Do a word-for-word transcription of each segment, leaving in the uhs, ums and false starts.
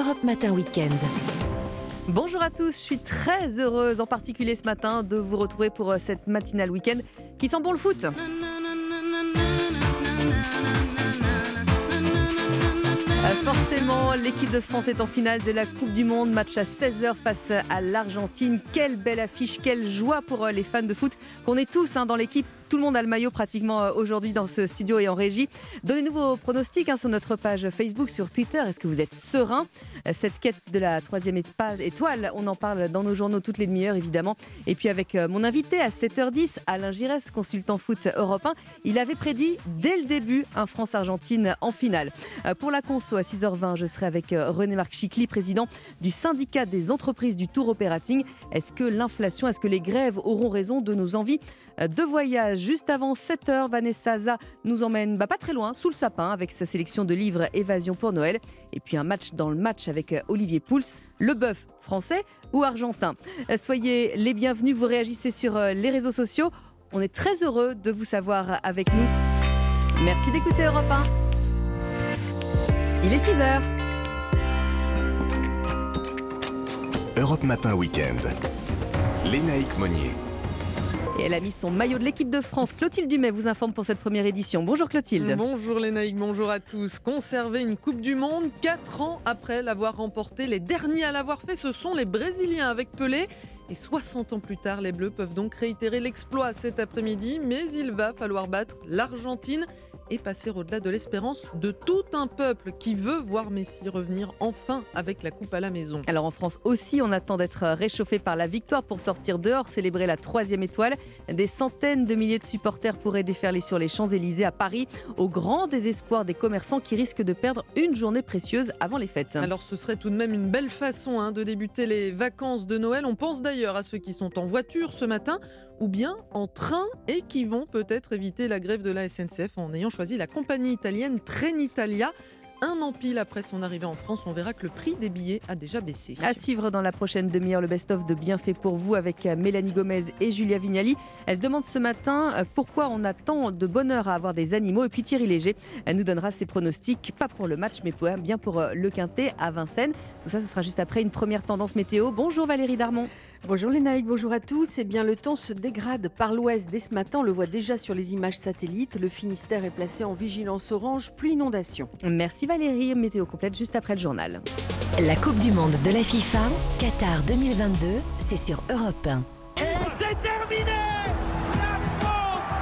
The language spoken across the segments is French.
Europe Matin Week-end. Bonjour à tous, je suis très heureuse en particulier ce matin de vous retrouver pour cette matinale week-end qui sent bon le foot. Forcément, l'équipe de France est en finale de la Coupe du Monde, match à seize heures face à l'Argentine. Quelle belle affiche, quelle joie pour les fans de foot qu'on est tous hein, dans l'équipe. Tout le monde a le maillot pratiquement aujourd'hui dans ce studio et en régie. Donnez-nous vos pronostics hein, sur notre page Facebook, sur Twitter. Est-ce que vous êtes serein ? Cette quête de la troisième étoile, on en parle dans nos journaux toutes les demi-heures évidemment. Et puis avec mon invité à sept heures dix, Alain Giresse, consultant foot Europe un, il avait prédit dès le début un France-Argentine en finale. Pour la conso à six heures vingt, je serai avec René-Marc Chicly, président du syndicat des entreprises du tour operating. Est-ce que l'inflation, est-ce que les grèves auront raison de nos envies de voyage ? Juste avant sept heures, Vanessa Za nous emmène bah, pas très loin, sous le sapin, avec sa sélection de livres Évasion pour Noël. Et puis un match dans le match avec Olivier Pouls, le bœuf français ou argentin. Soyez les bienvenus, vous réagissez sur les réseaux sociaux. On est très heureux de vous savoir avec nous. Merci d'écouter Europe un. Il est six heures. Europe Matin Week-end. Lénaïque Monnier. Et elle a mis son maillot de l'équipe de France. Clotilde Dumais vous informe pour cette première édition. Bonjour Clotilde. Bonjour Lénaïque, bonjour à tous. Conserver une Coupe du Monde quatre ans après l'avoir remportée. Les derniers à l'avoir fait, ce sont les Brésiliens avec Pelé. Et soixante ans plus tard, les Bleus peuvent donc réitérer l'exploit cet après-midi. Mais il va falloir battre l'Argentine et passer au-delà de l'espérance de tout un peuple qui veut voir Messi revenir enfin avec la coupe à la maison. Alors en France aussi, on attend d'être réchauffé par la victoire pour sortir dehors, célébrer la troisième étoile. Des centaines de milliers de supporters pourraient déferler sur les Champs-Élysées à Paris, au grand désespoir des commerçants qui risquent de perdre une journée précieuse avant les fêtes. Alors ce serait tout de même une belle façon hein, de débuter les vacances de Noël. On pense d'ailleurs à ceux qui sont en voiture ce matin ou bien en train et qui vont peut-être éviter la grève de la S N C F en ayant choisi la compagnie italienne Trenitalia. Un an pile après son arrivée en France, on verra que le prix des billets a déjà baissé. À suivre dans la prochaine demi-heure, le best-of de Bienfait pour vous avec Mélanie Gomez et Julia Vignali. Elle se demande ce matin pourquoi on a tant de bonheur à avoir des animaux. Et puis Thierry Léger nous donnera ses pronostics, pas pour le match, mais bien pour le Quintet à Vincennes. Tout ça, ce sera juste après une première tendance météo. Bonjour Valérie Darmon. Bonjour Lénaïque, bonjour à tous. Eh bien, le temps se dégrade par l'ouest dès ce matin. On le voit déjà sur les images satellites. Le Finistère est placé en vigilance orange, pluie inondation. Merci Valérie. Météo complète juste après le journal. La Coupe du Monde de la FIFA, Qatar deux mille vingt-deux, c'est sur Europe un. Et c'est terminé! La France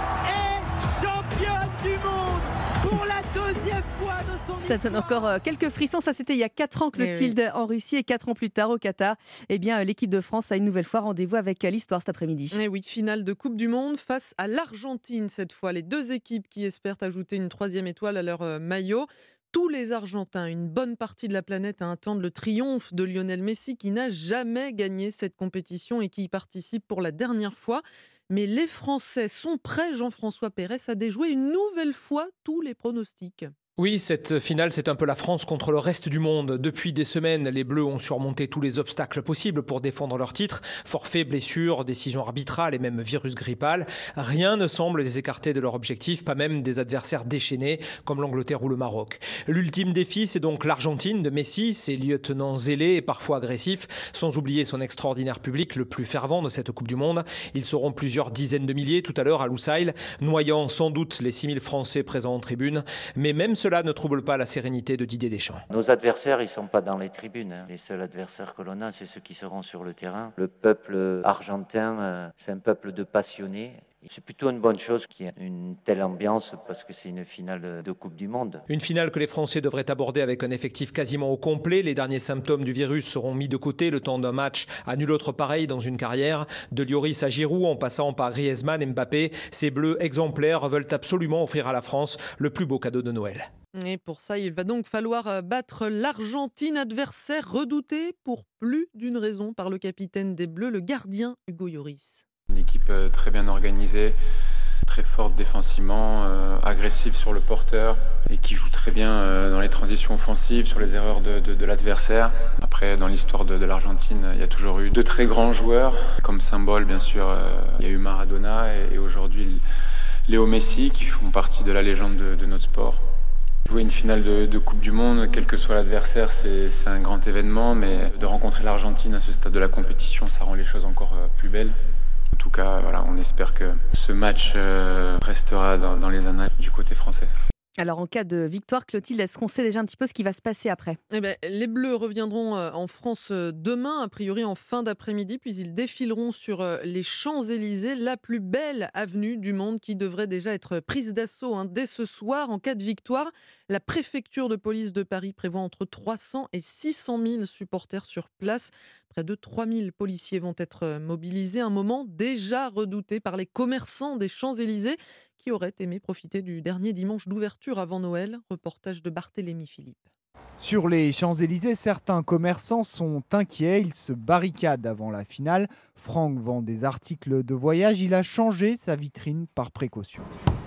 est championne du monde pour la deuxième fois de son Ça donne encore quelques frissons. Ça, c'était il y a quatre ans, Clotilde, oui. en Russie. Et quatre ans plus tard, au Qatar, eh bien, l'équipe de France a une nouvelle fois rendez-vous avec l'histoire cet après-midi. Et oui, finale de Coupe du Monde face à l'Argentine cette fois. Les deux équipes qui espèrent ajouter une troisième étoile à leur maillot. Tous les Argentins, une bonne partie de la planète, à attendre le triomphe de Lionel Messi qui n'a jamais gagné cette compétition et qui y participe pour la dernière fois. Mais les Français sont prêts, Jean-François Pérez, à déjouer une nouvelle fois tous les pronostics. Oui, cette finale, c'est un peu la France contre le reste du monde. Depuis des semaines, les Bleus ont surmonté tous les obstacles possibles pour défendre leur titre. Forfaits, blessures, décisions arbitrales et même virus grippal. Rien ne semble les écarter de leur objectif, pas même des adversaires déchaînés comme l'Angleterre ou le Maroc. L'ultime défi, c'est donc l'Argentine de Messi, ses lieutenants zélés et parfois agressifs, sans oublier son extraordinaire public, le plus fervent de cette Coupe du Monde. Ils seront plusieurs dizaines de milliers tout à l'heure à Lusail, noyant sans doute les six mille Français présents en tribune. Mais même cela ne trouble pas la sérénité de Didier Deschamps. Nos adversaires, ils ne sont pas dans les tribunes. Hein. Les seuls adversaires que l'on a, c'est ceux qui seront sur le terrain. Le peuple argentin, euh, c'est un peuple de passionnés. C'est plutôt une bonne chose qu'il y ait une telle ambiance parce que c'est une finale de Coupe du Monde. Une finale que les Français devraient aborder avec un effectif quasiment au complet. Les derniers symptômes du virus seront mis de côté le temps d'un match à nul autre pareil dans une carrière. De Lloris à Giroud en passant par Griezmann et Mbappé, ces Bleus exemplaires veulent absolument offrir à la France le plus beau cadeau de Noël. Et pour ça, il va donc falloir battre l'Argentine, adversaire redouté pour plus d'une raison par le capitaine des Bleus, le gardien Hugo Lloris. Une équipe très bien organisée, très forte défensivement, euh, agressive sur le porteur et qui joue très bien euh, dans les transitions offensives, sur les erreurs de, de, de l'adversaire. Après, dans l'histoire de, de l'Argentine, il y a toujours eu de très grands joueurs. Comme symbole, bien sûr, euh, il y a eu Maradona et, et aujourd'hui Léo Messi qui font partie de la légende de, de notre sport. Jouer une finale de, de Coupe du Monde, quel que soit l'adversaire, c'est, c'est un grand événement, mais de rencontrer l'Argentine à ce stade de la compétition, ça rend les choses encore plus belles. En tout cas, voilà, on espère que ce match euh, restera dans, dans les annales du côté français. Alors en cas de victoire, Clotilde, est-ce qu'on sait déjà un petit peu ce qui va se passer après ? Eh ben, les Bleus reviendront en France demain, a priori en fin d'après-midi, puis ils défileront sur les Champs-Élysées, la plus belle avenue du monde qui devrait déjà être prise d'assaut hein, dès ce soir. En cas de victoire, la préfecture de police de Paris prévoit entre trois cents et six cent mille supporters sur place. Près de trois mille policiers vont être mobilisés, un moment déjà redouté par les commerçants des Champs-Élysées qui auraient aimé profiter du dernier dimanche d'ouverture avant Noël. Reportage de Barthélémy Philippe. Sur les Champs-Élysées, certains commerçants sont inquiets. Ils se barricadent avant la finale. Franck vend des articles de voyage. Il a changé sa vitrine par précaution.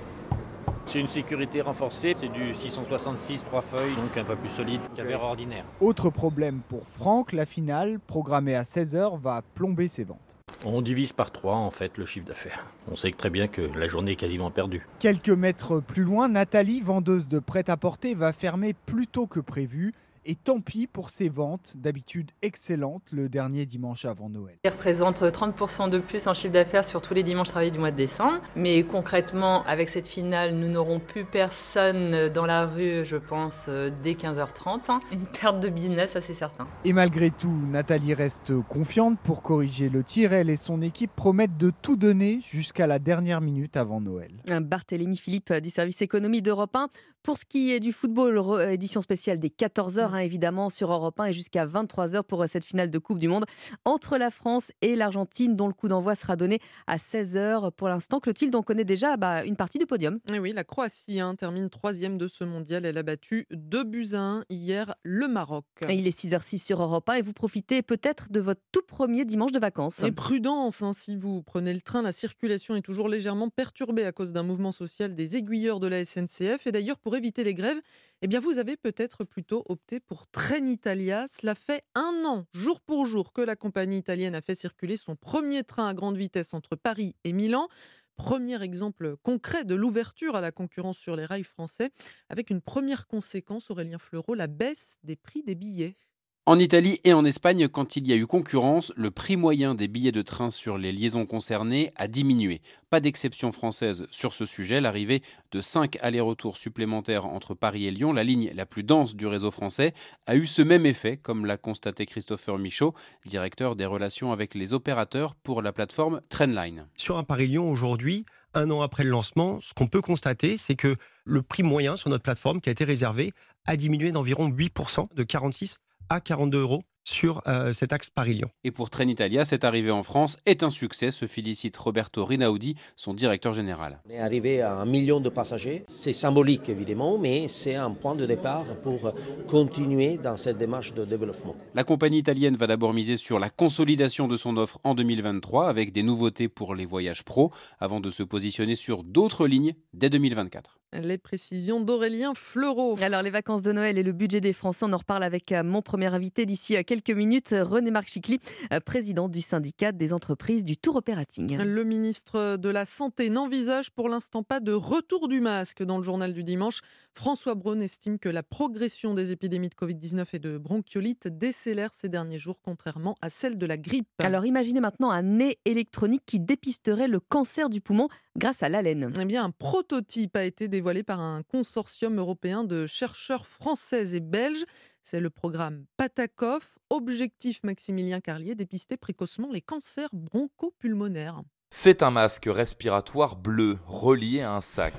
C'est une sécurité renforcée, c'est du six cent soixante-six, trois feuilles, donc un peu plus solide qu'un verre ordinaire. Autre problème pour Franck, la finale, programmée à seize heures, va plomber ses ventes. On divise par trois en fait le chiffre d'affaires. On sait très bien que la journée est quasiment perdue. Quelques mètres plus loin, Nathalie, vendeuse de prêt-à-porter, va fermer plus tôt que prévu. Et tant pis pour ses ventes, d'habitude excellentes, le dernier dimanche avant Noël. Il représente trente pour cent de plus en chiffre d'affaires sur tous les dimanches travaillés du mois de décembre. Mais concrètement, avec cette finale, nous n'aurons plus personne dans la rue, je pense, dès quinze heures trente. Une perte de business, ça c'est certain. Et malgré tout, Nathalie reste confiante pour corriger le tir. Elle et son équipe promettent de tout donner jusqu'à la dernière minute avant Noël. Barthélémy Philippe du service économie d'Europe un. Pour ce qui est du football, édition spéciale dès quatorze heures, hein, évidemment, sur Europe un et jusqu'à vingt-trois heures pour cette finale de Coupe du Monde entre la France et l'Argentine, dont le coup d'envoi sera donné à seize heures. Pour l'instant, Clotilde, on connaît déjà bah, une partie du podium. Et oui, la Croatie hein, termine troisième de ce mondial. Elle a battu deux buts à un hier le Maroc. Et il est six heures six sur Europe un et vous profitez peut-être de votre tout premier dimanche de vacances. Et prudence, hein, si vous prenez le train, la circulation est toujours légèrement perturbée à cause d'un mouvement social des aiguilleurs de la S N C F. Et d'ailleurs, pour éviter les grèves, eh bien, vous avez peut-être plutôt opté pour Trenitalia. Cela fait un an, jour pour jour, que la compagnie italienne a fait circuler son premier train à grande vitesse entre Paris et Milan. Premier exemple concret de l'ouverture à la concurrence sur les rails français, avec une première conséquence, Aurélien Fleureau, la baisse des prix des billets. En Italie et en Espagne, quand il y a eu concurrence, le prix moyen des billets de train sur les liaisons concernées a diminué. Pas d'exception française sur ce sujet. L'arrivée de cinq allers-retours supplémentaires entre Paris et Lyon, la ligne la plus dense du réseau français, a eu ce même effet, comme l'a constaté Christopher Michaud, directeur des relations avec les opérateurs pour la plateforme Trendline. Sur un Paris-Lyon aujourd'hui, un an après le lancement, ce qu'on peut constater, c'est que le prix moyen sur notre plateforme qui a été réservé a diminué d'environ huit pour cent, de quarante-six à quarante-deux euros sur euh, cet axe Paris-Lyon. Et pour Trenitalia, cette arrivée en France est un succès, se félicite Roberto Rinaldi, son directeur général. On est arrivé à un million de passagers. C'est symbolique évidemment, mais c'est un point de départ pour continuer dans cette démarche de développement. La compagnie italienne va d'abord miser sur la consolidation de son offre en deux mille vingt-trois avec des nouveautés pour les voyages pro, avant de se positionner sur d'autres lignes dès deux mille vingt-quatre. Les précisions d'Aurélien Fleureau. Alors les vacances de Noël et le budget des Français, on en reparle avec mon premier invité d'ici quelques minutes, René-Marc Chicly, président du syndicat des entreprises du tour operating. Le ministre de la Santé n'envisage pour l'instant pas de retour du masque. Dans le journal du dimanche, François Braun estime que la progression des épidémies de covid dix-neuf et de bronchiolite décélère ces derniers jours, contrairement à celle de la grippe. Alors imaginez maintenant un nez électronique qui dépisterait le cancer du poumon grâce à l'haleine. Eh bien, un prototype a été dévoilé par un consortium européen de chercheurs français et belges. C'est le programme Patacoff. Objectif Maximilien Carlier, dépister précocement les cancers bronchopulmonaires. C'est un masque respiratoire bleu relié à un sac.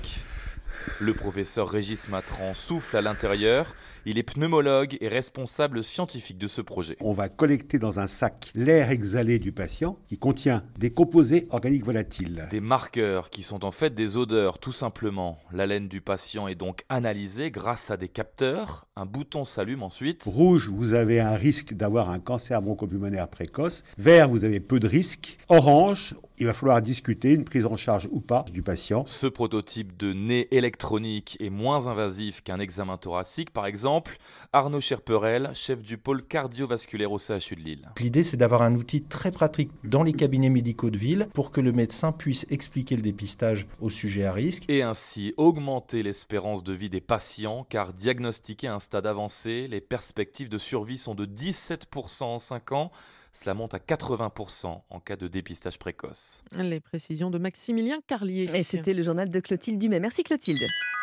Le professeur Régis Matran souffle à l'intérieur. Il est pneumologue et responsable scientifique de ce projet. On va collecter dans un sac l'air exhalé du patient qui contient des composés organiques volatiles. Des marqueurs qui sont en fait des odeurs, tout simplement. L'haleine du patient est donc analysée grâce à des capteurs. Un bouton s'allume ensuite. Rouge, vous avez un risque d'avoir un cancer bronchopulmonaire précoce. Vert, vous avez peu de risque. Orange, il va falloir discuter une prise en charge ou pas du patient. Ce prototype de nez électronique est moins invasif qu'un examen thoracique, par exemple. Arnaud Cherperel, chef du pôle cardiovasculaire au C H U de Lille. L'idée, c'est d'avoir un outil très pratique dans les cabinets médicaux de ville pour que le médecin puisse expliquer le dépistage aux sujets à risque. Et ainsi augmenter l'espérance de vie des patients, car diagnostiqués à un stade avancé, les perspectives de survie sont de dix-sept pour cent en cinq ans. Cela monte à quatre-vingts pour cent en cas de dépistage précoce. Les précisions de Maximilien Carlier. Et c'était le journal de Clotilde Dumais. Merci Clotilde.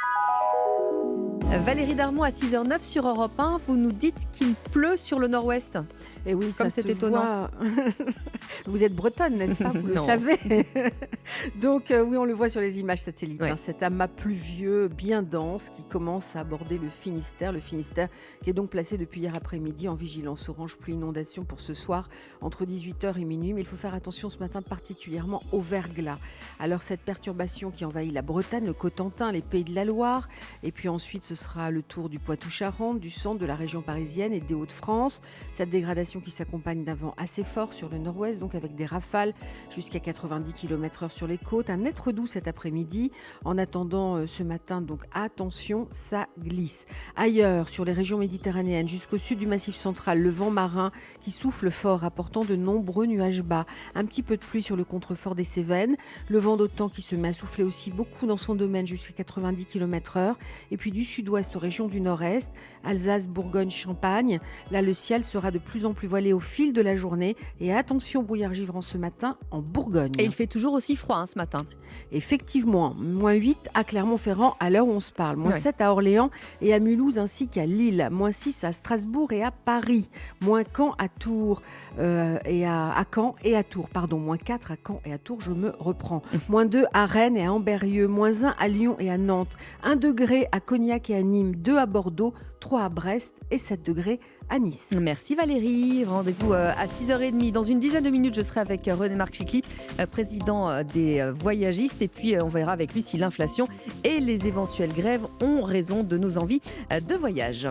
Valérie Darmon à six heures neuf sur Europe un, vous nous dites qu'il pleut sur le nord-ouest. Et oui, comme ça c'est se étonnant. Voit... Vous êtes bretonne, n'est-ce pas? Vous le Non. savez. Donc euh, oui, on le voit sur les images satellites. Ouais. Hein, cet amas pluvieux bien dense qui commence à aborder le Finistère. Le Finistère qui est donc placé depuis hier après-midi en vigilance orange pluie inondation pour ce soir entre dix-huit heures et minuit. Mais il faut faire attention ce matin particulièrement au verglas. Alors cette perturbation qui envahit la Bretagne, le Cotentin, les Pays de la Loire. Et puis ensuite ce sera le tour du Poitou-Charentes, du centre, de la région parisienne et des Hauts-de-France. Cette dégradation qui s'accompagne d'un vent assez fort sur le nord-ouest, donc avec des rafales jusqu'à quatre-vingt-dix kilomètres heure sur les côtes. Un être doux cet après-midi. En attendant euh, ce matin, donc attention, ça glisse. Ailleurs, sur les régions méditerranéennes, jusqu'au sud du Massif central, le vent marin qui souffle fort, apportant de nombreux nuages bas. Un petit peu de pluie sur le contrefort des Cévennes. Le vent d'OTAN qui se met à souffler aussi beaucoup dans son domaine jusqu'à quatre-vingt-dix kilomètres heure. Et puis du sud-ouest aux régions du nord-est, Alsace, Bourgogne, Champagne. Là, le ciel sera de plus en plus voilé au fil de la journée. Et attention, brouillard givrant ce matin en Bourgogne. Et il fait toujours aussi froid hein, ce matin. Effectivement, moins huit à Clermont-Ferrand à l'heure où on se parle, moins Ouais. sept à Orléans et à Mulhouse ainsi qu'à Lille, moins six à Strasbourg et à Paris, moins Caen à Tours euh, et à, à Caen et à Tours, pardon, moins quatre à Caen et à Tours, je me reprends, moins deux à Rennes et à Ambérieux, moins un à Lyon et à Nantes, un degré à Cognac et à Nîmes, deux à Bordeaux, trois à Brest et sept degrés à Nice. Merci Valérie. Rendez-vous euh, à six heures trente. Dans une dizaine de minutes, je serai avec euh, René-Marc Chicli, euh, président euh, des euh, voyagistes. Et puis, euh, on verra avec lui si l'inflation et les éventuelles grèves ont raison de nos envies euh, de voyage.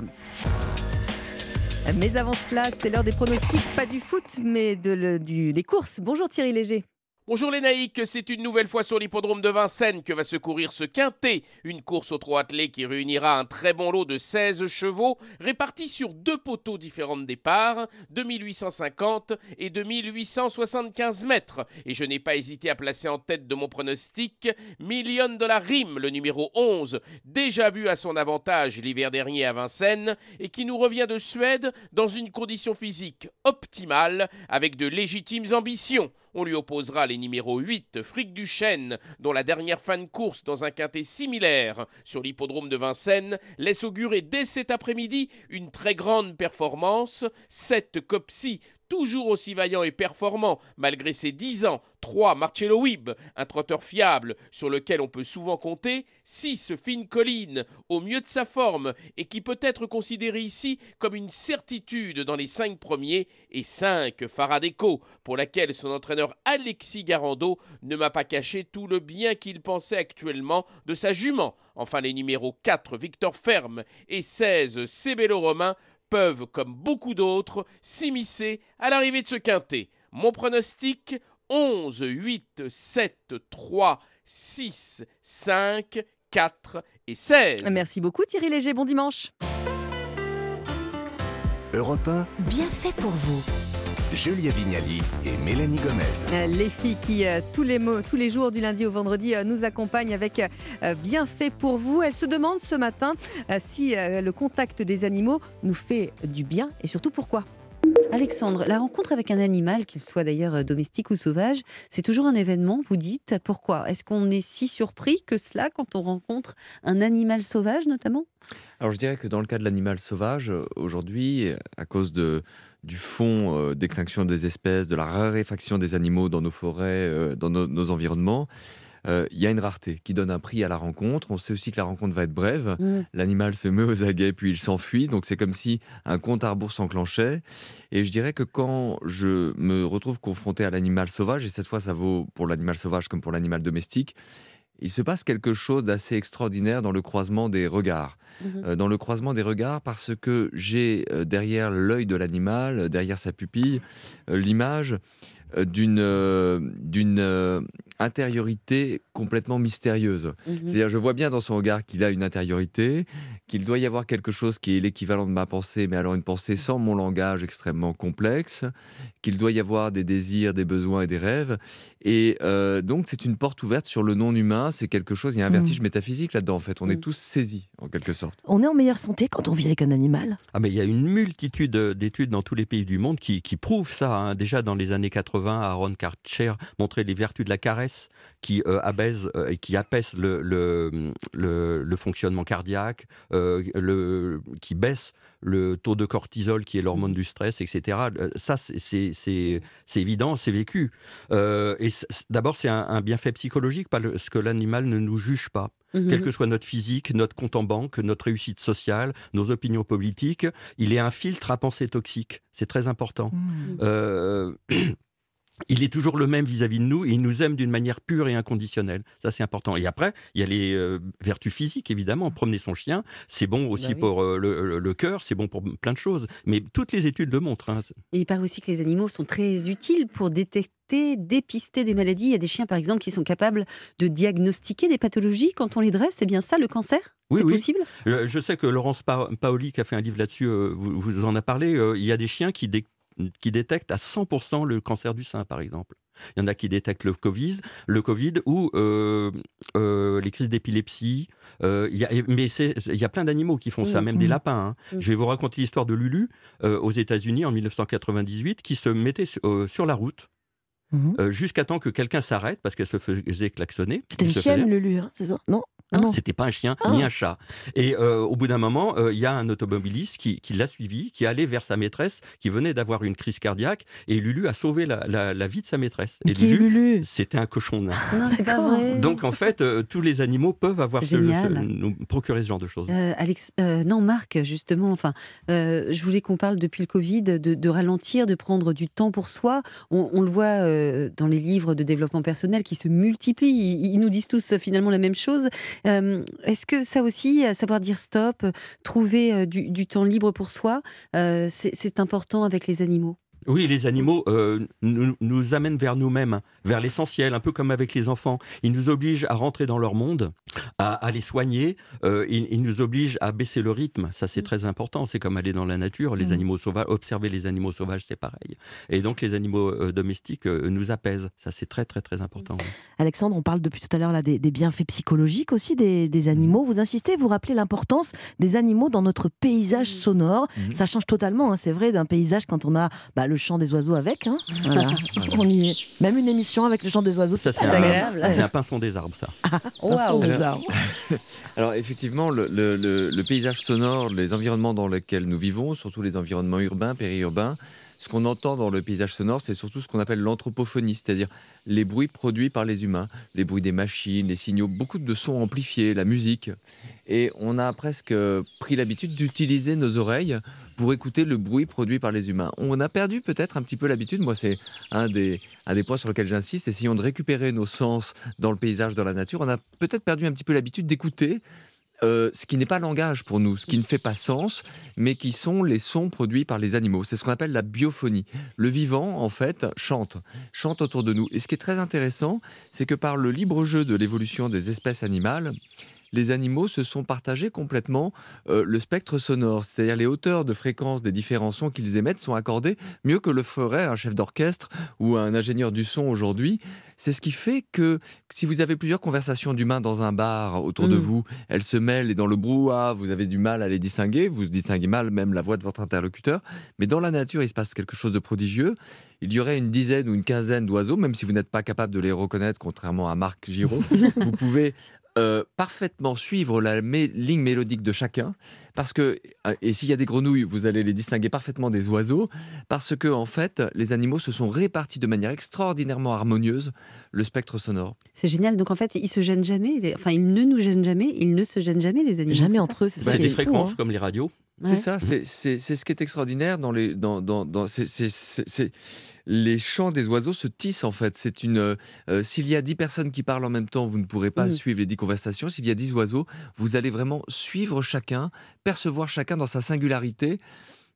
Mais avant cela, c'est l'heure des pronostics, pas du foot, mais de, le, du, des courses. Bonjour Thierry Léger. Bonjour les naïcs, c'est une nouvelle fois sur l'hippodrome de Vincennes que va se courir ce quintet. Une course au trot attelé qui réunira un très bon lot de seize chevaux répartis sur deux poteaux différents de départ, deux mille huit cent cinquante et deux mille huit cent soixante-quinze mètres. Et je n'ai pas hésité à placer en tête de mon pronostic Million de la Rime, le numéro onze, déjà vu à son avantage l'hiver dernier à Vincennes et qui nous revient de Suède dans une condition physique optimale avec de légitimes ambitions. On lui opposera les numéros huit, Fric du Chêne, dont la dernière fin de course dans un quintet similaire sur l'hippodrome de Vincennes laisse augurer dès cet après-midi une très grande performance. sept, Copsy, toujours aussi vaillant et performant malgré ses dix ans. trois, Marcello Wib, un trotteur fiable sur lequel on peut souvent compter. six, Fine Colline, au mieux de sa forme et qui peut être considéré ici comme une certitude dans les cinq premiers. Et cinq, Faradeco, pour laquelle son entraîneur Alexis Garando ne m'a pas caché tout le bien qu'il pensait actuellement de sa jument. Enfin, les numéros quatre, Victor Ferme et seize, Cébello Romain, peuvent, comme beaucoup d'autres, s'immiscer à l'arrivée de ce quintet. Mon pronostic, onze, huit, sept, trois, six, cinq, quatre et seize. Merci beaucoup Thierry Léger, bon dimanche. Europe un, Bien fait pour vous. Julia Vignali et Mélanie Gomez. Les filles qui, euh, tous, les mots, tous les jours du lundi au vendredi, euh, nous accompagnent avec euh, Bien fait pour vous. Elles se demandent ce matin euh, si euh, le contact des animaux nous fait du bien et surtout pourquoi. Alexandre, la rencontre avec un animal, qu'il soit d'ailleurs domestique ou sauvage, c'est toujours un événement, vous dites. Pourquoi ? Est-ce qu'on est si surpris que cela quand on rencontre un animal sauvage notamment ? Alors je dirais que dans le cas de l'animal sauvage, aujourd'hui, à cause de, du fond euh, d'extinction des espèces, de la raréfaction des animaux dans nos forêts, euh, dans no, nos environnements, il euh, y a une rareté qui donne un prix à la rencontre. On sait aussi que la rencontre va être brève. Mmh. L'animal se met aux aguets puis il s'enfuit. Donc c'est comme si un compte à rebours s'enclenchait. Et je dirais que quand je me retrouve confronté à l'animal sauvage, et cette fois ça vaut pour l'animal sauvage comme pour l'animal domestique, il se passe quelque chose d'assez extraordinaire dans le croisement des regards. Mmh. Euh, dans le croisement des regards parce que j'ai euh, derrière l'œil de l'animal, derrière sa pupille, euh, l'image euh, d'une euh, d'une euh, intériorité complètement mystérieuse. Mhm. C'est-à-dire, je vois bien dans son regard qu'il a une intériorité, qu'il doit y avoir quelque chose qui est l'équivalent de ma pensée, mais alors une pensée sans mon langage extrêmement complexe, qu'il doit y avoir des désirs, des besoins et des rêves. Et euh, donc, c'est une porte ouverte sur le non-humain. C'est quelque chose, il y a un vertige Mm. métaphysique là-dedans, en fait. On Mm. est tous saisis, en quelque sorte. On est en meilleure santé quand on vit avec un animal. Ah mais il y a une multitude d'études dans tous les pays du monde qui, qui prouvent ça. Hein. Déjà dans les années quatre-vingts, Aaron Karcher montrait les vertus de la caresse qui euh, abaise euh, et qui apaise le, le, le, le fonctionnement cardiaque, euh, le, qui baisse le taux de cortisol qui est l'hormone du stress, et cetera. Euh, Ça, c'est, c'est, c'est, c'est évident, c'est vécu. Euh, et c'est- d'abord, c'est un, un bienfait psychologique parce que l'animal ne nous juge pas. Mhm. Quel que soit notre physique, notre compte en banque, notre réussite sociale, nos opinions politiques, il est un filtre à pensée toxique. C'est très important. Mm. Euh, il est toujours le même vis-à-vis de nous et il nous aime d'une manière pure et inconditionnelle. Ça, c'est important. Et après, il y a les euh, vertus physiques, évidemment. Promener son chien, c'est bon aussi Bah oui. pour euh, le, le- le cœur, c'est bon pour plein de choses. Mais toutes les études le montrent. Hein. Et il paraît aussi que les animaux sont très utiles pour détecter, dépister des maladies. Il y a des chiens, par exemple, qui sont capables de diagnostiquer des pathologies quand on les dresse. C'est bien ça, le cancer? Oui, C'est oui. possible? Euh, Je sais que Laurence Pa- Paoli, qui a fait un livre là-dessus, euh, vous, vous en a parlé, euh, il y a des chiens qui, dé- qui détectent à cent pour cent le cancer du sein, par exemple. Il y en a qui détectent le Covid, le COVID ou euh, euh, les crises d'épilepsie. Euh, il y a- mais c'est- il y a plein d'animaux qui font ça, Mm. même des Mm. lapins. Hein. Mm. Je vais vous raconter l'histoire de Lulu euh, aux États-Unis en mille neuf cent quatre-vingt-dix-huit, qui se mettait sur, euh, sur la route Mhm. euh, jusqu'à temps que quelqu'un s'arrête parce qu'elle se faisait klaxonner. C'était Il une se chienne, faisait- Lulu, hein, c'est ça? Non. Ah non, non. c'était pas un chien Ah. ni un chat. Et euh, au bout d'un moment, euh, il y a un automobiliste qui, qui l'a suivi, qui allait vers sa maîtresse, qui venait d'avoir une crise cardiaque, et Lulu a sauvé la, la- la vie de sa maîtresse. Et Qui est Lulu c'était un cochon nain. Non, c'est pas vrai. Donc en fait, euh, tous les animaux peuvent avoir C'est ce, ce- génial. nous procurer ce genre de choses. Euh, Alex, euh, non, Marc, justement, enfin, euh, je voulais qu'on parle depuis le Covid de, de ralentir, de prendre du temps pour soi. On, on le voit euh, dans les livres de développement personnel qui se multiplient. Ils, ils nous disent tous euh, finalement la même chose. Euh, Est-ce que ça aussi, euh, savoir dire stop, euh, trouver euh, du, du temps libre pour soi, euh, c'est c'est important avec les animaux? Oui, les animaux euh, nous, nous amènent vers nous-mêmes, vers l'essentiel, un peu comme avec les enfants. Ils nous obligent à rentrer dans leur monde, à, à les soigner. Euh, ils, ils nous obligent à baisser le rythme. Ça, c'est très important. C'est comme aller dans la nature. Les Mm. animaux sauvages, observer les animaux sauvages, c'est pareil. Et donc, les animaux euh, domestiques euh, nous apaisent. Ça, c'est très, très, très important. oui. Alexandre, on parle depuis tout à l'heure là, des, des bienfaits psychologiques aussi des, des animaux. Vous insistez, vous rappelez l'importance des animaux dans notre paysage sonore. Mhm. Ça change totalement, hein, c'est vrai, d'un paysage quand on a bah, le chant des oiseaux avec. Hein. Voilà. On y est. Même une émission avec le chant des oiseaux, Ça, c'est c'est un, agréable. c'est un pinson des arbres, ça. Waouh. Des Alors- arbres. Alors effectivement, le, le- le- le paysage sonore, les environnements dans lesquels nous vivons, surtout les environnements urbains, périurbains, ce qu'on entend dans le paysage sonore, c'est surtout ce qu'on appelle l'anthropophonie, c'est-à-dire les bruits produits par les humains, les bruits des machines, les signaux, beaucoup de sons amplifiés, la musique. Et on a presque pris l'habitude d'utiliser nos oreilles pour écouter le bruit produit par les humains. On a perdu peut-être un petit peu l'habitude, moi c'est un des, un des points sur lesquels j'insiste, essayons de récupérer nos sens dans le paysage, dans la nature. On a peut-être perdu un petit peu l'habitude d'écouter euh, ce qui n'est pas langage pour nous, ce qui ne fait pas sens, mais qui sont les sons produits par les animaux. C'est ce qu'on appelle la biophonie. Le vivant, en fait, chante, chante autour de nous. Et ce qui est très intéressant, c'est que par le libre jeu de l'évolution des espèces animales, les animaux se sont partagés complètement euh, le spectre sonore, c'est-à-dire les hauteurs de fréquence des différents sons qu'ils émettent sont accordées mieux que le ferait un chef d'orchestre ou un ingénieur du son aujourd'hui. C'est ce qui fait que si vous avez plusieurs conversations d'humains dans un bar autour de Mm. vous, elles se mêlent et dans le brouhaha, vous avez du mal à les distinguer, vous distinguez mal même la voix de votre interlocuteur, mais dans la nature, il se passe quelque chose de prodigieux. Il y aurait une dizaine ou une quinzaine d'oiseaux, même si vous n'êtes pas capable de les reconnaître, contrairement à Marc Giraud, vous pouvez euh, parfaitement suivre la mé- ligne mélodique de chacun, parce que, euh, et s'il y a des grenouilles, vous allez les distinguer parfaitement des oiseaux, parce que, en fait, les animaux se sont répartis de manière extraordinairement harmonieuse le spectre sonore. C'est génial. Donc en fait, ils se gênent jamais. les- Enfin, ils ne nous gênent jamais. Ils ne se gênent jamais, les animaux. Jamais c'est entre ça eux, c'est Bah, ça. c'est qui des est fou, fréquences hein. comme les radios. C'est Ouais. ça, c'est c'est- c'est ce qui est extraordinaire dans les, dans, dans, dans- c'est- c'est- c'est- c'est- les chants des oiseaux se tissent en fait. C'est une, euh, euh, s'il y a dix personnes qui parlent en même temps, vous ne pourrez pas Mm. suivre les dix conversations. S'il y a dix oiseaux, vous allez vraiment suivre chacun, percevoir chacun dans sa singularité.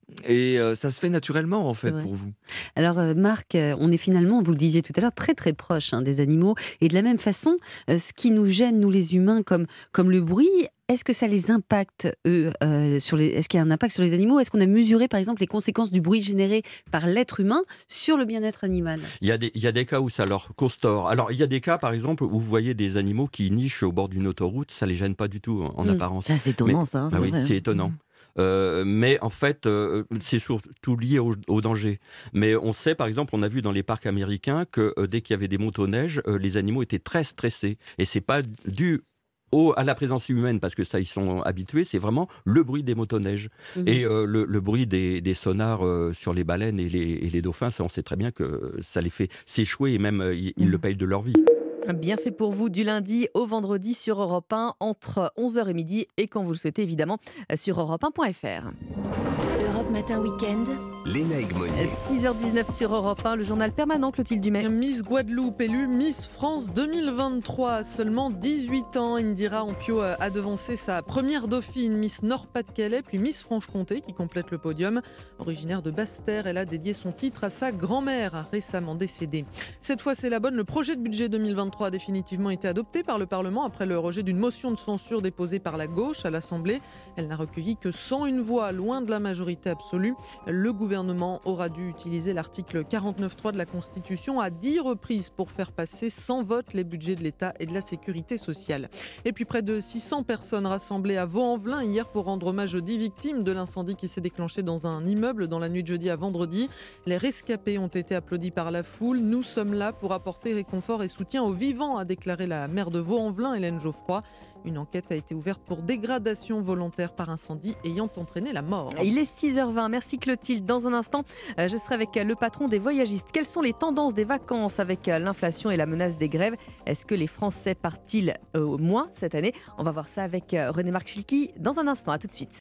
Et euh, ça se fait naturellement, en fait, Ouais. pour vous. Alors, euh, Marc, euh, on est finalement, vous le disiez tout à l'heure, très très proche hein, des animaux. Et de la même façon, euh, ce qui nous gêne, nous les humains, comme, comme le bruit, est-ce que ça les impacte, eux euh, sur les... Est-ce qu'il y a un impact sur les animaux? Est-ce qu'on a mesuré, par exemple, les conséquences du bruit généré par l'être humain sur le bien-être animal? Il y, a des, il y a des cas où ça leur cause tort. Alors, il y a des cas, par exemple, où vous voyez des animaux qui nichent au bord d'une autoroute, ça les gêne pas du tout en, en Mm. apparence. Ça, c'est étonnant, Mais- ça, hein, Ah c'est oui, vrai, c'est hein. étonnant. Mm. Euh, mais en fait, euh, c'est surtout lié au, au danger. Mais on sait, par exemple, on a vu dans les parcs américains que euh, dès qu'il y avait des motoneiges, euh, les animaux étaient très stressés. Et c'est pas dû au, à la présence humaine, parce que ça, ils sont habitués, c'est vraiment le bruit des motoneiges. Mhm. Et euh, le, le bruit des, des sonars euh, sur les baleines et les, et les dauphins, ça, on sait très bien que ça les fait s'échouer et même euh, ils, ils le payent de leur vie. Bien fait pour vous du lundi au vendredi sur Europe un entre onze heures et midi et quand vous le souhaitez évidemment sur europe un point f r. Europe Matin Week-end. Léna Egmonier. six heures dix-neuf sur Europe un, le journal permanent Clotilde Dumais. Miss Guadeloupe élue Miss France deux mille vingt-trois, à seulement dix-huit ans. Indira Ampio a devancé sa première dauphine, Miss Nord-Pas-de-Calais, puis Miss Franche-Comté qui complète le podium. Originaire de Basse-Terre, elle a dédié son titre à sa grand-mère, récemment décédée. Cette fois, c'est la bonne. Le projet de budget deux mille vingt-trois a définitivement été adopté par le Parlement après le rejet d'une motion de censure déposée par la gauche à l'Assemblée. Elle n'a recueilli que cent une voix, loin de la majorité absolue. Le gouvernement aura dû utiliser l'article quarante-neuf point trois de la Constitution à dix reprises pour faire passer sans vote les budgets de l'État et de la sécurité sociale. Et puis près de six cents personnes rassemblées à Vaux-en-Velin hier pour rendre hommage aux dix victimes de l'incendie qui s'est déclenché dans un immeuble dans la nuit de jeudi à vendredi. Les rescapés ont été applaudis par la foule. Nous sommes là pour apporter réconfort et soutien aux vivants, a déclaré la maire de Vaux-en-Velin, Hélène Geoffroy. Une enquête a été ouverte pour dégradation volontaire par incendie ayant entraîné la mort. Il est six heures vingt, merci Clotilde. Dans un instant, euh, je serai avec euh, le patron des voyagistes. Quelles sont les tendances des vacances avec euh, l'inflation et la menace des grèves? Est-ce que les Français partent-ils euh, moins cette année? On va voir ça avec euh, René-Marc Chilky dans un instant. À tout de suite.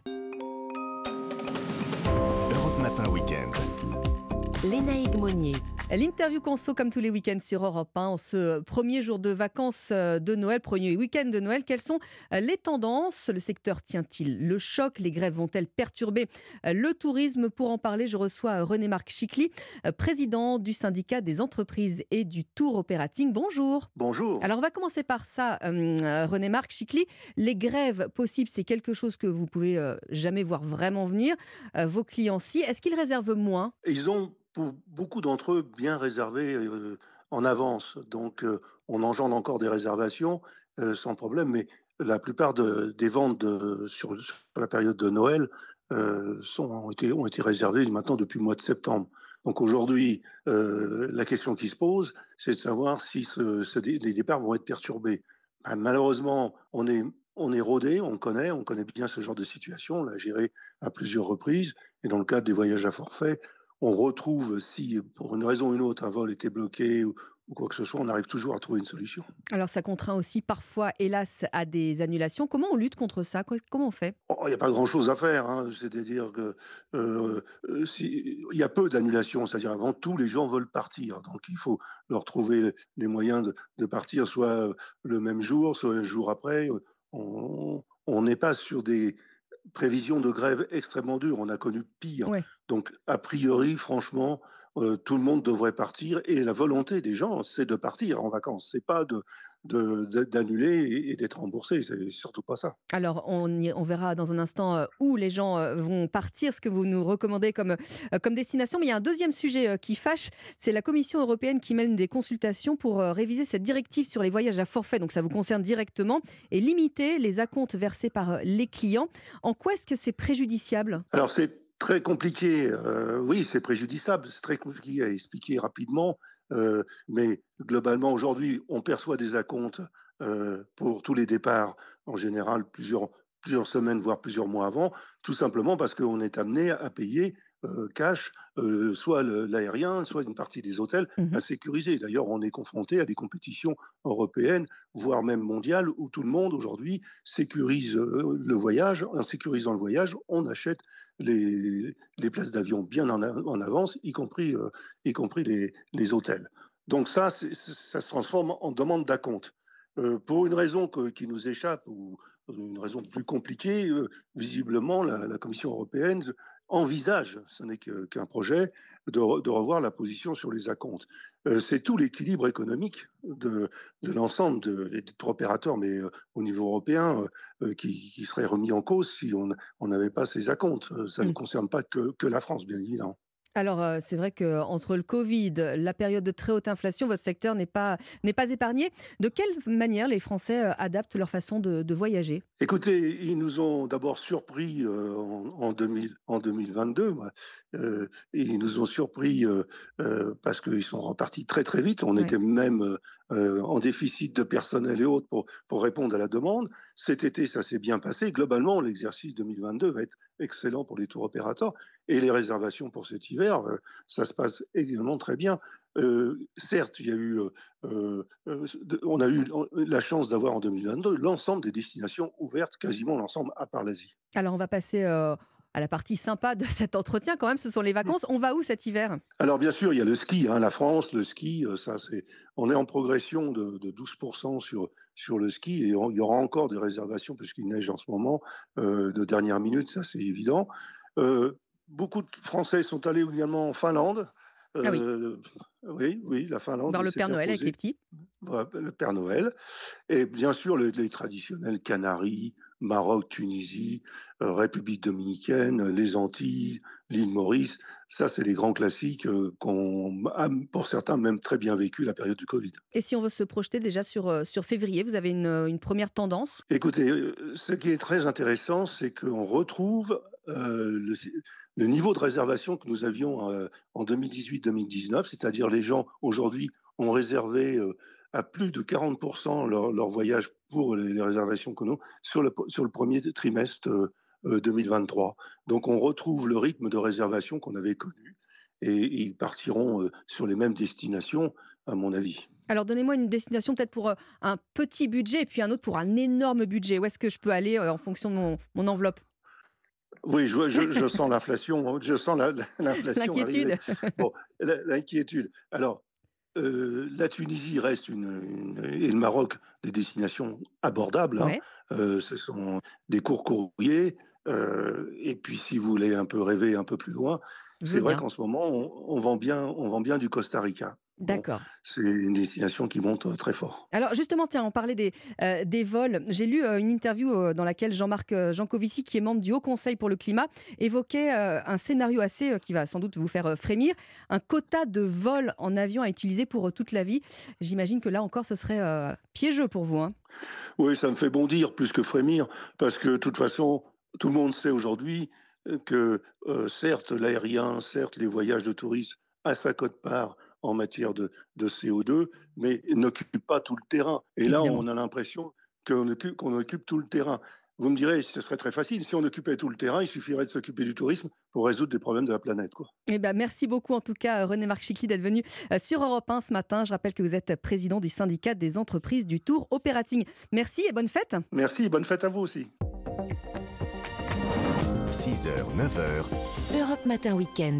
Europe Matin Week-end. Léna Egmonier. L'interview conso comme tous les week-ends sur Europe un, en ce premier jour de vacances de Noël, premier week-end de Noël. Quelles sont les tendances? Le secteur tient-il le choc? Les grèves vont-elles perturber le tourisme? Pour en parler, je reçois René-Marc Chicly, président du syndicat des entreprises et du tour operating. Bonjour. Bonjour. Alors on va commencer par ça, euh, René-Marc Chicly. Les grèves possibles, c'est quelque chose que vous pouvez euh, jamais voir vraiment venir. Euh, vos clients, si. Est-ce qu'ils réservent moins? Ils ont pour beaucoup d'entre eux bien réservé euh, en avance. Donc, euh, on engendre encore des réservations euh, sans problème, mais la plupart de- des ventes de- sur, sur la période de Noël euh, sont, ont, été, ont été réservées maintenant depuis le mois de septembre. Donc aujourd'hui, euh, la question qui se pose, c'est de savoir si ce- ce dé- les départs vont être perturbés. Ben, malheureusement, on est, on est rodé, on connaît, on connaît bien ce genre de situation, on l'a géré à plusieurs reprises, et dans le cadre des voyages à forfait, on retrouve, si pour une raison ou une autre, un vol était bloqué ou, ou quoi que ce soit, on arrive toujours à trouver une solution. Alors ça contraint aussi parfois, hélas, à des annulations. Comment on lutte contre ça? Quoi- Comment on fait? Oh, il n'y a pas grand-chose à faire, hein. C'est-à-dire que euh, euh, si- il y a peu d'annulations, c'est-à-dire avant tout, les gens veulent partir, donc il faut leur trouver les moyens de, de partir, soit le même jour, soit le jour après. On on n'est pas sur des prévisions de grève extrêmement dures, on a connu pire. Ouais. Donc, a priori, franchement, euh, tout le monde devrait partir et la volonté des gens, c'est de partir en vacances, c'est pas de, de- de- d'annuler et, et d'être remboursé, c'est surtout pas ça. Alors, on, y- on verra dans un instant euh, où les gens euh, vont partir, ce que vous nous recommandez comme, euh, comme destination. Mais il y a un deuxième sujet euh, qui fâche, c'est la Commission européenne qui mène des consultations pour euh, réviser cette directive sur les voyages à forfait. Donc, ça vous concerne directement et limiter les acomptes versés par euh, les clients. En quoi est-ce que c'est préjudiciable? Alors, c'est très compliqué, euh, oui, c'est préjudiciable, c'est très compliqué à expliquer rapidement, euh, mais globalement, aujourd'hui, on perçoit des acomptes euh, pour tous les départs, en général, plusieurs, plusieurs semaines, voire plusieurs mois avant, tout simplement parce qu'on est amené à payer euh, cash, euh, soit le- l'aérien, soit une partie des hôtels à sécuriser. D'ailleurs, on est confronté à des compétitions européennes, voire même mondiales, où tout le monde aujourd'hui sécurise euh, le voyage. En sécurisant le voyage, on achète les, les places d'avion bien en, a- en avance, y compris, euh, y compris les, les hôtels. Donc ça, c'est- c'est- ça se transforme en demande d'acompte. Euh, pour une raison que- qui nous échappe, ou une raison plus compliquée, euh, visiblement, la, la Commission européenne envisage, ce n'est que- qu'un projet, de, re- de revoir la position sur les acomptes. Euh, c'est tout l'équilibre économique de, de l'ensemble de- des tour opérateurs, mais euh, au niveau européen, euh, euh, qui, qui serait remis en cause si on on n'avait pas ces acomptes. Euh, Ça ne Mm. concerne pas que, que la France, bien évidemment. Alors, euh, c'est vrai qu'entre le Covid, la période de très haute inflation, votre secteur n'est pas, n'est pas épargné. De quelle manière les Français euh, adaptent leur façon de, de voyager? Écoutez, ils nous ont d'abord surpris euh, en, en deux mille en deux mille vingt-deux. moi. Euh, et ils nous ont surpris euh, euh, parce qu'ils sont repartis très très vite. On Ouais. était même euh, euh, en déficit de personnel et autres pour, pour répondre à la demande. Cet été, ça s'est bien passé. Globalement, l'exercice deux mille vingt-deux va être excellent pour les tours opérateurs. Et les réservations pour cet hiver, euh, ça se passe également très bien. Euh, certes, il y a eu, euh, euh, euh, de- on a eu la chance d'avoir en deux mille vingt-deux l'ensemble des destinations ouvertes, quasiment l'ensemble à part l'Asie. Alors, on va passer euh, à la partie sympa de cet entretien quand même, ce sont les vacances. On va où cet hiver? Alors bien sûr, il y a le ski, hein, la France, le ski, euh, ça c'est, on est en progression de, de douze pour cent sur, sur le ski et on- il y aura encore des réservations puisqu'il neige en ce moment euh, de dernière minute, ça c'est évident. Euh, beaucoup de Français sont allés également en Finlande. Ah oui. Euh, oui, oui, la Finlande. Voir le s'est Père Noël avec imposée. les petits. Voilà, le Père Noël. Et bien sûr, les, les traditionnels Canaries, Maroc, Tunisie, euh, République dominicaine, les Antilles, l'île Maurice. Ça, c'est les grands classiques euh, qu'on a, pour certains, même très bien vécu la période du Covid. Et si on veut se projeter déjà sur, euh, sur février, vous avez une, une première tendance? Écoutez, euh, ce qui est très intéressant, c'est qu'on retrouve euh, le, le niveau de réservation que nous avions euh, en deux mille dix-huit deux mille dix-neuf, c'est-à-dire les gens aujourd'hui ont réservé euh, à plus de quarante pour cent leur, leur voyage pour les, les réservations que nous sur le, sur le premier trimestre euh, euh, deux mille vingt-trois. Donc on retrouve le rythme de réservation qu'on avait connu et, et ils partiront euh, sur les mêmes destinations, à mon avis. Alors, donnez-moi une destination peut-être pour euh, un petit budget et puis un autre pour un énorme budget. Où est-ce que je peux aller euh, en fonction de mon, mon enveloppe? Oui, je, je- je sens l'inflation, je sens la- la- l'inflation L'inquiétude. arriver. Bon, la- l'inquiétude. Alors, euh, la Tunisie reste une, une- et le Maroc des destinations abordables. hein. Ouais. Euh, ce sont des courts courriers. euh, et puis, si vous voulez un peu rêver un peu plus loin, Je c'est veux vrai bien. qu'en ce moment, on, on vend bien, on vend bien du Costa Rica. D'accord. C'est une destination qui monte euh, très fort. Alors justement, tiens, on parlait des, euh, des vols. J'ai lu euh, une interview euh, dans laquelle Jean-Marc euh, Jancovici, qui est membre du Haut Conseil pour le climat, évoquait euh, un scénario assez euh, qui va sans doute vous faire euh, frémir, un quota de vol en avion à utiliser pour euh, toute la vie. J'imagine que là encore, ce serait euh, piégeux pour vous. hein. Oui, ça me fait bondir plus que frémir, parce que de toute façon, tout le monde sait aujourd'hui euh, que euh, certes l'aérien, certes les voyages de tourisme a sa cote-part en matière de, de C O deux, mais n'occupe pas tout le terrain. Et là, Évidemment. on a l'impression qu'on occupe, qu'on occupe tout le terrain. Vous me direz, ce serait très facile. Si on occupait tout le terrain, il suffirait de s'occuper du tourisme pour résoudre les problèmes de la planète, quoi. Eh ben, merci beaucoup en tout cas René-Marc Chicly d'être venu euh, sur Europe un ce matin. Je rappelle que vous êtes président du syndicat des entreprises du Tour Operating. Merci et bonne fête. Merci, bonne fête à vous aussi. six heures, neuf heures, Europe Matin Week-end.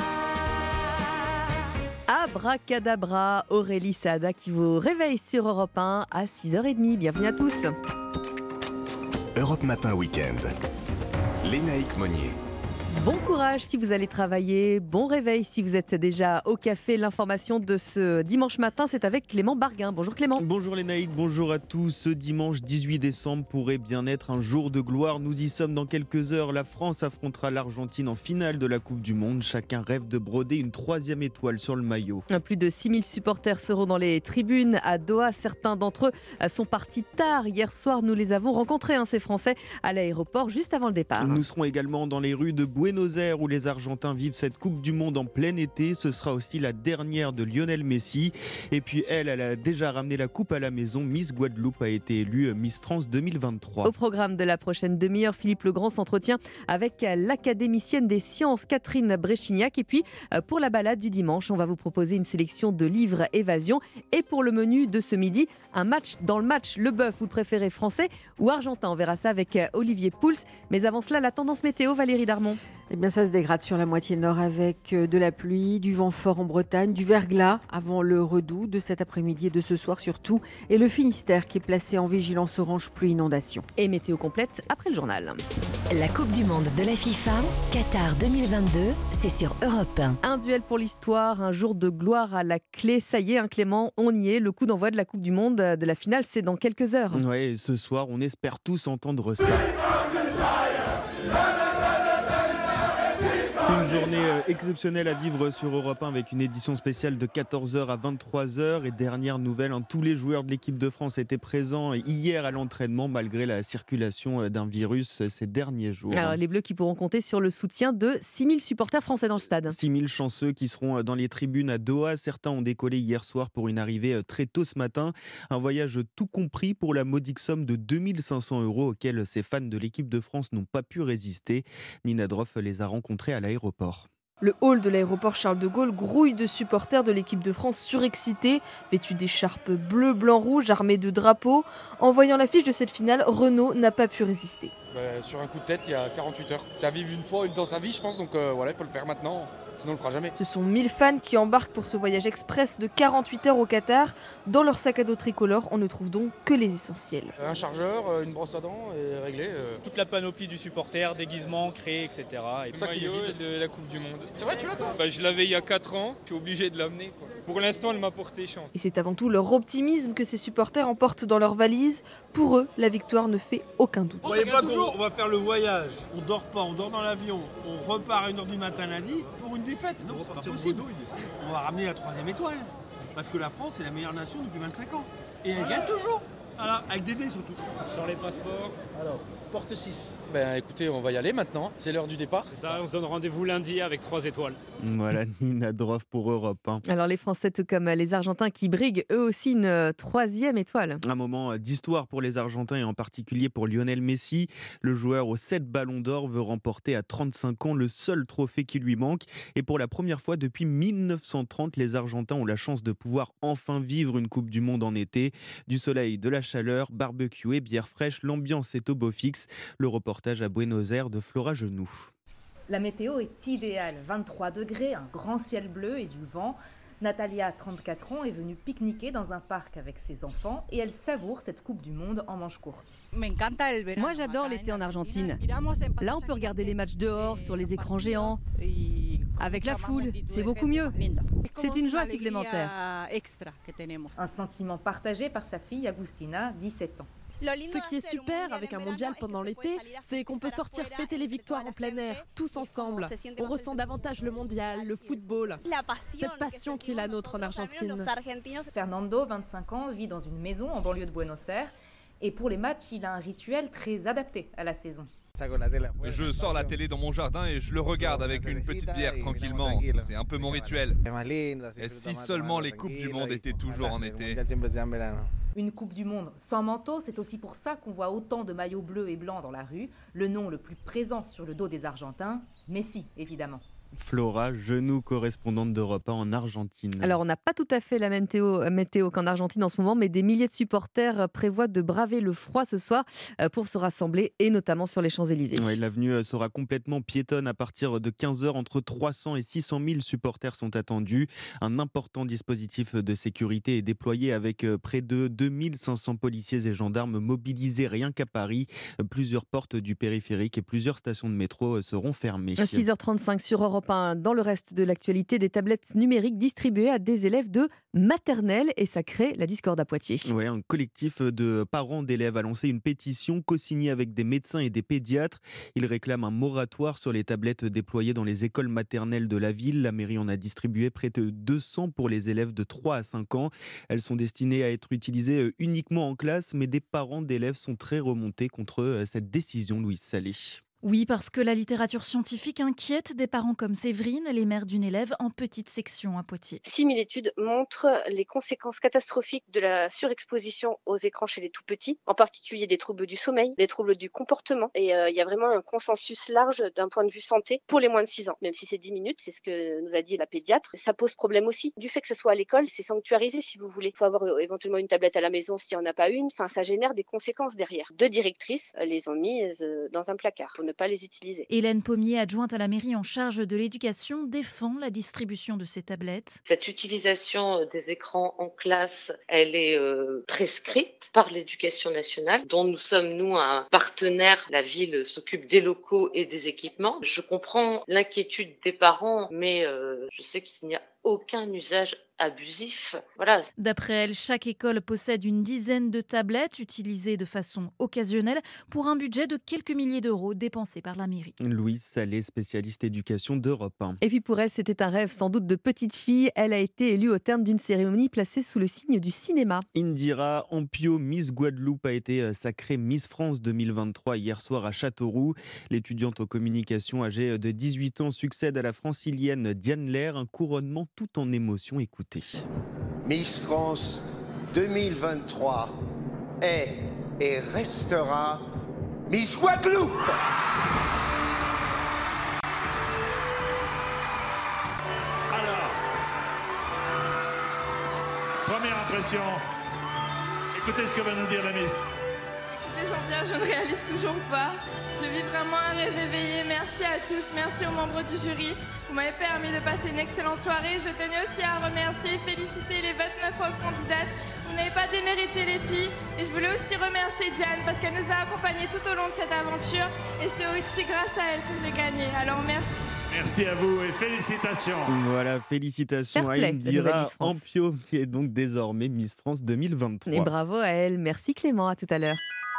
Abracadabra, Aurélie Saada qui vous réveille sur Europe un à six heures trente. Bienvenue à tous. Europe Matin Week-end. Lénaïque Monnier. Bon courage si vous allez travailler, bon réveil si vous êtes déjà au café. L'information de ce dimanche matin, c'est avec Clément Barguin. Bonjour Clément. Bonjour Lénaïque, bonjour à tous. Ce dimanche dix-huit décembre pourrait bien être un jour de gloire. Nous y sommes dans quelques heures. La France affrontera l'Argentine en finale de la Coupe du Monde. Chacun rêve de broder une troisième étoile sur le maillot. Plus de six mille supporters seront dans les tribunes à Doha. Certains d'entre eux sont partis tard. Hier soir, nous les avons rencontrés, hein, ces Français, à l'aéroport juste avant le départ. Nous serons également dans les rues de Buenos Aires où les Argentins vivent cette Coupe du Monde en plein été. Ce sera aussi la dernière de Lionel Messi. Et puis elle, elle a déjà ramené la coupe à la maison. Miss Guadeloupe a été élue Miss France deux mille vingt-trois. Au programme de la prochaine demi-heure, Philippe Legrand s'entretient avec l'académicienne des sciences Catherine Bréchignac. Et puis, pour la balade du dimanche, on va vous proposer une sélection de livres évasion. Et pour le menu de ce midi, un match dans le match. Le bœuf, vous le préférez français ou argentin? On verra ça avec Olivier Pouls. Mais avant cela, la tendance météo, Valérie Darmon. Eh bien, ça se dégrade sur la moitié nord avec de la pluie, du vent fort en Bretagne, du verglas avant le redout de cet après-midi et de ce soir surtout, et le Finistère qui est placé en vigilance orange pluie inondation. Et météo complète après le journal. La Coupe du Monde de la FIFA, Qatar deux mille vingt-deux, c'est sur Europe un. Un duel pour l'histoire, un jour de gloire à la clé. Ça y est, hein, Clément, on y est. Le coup d'envoi de la Coupe du Monde de la finale, c'est dans quelques heures. Ouais, et ce soir, on espère tous entendre ça. Une journée exceptionnelle à vivre sur Europe un avec une édition spéciale de quatorze heures à vingt-trois heures. Et dernière nouvelle, hein, tous les joueurs de l'équipe de France étaient présents hier à l'entraînement malgré la circulation d'un virus ces derniers jours. Alors, les Bleus qui pourront compter sur le soutien de six mille supporters français dans le stade. six mille chanceux qui seront dans les tribunes à Doha. Certains ont décollé hier soir pour une arrivée très tôt ce matin. Un voyage tout compris pour la modique somme de deux mille cinq cents euros auquel ces fans de l'équipe de France n'ont pas pu résister. Nina Droff les a rencontrés à l'aéroport. Le hall de l'aéroport Charles de Gaulle grouille de supporters de l'équipe de France surexcités, vêtus d'écharpes bleu, blanc, rouge, armés de drapeaux. En voyant l'affiche de cette finale, Renaud n'a pas pu résister. Bah, sur un coup de tête, il y a quarante-huit heures. C'est à vivre une fois, une dans sa vie, je pense, donc euh, voilà, il faut le faire maintenant. Sinon on le fera jamais. Ce sont mille fans qui embarquent pour ce voyage express de quarante-huit heures au Qatar. Dans leur sac à dos tricolore, on ne trouve donc que les essentiels. Un chargeur, une brosse à dents et réglé. Euh... Toute la panoplie du supporter, déguisement, cré, et cetera. Et ça qui maillot est vide. de la Coupe du Monde. C'est vrai, tu l'as toi? Bah, je l'avais il y a quatre ans, je suis obligé de l'amener. Quoi. Pour l'instant, elle m'a porté chance. Et c'est avant tout leur optimisme que ces supporters emportent dans leurs valises. Pour eux, la victoire ne fait aucun doute. Vous voyez pas qu'on va faire le voyage, on dort pas, on dort dans l'avion, on repart à une heure du matin lundi pour une défaite? Non, c'est pas possible. On va ramener la troisième étoile. Parce que la France est la meilleure nation depuis vingt-cinq ans. Et elle gagne toujours. Voilà, avec des dés surtout. Sur les passeports. Alors, porte six. Ben écoutez, on va y aller maintenant. C'est l'heure du départ. Ça, on se donne rendez-vous lundi avec trois étoiles. Voilà, Nina Droff pour Europe un. Alors les Français, tout comme les Argentins qui briguent eux aussi une troisième étoile. Un moment d'histoire pour les Argentins et en particulier pour Lionel Messi. Le joueur aux sept ballons d'or veut remporter à trente-cinq ans le seul trophée qui lui manque. Et pour la première fois depuis mille neuf cent trente, les Argentins ont la chance de pouvoir enfin vivre une Coupe du Monde en été. Du soleil, de la chaleur, barbecue et bière fraîche, l'ambiance est au beau fixe. Le reportage à Buenos Aires de Flora Genoux. La météo est idéale, vingt-trois degrés, un grand ciel bleu et du vent. Natalia, trente-quatre ans, est venue pique-niquer dans un parc avec ses enfants et elle savoure cette Coupe du Monde en manches courtes. Moi j'adore l'été en Argentine. Là on peut regarder les matchs dehors, sur les écrans géants. Avec la foule, c'est beaucoup mieux. C'est une joie supplémentaire. Un sentiment partagé par sa fille Agustina, dix-sept ans. Ce qui est super avec un mondial pendant l'été, c'est qu'on peut sortir fêter les victoires en plein air, tous ensemble. On ressent davantage le mondial, le football, cette passion qui est la nôtre en Argentine. Fernando, vingt-cinq ans, vit dans une maison en banlieue de Buenos Aires. Et pour les matchs, il a un rituel très adapté à la saison. Je sors la télé dans mon jardin et je le regarde avec une petite bière tranquillement. C'est un peu mon rituel. Et si seulement les Coupes du Monde étaient toujours en été. Une Coupe du Monde sans manteau, c'est aussi pour ça qu'on voit autant de maillots bleus et blancs dans la rue. Le nom le plus présent sur le dos des Argentins, Messi évidemment. Flora Genoux, correspondante d'Europe un en Argentine. Alors, on n'a pas tout à fait la même météo, météo qu'en Argentine en ce moment, mais des milliers de supporters prévoient de braver le froid ce soir pour se rassembler, et notamment sur les Champs-Élysées. Ouais, l'avenue sera complètement piétonne à partir de quinze heures. Entre trois cents et six cent mille supporters sont attendus. Un important dispositif de sécurité est déployé avec près de deux mille cinq cents policiers et gendarmes mobilisés rien qu'à Paris. Plusieurs portes du périphérique et plusieurs stations de métro seront fermées. À six heures trente-cinq sur Europe. Dans le reste de l'actualité, des tablettes numériques distribuées à des élèves de maternelle et ça crée la discorde à Poitiers. Ouais, un collectif de parents d'élèves a lancé une pétition co-signée avec des médecins et des pédiatres. Ils réclament un moratoire sur les tablettes déployées dans les écoles maternelles de la ville. La mairie en a distribué près de deux cents pour les élèves de trois à cinq ans. Elles sont destinées à être utilisées uniquement en classe, mais des parents d'élèves sont très remontés contre cette décision, Louise Salé. Oui, parce que la littérature scientifique inquiète des parents comme Séverine, les mères d'une élève en petite section à Poitiers. six mille études montrent les conséquences catastrophiques de la surexposition aux écrans chez les tout-petits, en particulier des troubles du sommeil, des troubles du comportement. Et euh, il y a vraiment un consensus large d'un point de vue santé pour les moins de six ans. Même si c'est dix minutes, c'est ce que nous a dit la pédiatre, ça pose problème aussi. Du fait que ce soit à l'école, c'est sanctuarisé si vous voulez. Il faut avoir euh, éventuellement une tablette à la maison s'il n'y en a pas une. Enfin, ça génère des conséquences derrière. Deux directrices euh, les ont mises euh, dans un placard. Pour ne pas les utiliser. Hélène Pommier, adjointe à la mairie en charge de l'éducation, défend la distribution de ces tablettes. Cette utilisation des écrans en classe, elle est euh, prescrite par l'éducation nationale, dont nous sommes, nous, un partenaire. La ville s'occupe des locaux et des équipements. Je comprends l'inquiétude des parents, mais euh, je sais qu'il n'y a aucun usage abusif. Voilà. D'après elle, chaque école possède une dizaine de tablettes utilisées de façon occasionnelle pour un budget de quelques milliers d'euros dépensés par la mairie. Louise Salé, spécialiste éducation d'Europe un. Et puis pour elle, c'était un rêve sans doute de petite fille. Elle a été élue au terme d'une cérémonie placée sous le signe du cinéma. Indira Ampio, Miss Guadeloupe, a été sacrée Miss France deux mille vingt-trois hier soir à Châteauroux. L'étudiante en communication âgée de dix-huit ans succède à la francilienne Diane Lair, un couronnement tout en émotion. Écoutez. Miss France deux mille vingt-trois est et restera Miss Guadeloupe. Alors, première impression, écoutez ce que va nous dire la Miss. Écoutez Jean-Pierre, je ne réalise toujours pas. Je vis vraiment un rêve éveillé. Merci à tous, merci aux membres du jury. Vous m'avez permis de passer une excellente soirée. Je tenais aussi à remercier et féliciter les vingt-neuf autres candidates. Vous n'avez pas démérité les filles. Et je voulais aussi remercier Diane parce qu'elle nous a accompagnés tout au long de cette aventure. Et c'est aussi grâce à elle que j'ai gagné. Alors merci. Merci à vous et félicitations. Voilà, félicitations Fair play, à Indira Miss France. Ampio, qui est donc désormais Miss France deux mille vingt-trois. Et bravo à elle. Merci Clément, à tout à l'heure.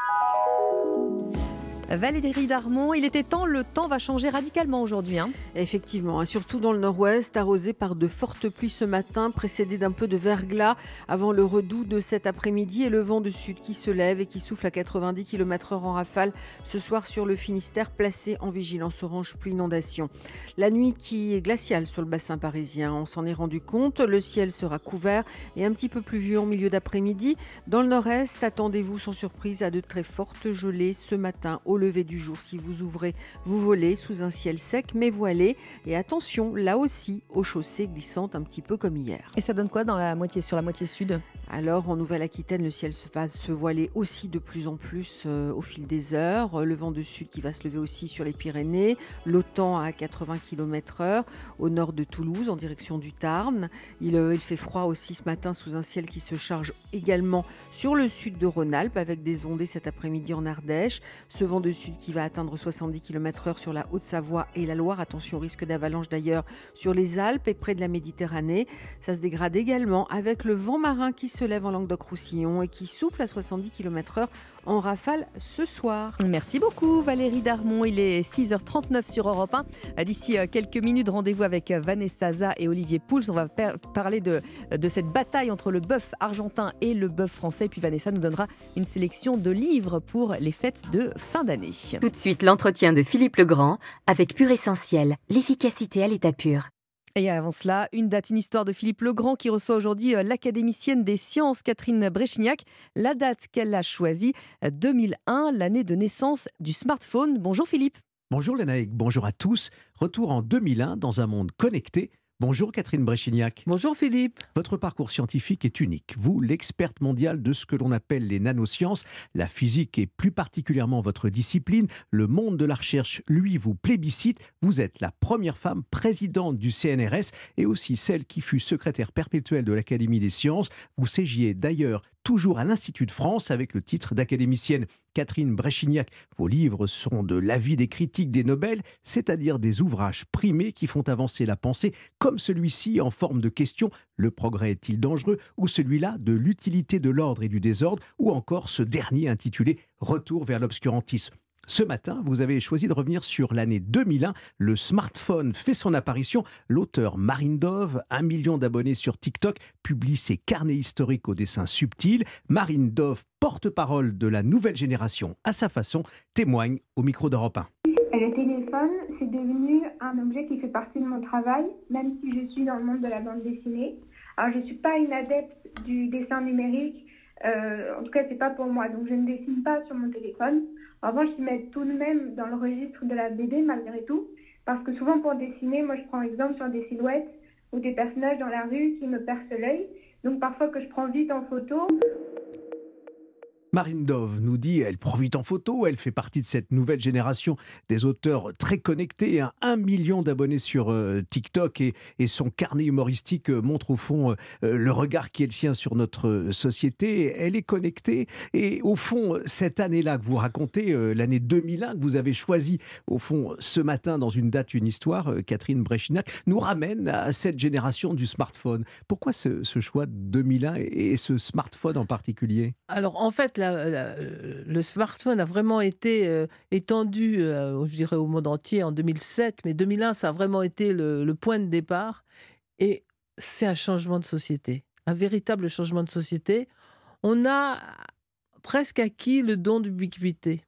Valérie Darmon, il était temps, le temps va changer radicalement aujourd'hui. Hein. Effectivement, surtout dans le nord-ouest, arrosé par de fortes pluies ce matin, précédé d'un peu de verglas avant le redout de cet après-midi et le vent de sud qui se lève et qui souffle à quatre-vingt-dix kilomètres heure en rafale ce soir sur le Finistère, placé en vigilance orange pluie inondation. La nuit qui est glaciale sur le bassin parisien, on s'en est rendu compte, le ciel sera couvert et un petit peu pluvieux en milieu d'après-midi. Dans le nord-est, attendez-vous sans surprise à de très fortes gelées ce matin au lever du jour. Si vous ouvrez, vous volez sous un ciel sec mais voilé. Et attention, là aussi, aux chaussées glissantes un petit peu comme hier. Et ça donne quoi dans la moitié, sur la moitié sud ? Alors, en Nouvelle-Aquitaine, le ciel va se voiler aussi de plus en plus euh, au fil des heures. Le vent de sud qui va se lever aussi sur les Pyrénées. L'Otan à quatre-vingts kilomètres heure au nord de Toulouse, en direction du Tarn. Il, euh, il fait froid aussi ce matin sous un ciel qui se charge également sur le sud de Rhône-Alpes avec des ondées cet après-midi en Ardèche. Ce vent de sud qui va atteindre soixante-dix kilomètres heure sur la Haute-Savoie et la Loire. Attention au risque d'avalanche d'ailleurs sur les Alpes et près de la Méditerranée. Ça se dégrade également avec le vent marin qui se lève en Languedoc-Roussillon et qui souffle à soixante-dix kilomètres heure en rafale ce soir. Merci beaucoup Valérie Darmon. Il est six heures trente-neuf sur Europe un. D'ici quelques minutes, rendez-vous avec Vanessa Za et Olivier Pouls. On va per- parler de, de cette bataille entre le bœuf argentin et le bœuf français. Puis Vanessa nous donnera une sélection de livres pour les fêtes de fin d'année. Tout de suite, l'entretien de Philippe Legrand avec Pur Essentiel, l'efficacité à l'état pur. Et avant cela, une date, une histoire de Philippe Legrand qui reçoit aujourd'hui l'académicienne des sciences Catherine Bréchignac. La date qu'elle a choisie, deux mille un, l'année de naissance du smartphone. Bonjour Philippe. Bonjour Lénaïque, bonjour à tous. Retour en deux mille un dans un monde connecté. Bonjour Catherine Bréchignac. Bonjour Philippe. Votre parcours scientifique est unique. Vous, l'experte mondiale de ce que l'on appelle les nanosciences, la physique et plus particulièrement votre discipline, le monde de la recherche, lui, vous plébiscite. Vous êtes la première femme présidente du C N R S et aussi celle qui fut secrétaire perpétuelle de l'Académie des sciences. Vous siégiez d'ailleurs toujours à l'Institut de France avec le titre d'académicienne. Catherine Bréchignac, vos livres sont de l'avis des critiques des Nobel, c'est-à-dire des ouvrages primés qui font avancer la pensée, comme celui-ci en forme de question « Le progrès est-il dangereux ?» ou celui-là de l'utilité de l'ordre et du désordre, ou encore ce dernier intitulé « Retour vers l'obscurantisme ». Ce matin, vous avez choisi de revenir sur l'année deux mille un. Le smartphone fait son apparition. L'auteur Marine Dove, un million d'abonnés sur TikTok, publie ses carnets historiques au dessin subtil. Marine Dove, porte-parole de la nouvelle génération à sa façon, témoigne au micro d'Europe un. Le téléphone, c'est devenu un objet qui fait partie de mon travail, même si je suis dans le monde de la bande dessinée. Alors, je ne suis pas une adepte du dessin numérique. Euh, en tout cas, c'est pas pour moi. Donc, je ne dessine pas sur mon téléphone. En revanche, ils mettent tout de même dans le registre de la B D malgré tout, parce que souvent pour dessiner, moi je prends exemple sur des silhouettes ou des personnages dans la rue qui me percent l'œil. Donc parfois que je prends vite en photo. Marine Dove nous dit, elle prend vite en photo, elle fait partie de cette nouvelle génération des auteurs très connectés, hein, un million d'abonnés sur euh, TikTok et, et son carnet humoristique euh, montre au fond euh, le regard qui est le sien sur notre euh, société. Elle est connectée et au fond, cette année-là que vous racontez, euh, l'année deux mille un que vous avez choisi au fond ce matin dans une date, une histoire, euh, Catherine Bréchignac, nous ramène à cette génération du smartphone. Pourquoi ce, ce choix de deux mille un et, et ce smartphone en particulier ? Alors en fait, La, la, le smartphone a vraiment été euh, étendu, euh, je dirais, au monde entier en deux mille sept, mais deux mille un, ça a vraiment été le, le point de départ. Et c'est un changement de société, un véritable changement de société. On a presque acquis le don d'ubiquité.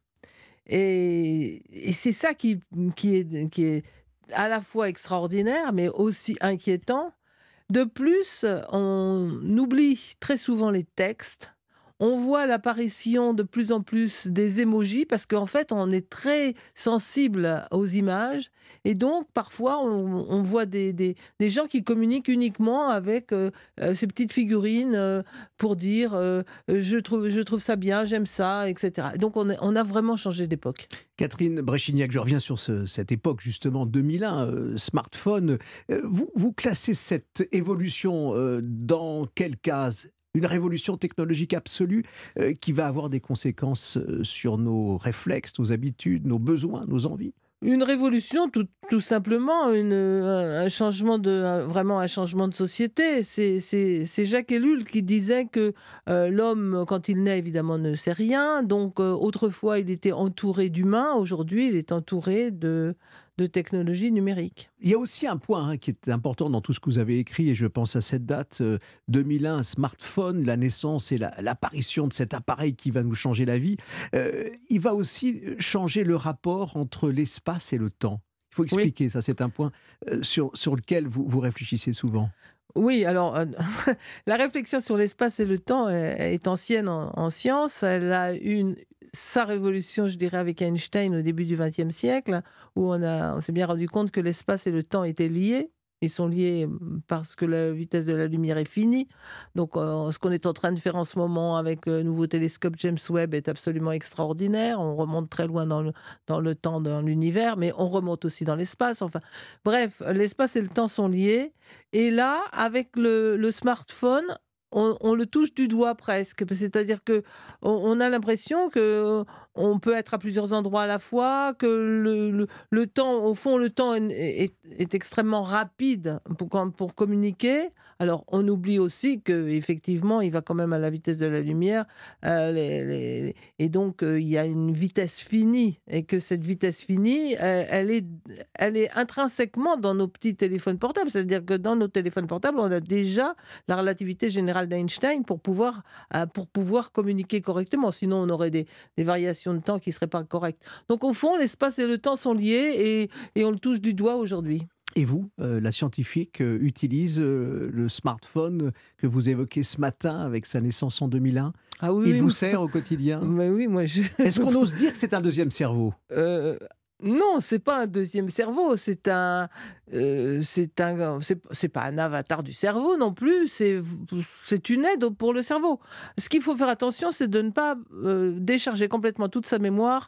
Et, et c'est ça qui, qui, est, qui est à la fois extraordinaire, mais aussi inquiétant. De plus, on oublie très souvent les textes. On voit l'apparition de plus en plus des émojis parce qu'en fait, on est très sensible aux images et donc parfois on, on voit des, des, des gens qui communiquent uniquement avec euh, ces petites figurines euh, pour dire euh, je, trouve, je trouve ça bien, j'aime ça, et cetera. Donc on a, on a vraiment changé d'époque. Catherine Bréchignac, je reviens sur ce, cette époque justement deux mille un, euh, smartphone. Euh, vous, vous classez cette évolution euh, dans quelle case ? Une révolution technologique absolue euh, qui va avoir des conséquences euh, sur nos réflexes, nos habitudes, nos besoins, nos envies. Une révolution, tout, tout simplement, une, un, un changement de, un, vraiment un changement de société. C'est, c'est, c'est Jacques Ellul qui disait que euh, l'homme, quand il naît, évidemment, ne sait rien. Donc, euh, autrefois, il était entouré d'humains. Aujourd'hui, il est entouré de, de technologies numériques. Il y a aussi un point hein, qui est important dans tout ce que vous avez écrit, et je pense à cette date, euh, deux mille un, smartphone, la naissance et la, l'apparition de cet appareil qui va nous changer la vie. Euh, il va aussi changer le rapport entre l'espace et le temps. Il faut expliquer, oui. Ça c'est un point euh, sur, sur lequel vous, vous réfléchissez souvent. Oui, alors euh, la réflexion sur l'espace et le temps est, est ancienne en, en science. Elle a une sa révolution, je dirais, avec Einstein au début du vingtième siècle, où on, a, on s'est bien rendu compte que l'espace et le temps étaient liés. Ils sont liés parce que la vitesse de la lumière est finie. Donc, euh, ce qu'on est en train de faire en ce moment avec le nouveau télescope James Webb est absolument extraordinaire. On remonte très loin dans le, dans le temps, dans l'univers, mais on remonte aussi dans l'espace. Enfin, bref, l'espace et le temps sont liés. Et là, avec le, le smartphone, On, on le touche du doigt presque, c'est-à-dire que on, on a l'impression que on peut être à plusieurs endroits à la fois, que le, le, le temps, au fond, le temps est, est, est extrêmement rapide pour, pour communiquer. Alors, on oublie aussi qu'effectivement, il va quand même à la vitesse de la lumière, euh, les, les, et donc euh, il y a une vitesse finie, et que cette vitesse finie, euh, elle, est, elle est intrinsèquement dans nos petits téléphones portables, c'est-à-dire que dans nos téléphones portables, on a déjà la relativité générale d'Einstein pour pouvoir, euh, pour pouvoir communiquer correctement, sinon on aurait des, des variations de temps qui ne seraient pas correctes. Donc au fond, l'espace et le temps sont liés, et, et on le touche du doigt aujourd'hui. Et vous, euh, la scientifique, euh, utilise euh, le smartphone que vous évoquez ce matin avec sa naissance en deux mille un. Ah oui, Il oui, vous moi... sert au quotidien. Mais oui, moi je... Est-ce qu'on ose dire que c'est un deuxième cerveau ? euh... Non, c'est pas un deuxième cerveau, c'est un, euh, c'est un, c'est, c'est pas un avatar du cerveau non plus, c'est, c'est une aide pour le cerveau. Ce qu'il faut faire attention, c'est de ne pas euh, décharger complètement toute sa mémoire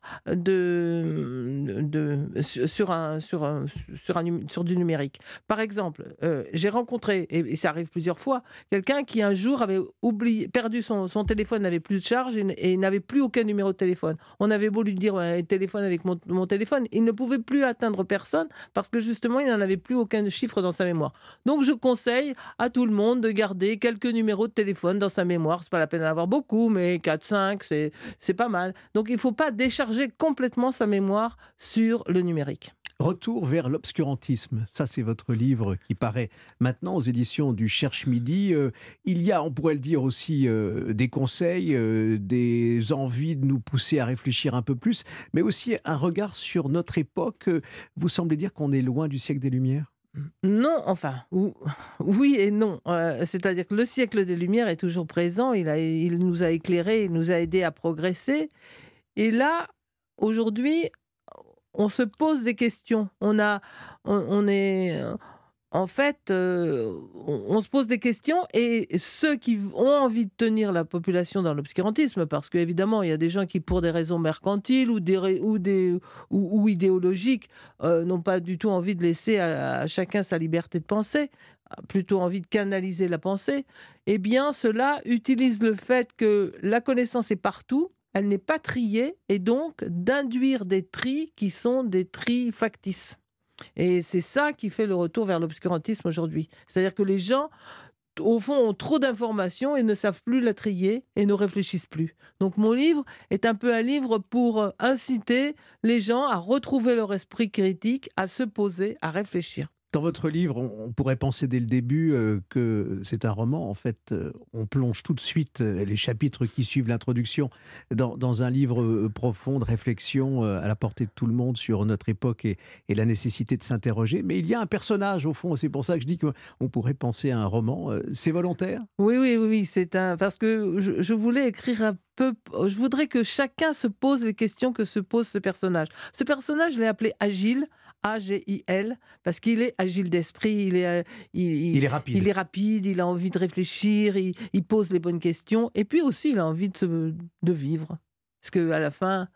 de, de, sur, un, sur, un, sur, un, sur du numérique. Par exemple, euh, j'ai rencontré, et, et ça arrive plusieurs fois, quelqu'un qui un jour avait oublié, perdu son, son téléphone, n'avait plus de charge et, et n'avait plus aucun numéro de téléphone. On avait beau lui dire ouais, téléphone avec mon, mon téléphone, il ne pouvait plus atteindre personne parce que justement, il n'en avait plus aucun chiffre dans sa mémoire. Donc, je conseille à tout le monde de garder quelques numéros de téléphone dans sa mémoire. C'est pas la peine d'en avoir beaucoup, mais quatre cinq, c'est, c'est pas mal. Donc, il ne faut pas décharger complètement sa mémoire sur le numérique. Retour vers l'obscurantisme, ça c'est votre livre qui paraît maintenant aux éditions du Cherche Midi. Euh, il y a, on pourrait le dire aussi, euh, des conseils, euh, des envies de nous pousser à réfléchir un peu plus, mais aussi un regard sur notre époque. Vous semblez dire qu'on est loin du siècle des Lumières ? Non, enfin, oui et non. Euh, c'est-à-dire que le siècle des Lumières est toujours présent, il, a, il nous a éclairés, il nous a aidés à progresser. Et là, aujourd'hui, on se pose des questions. On a, on, on est, en fait, euh, on, on se pose des questions et ceux qui ont envie de tenir la population dans l'obscurantisme, parce qu'évidemment, il y a des gens qui, pour des raisons mercantiles ou, des, ou, des, ou, ou idéologiques, euh, n'ont pas du tout envie de laisser à, à chacun sa liberté de penser, plutôt envie de canaliser la pensée, eh bien, cela utilise le fait que la connaissance est partout, elle n'est pas triée, et donc d'induire des tris qui sont des tris factices. Et c'est ça qui fait le retour vers l'obscurantisme aujourd'hui. C'est-à-dire que les gens, au fond, ont trop d'informations et ne savent plus la trier et ne réfléchissent plus. Donc mon livre est un peu un livre pour inciter les gens à retrouver leur esprit critique, à se poser, à réfléchir. Dans votre livre, on pourrait penser dès le début euh, que c'est un roman. En fait, euh, on plonge tout de suite euh, les chapitres qui suivent l'introduction dans, dans un livre euh, profond de réflexion euh, à la portée de tout le monde sur notre époque et, et la nécessité de s'interroger. Mais il y a un personnage, au fond, c'est pour ça que je dis qu'on pourrait penser à un roman. Euh, c'est volontaire ? Oui, oui, oui, c'est un... parce que je, je voulais écrire un peu... Je voudrais que chacun se pose les questions que se pose ce personnage. Ce personnage, je l'ai appelé Agile, A G I L, parce qu'il est agile d'esprit, il est, il, il, il est rapide. Il est rapide, il a envie de réfléchir, il, il pose les bonnes questions, et puis aussi il a envie de, se, de vivre. Parce qu'à la fin,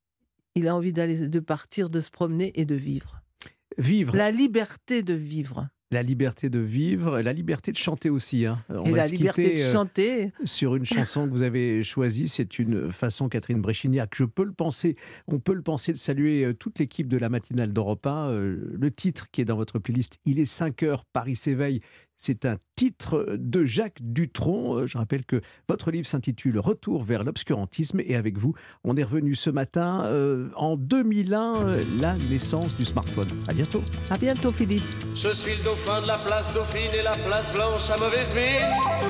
il a envie d'aller, de partir, de se promener et de vivre. Vivre. La liberté de vivre. La liberté de vivre, la liberté de chanter aussi. Hein. On et va la se liberté quitter, de chanter. Euh, sur une chanson que vous avez choisie, c'est une façon, Catherine Bréchignac, je peux le penser, on peut le penser, de saluer euh, toute l'équipe de la matinale d'Europe un. Euh, le titre qui est dans votre playlist, Il est cinq heures, Paris s'éveille. C'est un titre de Jacques Dutronc. Je rappelle que votre livre s'intitule Retour vers l'obscurantisme. Et avec vous, on est revenu ce matin euh, en deux mille un, euh, la naissance du smartphone. À bientôt. À bientôt, Philippe. Je suis le dauphin de la place Dauphine et la place Blanche à mauvaise mine.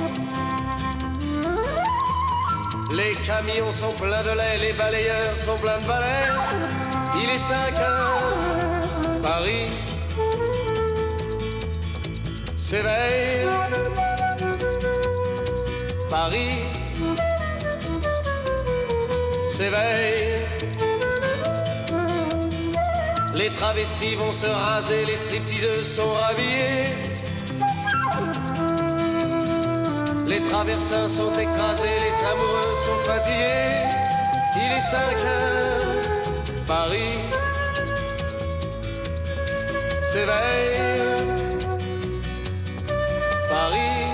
Les camions sont pleins de lait, les balayeurs sont pleins de balais. Il est cinq heures, Paris s'éveille, Paris s'éveille. Les travestis vont se raser, les stripteaseuses sont rhabillées. Les traversins sont écrasés, les amoureux sont fatigués. Il est cinq heures, Paris s'éveille. Paris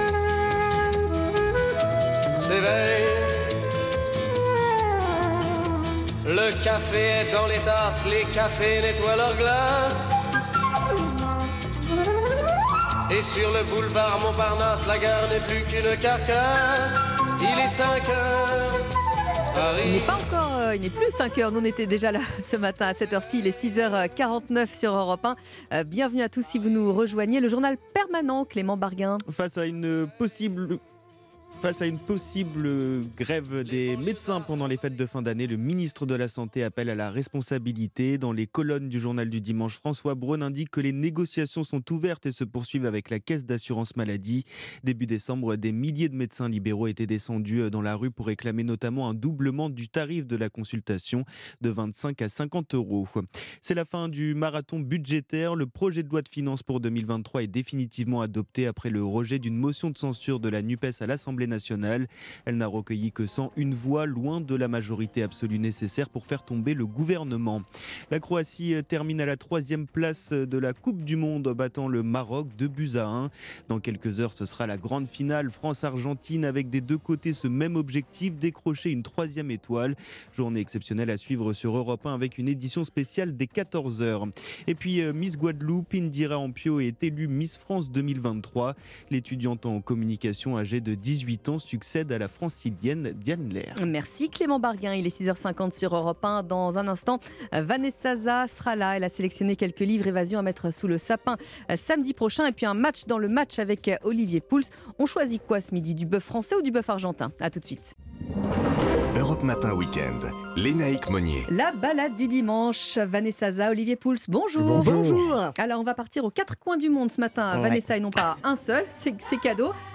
s'éveille. Le café est dans les tasses, les cafés nettoient leurs glaces. Et sur le boulevard Montparnasse, la gare n'est plus qu'une carcasse. Il est cinq heures, Paris. Il n'est pas encore, euh, il n'est plus cinq heures. Nous, on était déjà là ce matin à cette heure-ci. Il est six heures quarante-neuf sur Europe un. Euh, bienvenue à tous si vous nous rejoignez. Le journal permanent, Clément Barguin. Face à une possible... Face à une possible grève des médecins pendant les fêtes de fin d'année, le ministre de la Santé appelle à la responsabilité. Dans les colonnes du journal du dimanche, François Braun indique que les négociations sont ouvertes et se poursuivent avec la caisse d'assurance maladie. Début décembre, des milliers de médecins libéraux étaient descendus dans la rue pour réclamer notamment un doublement du tarif de la consultation de vingt-cinq à cinquante euros. C'est la fin du marathon budgétaire. Le projet de loi de finances pour deux mille vingt-trois est définitivement adopté après le rejet d'une motion de censure de la NUPES à l'Assemblée nationale. Elle n'a recueilli que cent une voix, loin de la majorité absolue nécessaire pour faire tomber le gouvernement. La Croatie termine à la troisième place de la Coupe du Monde, battant le Maroc deux buts à un. Dans quelques heures, ce sera la grande finale France-Argentine, avec des deux côtés ce même objectif, décrocher une troisième étoile. Journée exceptionnelle à suivre sur Europe un avec une édition spéciale dès quatorze heures. Et puis Miss Guadeloupe, Indira Ampio est élue Miss France deux mille vingt-trois. L'étudiante en communication âgée de dix-huit ans succède à la francilienne Diane Lair. Merci Clément Barguin, il est six heures cinquante sur Europe un. Dans un instant, Vanessa Za sera là. Elle a sélectionné quelques livres évasion à mettre sous le sapin samedi prochain. Et puis un match dans le match avec Olivier Pouls. On choisit quoi ce midi, du bœuf français ou du bœuf argentin? A tout de suite. Europe Matin Week-end, Lénaïque Monnier. La balade du dimanche, Vanessa Za, Olivier Pouls, bonjour. Bonjour. Bonjour. Alors on va partir aux quatre coins du monde ce matin, ouais. Vanessa, et non pas un seul, c'est, c'est cadeau.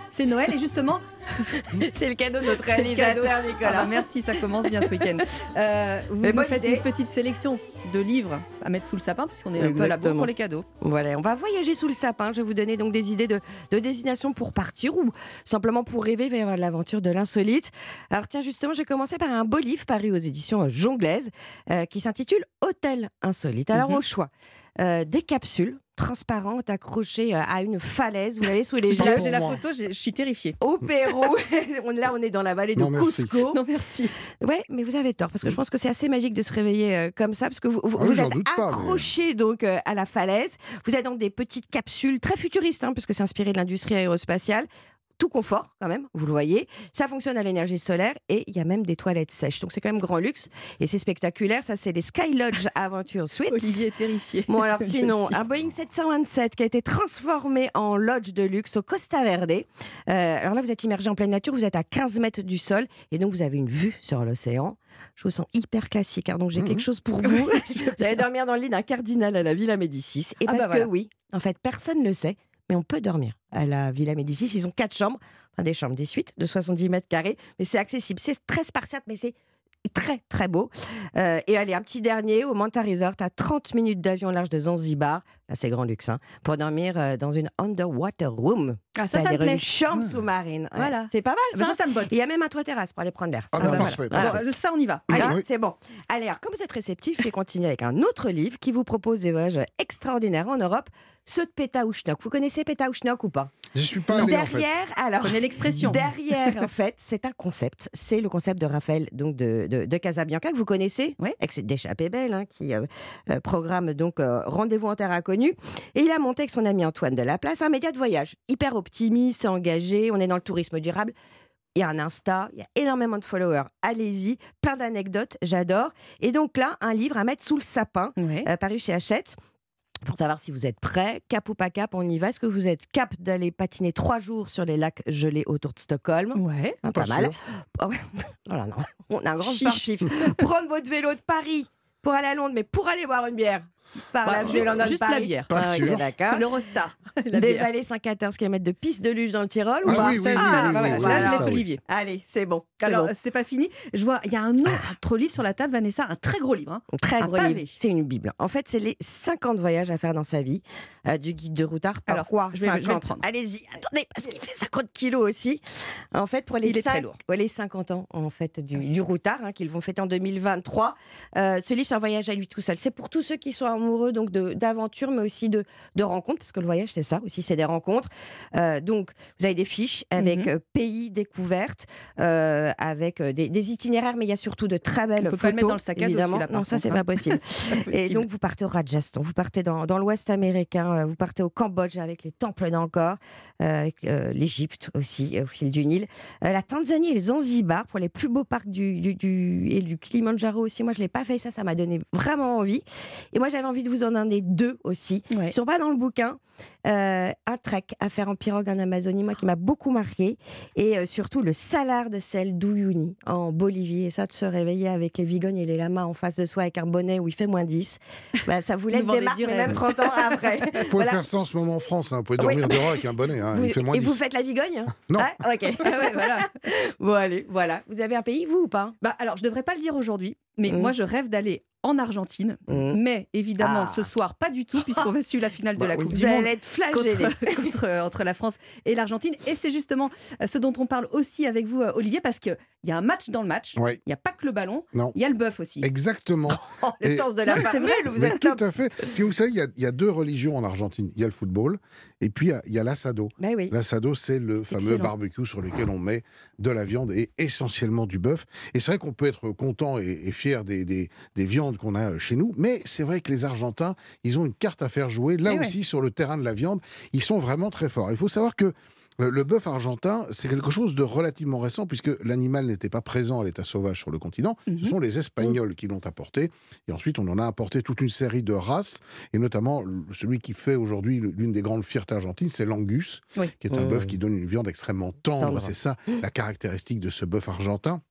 c'est Noël et justement, c'est le cadeau de notre c'est le cadeau. réalisateur Nicolas. Ah bah merci, ça commence bien ce week-end. Euh, vous Mais nous bonne faites idée. une petite sélection de livres à mettre sous le sapin puisqu'on est un peu à la bourre Exactement. pour les cadeaux. Voilà, on va voyager sous le sapin. Je vais vous donner donc des idées de, de destination pour partir ou simplement pour rêver vers l'aventure de l'insolite. Alors tiens, justement, j'ai commencé par un beau livre paru aux éditions Jonglaises euh, qui s'intitule Hôtel insolite. Alors Mhm. au choix, euh, des capsules transparentes accrochées euh, à une falaise. Vous l'avez sous les J'ai yeux. la, j'ai la photo, j'ai- je suis terrifiée. Au Pérou. On- Là, on est dans la vallée Non, de merci. Cusco. Non, merci. Ouais, mais vous avez tort, parce que je pense que c'est assez magique de se réveiller euh, comme ça, parce que vous, vous, Ah oui, vous j'en êtes doute pas, mais- accroché donc euh, à la falaise. Vous êtes dans des petites capsules très futuristes, hein, puisque c'est inspiré de l'industrie aérospatiale. Tout confort, quand même, vous le voyez. Ça fonctionne à l'énergie solaire et il y a même des toilettes sèches. Donc c'est quand même grand luxe et c'est spectaculaire. Ça, c'est les Sky Lodge Aventure Suites. Olivier est terrifié. Bon, alors Je sinon, sais. un Boeing sept cent vingt-sept qui a été transformé en lodge de luxe au Costa Verde. Euh, alors là, vous êtes immergé en pleine nature, vous êtes à quinze mètres du sol et donc vous avez une vue sur l'océan. Je vous sens hyper classique, hein, donc j'ai Mhm. quelque chose pour vous. Vous allez dormir dans le lit d'un cardinal à la Villa Médicis. Et Ah parce bah que voilà. oui, en fait, personne ne le sait, mais on peut dormir à la Villa Médicis. Ils ont quatre chambres, enfin des chambres, des suites de soixante-dix mètres carrés, mais c'est accessible. C'est très spartiate, mais c'est très très beau. Euh, et allez, un petit dernier, au Manta Resort, à trente minutes d'avion large de Zanzibar. Là, c'est grand luxe, hein, pour dormir euh, dans une underwater room. Ah, ça, ça me C'est-à-dire plaît. une chambre sous-marine. Ouais. Voilà. C'est pas mal, Bah, ça. ça, ça me botte. Il y a même un toit terrasse pour aller prendre l'air. Ah Ça, bah, voilà. parfait, Voilà. parfait. Bon, ça, on y va. Allez, Oui. c'est bon. Allez, alors, comme vous êtes réceptif, je vais continuer avec un autre livre qui vous propose des voyages extraordinaires en Europe, ceux de Pétaouchnok. Vous connaissez Pétaouchnok ou pas? Je suis pas allé, en fait. Derrière, alors, Connais l'expression. derrière, en fait, c'est un concept. C'est le concept de Raphaël donc de, de, de Casabianca, que vous connaissez, Ouais. avec cette d'échappée belle, hein, qui euh, euh, programme donc euh, Rendez-vous en terre inconnue. Et il a monté avec son ami Antoine Delaplace un média de voyage hyper optimiste, engagé. On est dans le tourisme durable. Il y a un Insta, il y a énormément de followers. Allez-y, plein d'anecdotes, j'adore. Et donc là, un livre à mettre sous le sapin, Ouais. euh, paru chez Hachette. Pour savoir si vous êtes prêt, cap ou pas cap, on y va. Est-ce que vous êtes cap d'aller patiner trois jours sur les lacs gelés autour de Stockholm? Ouais. Hein, pas, Pas mal. sûr. Oh, voilà, non. On est un grand Chiche. sportif. Prendre votre vélo de Paris pour aller à Londres, mais pour aller boire une bière par Bah, la juste- vue London juste Paris. la bière. Pas Ah, ok, sûr. d'accord. L'Eurostar. La bière. Dévaler cent quatorze kilomètres de piste de luge dans le Tyrol ou Ah pas? oui, oui, Ça, oui, ça, oui, bah, oui, voilà. oui, Là, oui, je ça, laisse oui. Olivier. Allez, c'est bon. c'est Alors, bon. c'est pas fini. Je vois, il y a un autre livre sur la table, Vanessa, un très gros livre. hein. Très un gros pavé. livre. C'est une bible. En fait, c'est les cinquante voyages à faire dans sa vie euh, du guide de routard. Alors, Pourquoi je vais- je vais le cinquante? prendre. Allez-y, attendez, parce qu'il fait cinquante kilos aussi. En fait, pour les, Il est très cinq- lourd. ouais, les cinquante ans en fait, du, du routard, hein, qu'ils vont fêter en deux mille vingt-trois. Euh, ce livre, c'est un voyage à lui tout seul. C'est pour tous ceux qui sont amoureux donc, de, d'aventure, mais aussi de, de rencontres, parce que le voyage, c'est ça aussi, c'est des rencontres. Euh, donc, vous avez des fiches avec Mhm. euh, pays découvertes, euh, avec euh, des, des itinéraires, mais il y a surtout de très belles On peut photos. pas le mettre dans le sac à dos, évidemment. celui-là, par Non, ça, contre, c'est hein. pas possible. Pas Et possible. donc, vous partez au Rajasthan, vous partez dans, dans l'Ouest américain, euh, vous partez au Cambodge avec les temples d'Angkor, euh, avec euh, l'Égypte aussi, euh, au fil du Nil, euh, la Tanzanie et le Zanzibar pour les plus beaux parcs du, du, du- et du Kilimanjaro aussi. Moi, je l'ai pas fait, ça, ça m'a donné vraiment envie. Et moi, j'avais envie de vous en donner deux aussi. Ouais. Ils sont pas dans le bouquin. Euh, un trek à faire en pirogue en Amazonie, moi qui m'a beaucoup marqué. Et euh, surtout le salar de sel d'Uyuni en Bolivie. Et ça, de se réveiller avec les vigognes et les lamas en face de soi avec un bonnet où il fait moins dix, bah, ça vous laisse vendez des marques, du mais rêve. même trente ans après. Vous pouvez Voilà. faire ça en ce moment en France. Hein. Vous pouvez Oui. dormir dehors avec un bonnet. Hein. Vous- Il fait moins et vous dix. faites la vigogne? Non. Ah, ok. Ah ouais, voilà. Bon, allez, voilà. Vous avez un pays, vous ou pas? Bah, alors, je devrais pas le dire aujourd'hui, mais Mhm. moi, je rêve d'aller en Argentine. Mhm. Mais évidemment, Ah. ce soir, pas du tout, puisqu'on va suivre la finale de Bah la oui. Coupe Vous du Monde. allez être flagellé. Contre, contre, euh, entre la France et l'Argentine. Et c'est justement euh, ce dont on parle aussi avec vous, euh, Olivier, parce qu'il y a un match dans le match. Il Oui. n'y a pas que le ballon, Non. il y a le bœuf aussi. Exactement. Oh, le Et- sens de la Non, mais c'est formule, vrai. vous Mais êtes tout top. à fait. Parce que vous savez, il y a- il y, a deux religions en Argentine. Il y a le football et puis il y a- il y a l'assado. Bah oui. L'assado, c'est le fameux Excellent. barbecue sur lequel on met de la viande et essentiellement du bœuf. Et c'est vrai qu'on peut être content et, et fier des, des, des viandes qu'on a chez nous, mais c'est vrai que les Argentins, ils ont une carte à faire jouer. Là Eh ouais. aussi, sur le terrain de la viande, ils sont vraiment très forts. Il faut savoir que euh, le bœuf argentin, c'est quelque chose de relativement récent puisque l'animal n'était pas présent à l'état sauvage sur le continent. Mhm. Ce sont les Espagnols qui l'ont apporté. Et ensuite, on en a apporté toute une série de races. Et notamment, le- celui qui fait aujourd'hui l'une des grandes fiertés argentines, c'est l'Angus, Oui. qui est un Mmh. bœuf qui donne une viande extrêmement tendre. Tendre. C'est ça la caractéristique de ce bœuf argentin.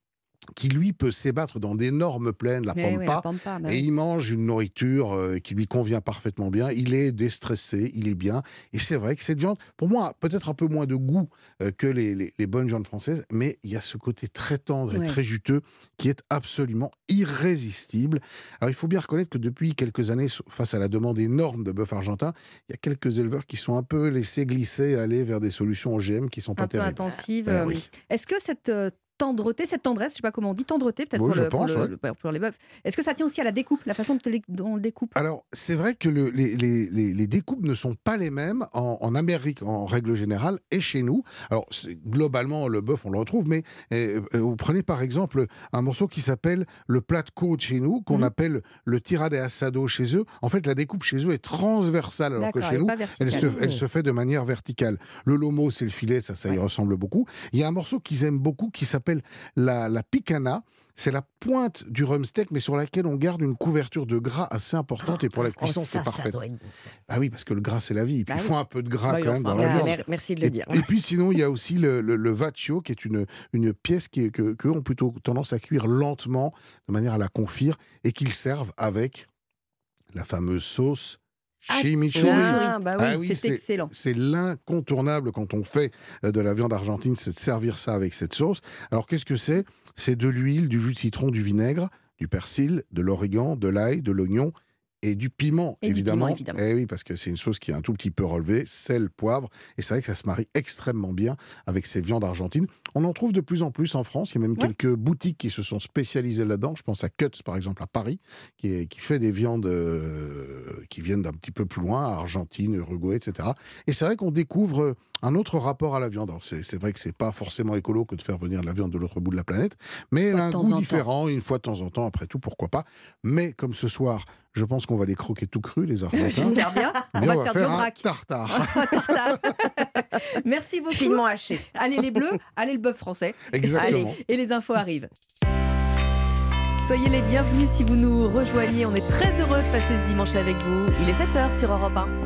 qui lui peut s'ébattre dans d'énormes plaines, la Eh pampa, oui, la pampa, bah et oui. il mange une nourriture euh, qui lui convient parfaitement bien. Il est déstressé, il est bien. Et c'est vrai que cette viande, pour moi, a peut-être un peu moins de goût euh, que les, les, les bonnes viandes françaises, mais il y a ce côté très tendre et Ouais. très juteux qui est absolument irrésistible. Alors il faut bien reconnaître que depuis quelques années, face à la demande énorme de bœuf argentin, il y a quelques éleveurs qui sont un peu laissés glisser, aller vers des solutions O G M qui sont pas Un peu terribles. intensive. Ben euh, oui. Est-ce que cette euh, tendreté, cette tendresse, je sais pas comment on dit, tendreté peut-être Oui, pour, je le- pour pense, le- ouais. le- pour les bœufs, est-ce que ça tient aussi à la découpe, la façon dont, les- dont on le découpe? Alors, c'est vrai que le- les, les- les- les découpes ne sont pas les mêmes en, en Amérique, en règle générale, et chez nous. Alors, c'est- globalement, le bœuf, on le retrouve, mais euh, euh, vous prenez par exemple un morceau qui s'appelle le plat de côte chez nous, qu'on Mhm. appelle le tira de asado chez eux. En fait, la découpe chez eux est transversale, alors que D'accord, chez elle est nous, pas elle verticale. se, elle se fait de manière verticale. Le lomo, c'est le filet, ça, ça y ressemble beaucoup. Il y a un morceau qu'ils aiment beaucoup qui s'appelle la, la picana. C'est la pointe du rhum steak, mais sur laquelle on garde une couverture de gras assez importante. Et pour la cuisson, Oh, c'est ça, ça parfait. doit être bon, ça. Ah oui, parce que le gras, c'est la vie. Et puis, Bah il faut oui. un peu de gras Bah, quand il même en dans faut. la Ah, viande. mer- merci de le Et- dire. Et, puis sinon, il y a aussi le, le, le vaccio, qui est une, une pièce qui est, que, que ont plutôt tendance à cuire lentement, de manière à la confire, et qu'ils servent avec la fameuse sauce Ah, chimichurri. ah, bah oui, c'est c'est excellent. C'est l'incontournable quand on fait euh, de la viande argentine, c'est de servir ça avec cette sauce. Alors qu'est-ce que c'est? C'est de l'huile, du jus de citron, du vinaigre, du persil, de l'origan, de l'ail, de l'oignon et du piment, Et du évidemment. piment, évidemment. Eh oui, parce que c'est une sauce qui est un tout petit peu relevée, sel, poivre, et c'est vrai que ça se marie extrêmement bien avec ces viandes argentines. On en trouve de plus en plus en France, il y a même Ouais. quelques boutiques qui se sont spécialisées là-dedans. Je pense à Cuts, par exemple, à Paris, qui, est- qui fait des viandes euh, qui viennent d'un petit peu plus loin, Argentine, Uruguay, et cetera. Et c'est vrai qu'on découvre un autre rapport à la viande. Alors c'est, c'est vrai que c'est pas forcément écolo que de faire venir de la viande de l'autre bout de la planète, mais elle Fois a de un temps goût en temps. différent, une fois de temps en temps, après tout, pourquoi pas. Mais comme ce soir, je pense qu'on va les croquer tout crus, les Argentins. J'espère bien. Eh On bien, va se faire de un l'aubrac. tartare. Tartare. Merci beaucoup. Finement haché. Allez les bleus, allez le bœuf français. Exactement. Allez, et les infos arrivent. Soyez les bienvenus si vous nous rejoignez. On est très heureux de passer ce dimanche avec vous. Il est sept heures sur Europe un.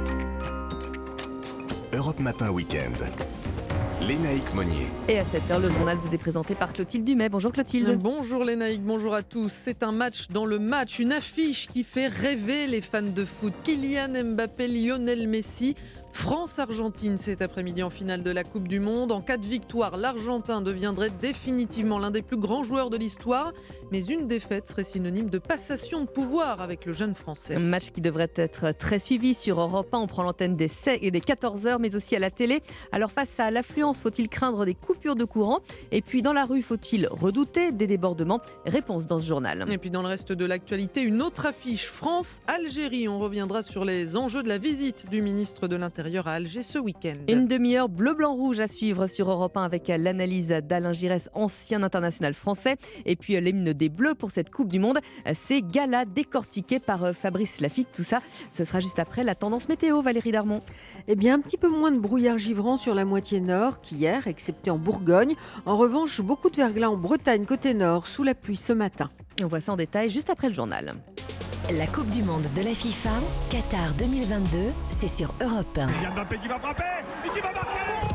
Europe Matin Week-end. Lénaïque Monnier. Et à sept heures, le journal vous est présenté par Clotilde Dumais. Bonjour Clotilde. Bonjour Lénaïque, bonjour à tous. C'est un match dans le match, une affiche qui fait rêver les fans de foot. Kylian Mbappé, Lionel Messi. France-Argentine cet après-midi en finale de la Coupe du Monde. En cas de victoire, l'Argentin deviendrait définitivement l'un des plus grands joueurs de l'histoire. Mais une défaite serait synonyme de passation de pouvoir avec le jeune Français. Un match qui devrait être très suivi sur Europe un. On prend l'antenne des, et des quatorze heures, mais aussi à la télé. Alors face à l'affluence, faut-il craindre des coupures de courant? Et puis dans la rue, faut-il redouter des débordements? Réponse dans ce journal. Et puis dans le reste de l'actualité, une autre affiche, France-Algérie. On reviendra sur les enjeux de la visite du ministre de l'Intérieur à Alger ce week-end. Une demi-heure bleu-blanc-rouge à suivre sur Europe un avec l'analyse d'Alain Giresse, ancien international français. Et puis l'hymne des Bleus pour cette Coupe du Monde. C'est gala décortiqué par Fabrice Lafitte. Tout ça, ce sera juste après la tendance météo, Valérie Darmon. Eh bien, un petit peu moins de brouillard givrant sur la moitié nord qu'hier, excepté en Bourgogne. En revanche, beaucoup de verglas en Bretagne, côté nord, sous la pluie ce matin. Et on voit ça en détail juste après le journal. La Coupe du Monde de la FIFA, Qatar deux mille vingt-deux, c'est sur Europe un. Il y a Mbappé qui va frapper et qui va marquer.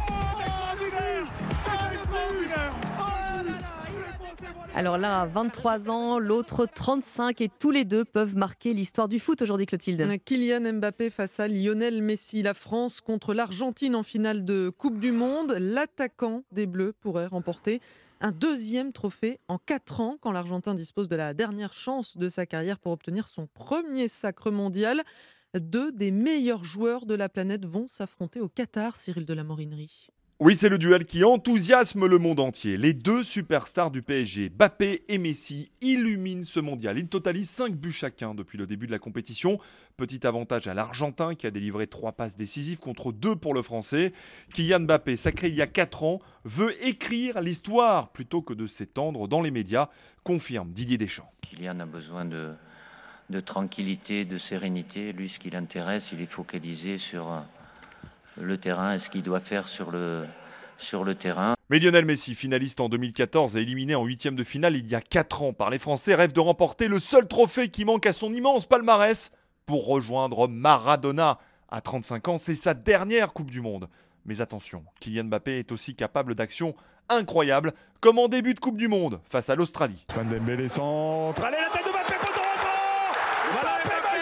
Alors là, vingt-trois ans, l'autre trente-cinq et tous les deux peuvent marquer l'histoire du foot aujourd'hui, Clotilde. Kylian Mbappé face à Lionel Messi. La France contre l'Argentine en finale de Coupe du Monde. L'attaquant des Bleus pourrait remporter un deuxième trophée en quatre ans quand l'Argentin dispose de la dernière chance de sa carrière pour obtenir son premier sacre mondial. Deux des meilleurs joueurs de la planète vont s'affronter au Qatar, Cyril de la Morinerie. Oui, c'est le duel qui enthousiasme le monde entier. Les deux superstars du P S G, Mbappé et Messi, illuminent ce mondial. Ils totalisent cinq buts chacun depuis le début de la compétition. Petit avantage à l'Argentin qui a délivré trois passes décisives contre deux pour le Français. Kylian Mbappé, sacré il y a quatre ans, veut écrire l'histoire plutôt que de s'étendre dans les médias, confirme Didier Deschamps. Kylian a besoin de, de tranquillité, de sérénité. Lui, ce qui l'intéresse, il est focalisé sur le terrain et ce qu'il doit faire sur le, sur le terrain. Mais Lionel Messi, finaliste en deux mille quatorze et éliminé en huitième de finale il y a quatre ans par les Français, rêve de remporter le seul trophée qui manque à son immense palmarès pour rejoindre Maradona. À trente-cinq ans, c'est sa dernière Coupe du Monde. Mais attention, Kylian Mbappé est aussi capable d'actions incroyables, comme en début de Coupe du Monde face à l'Australie. Ousmane Dembélé centre. Allez, la tête de Mbappé, poteau rentrant. Voilà,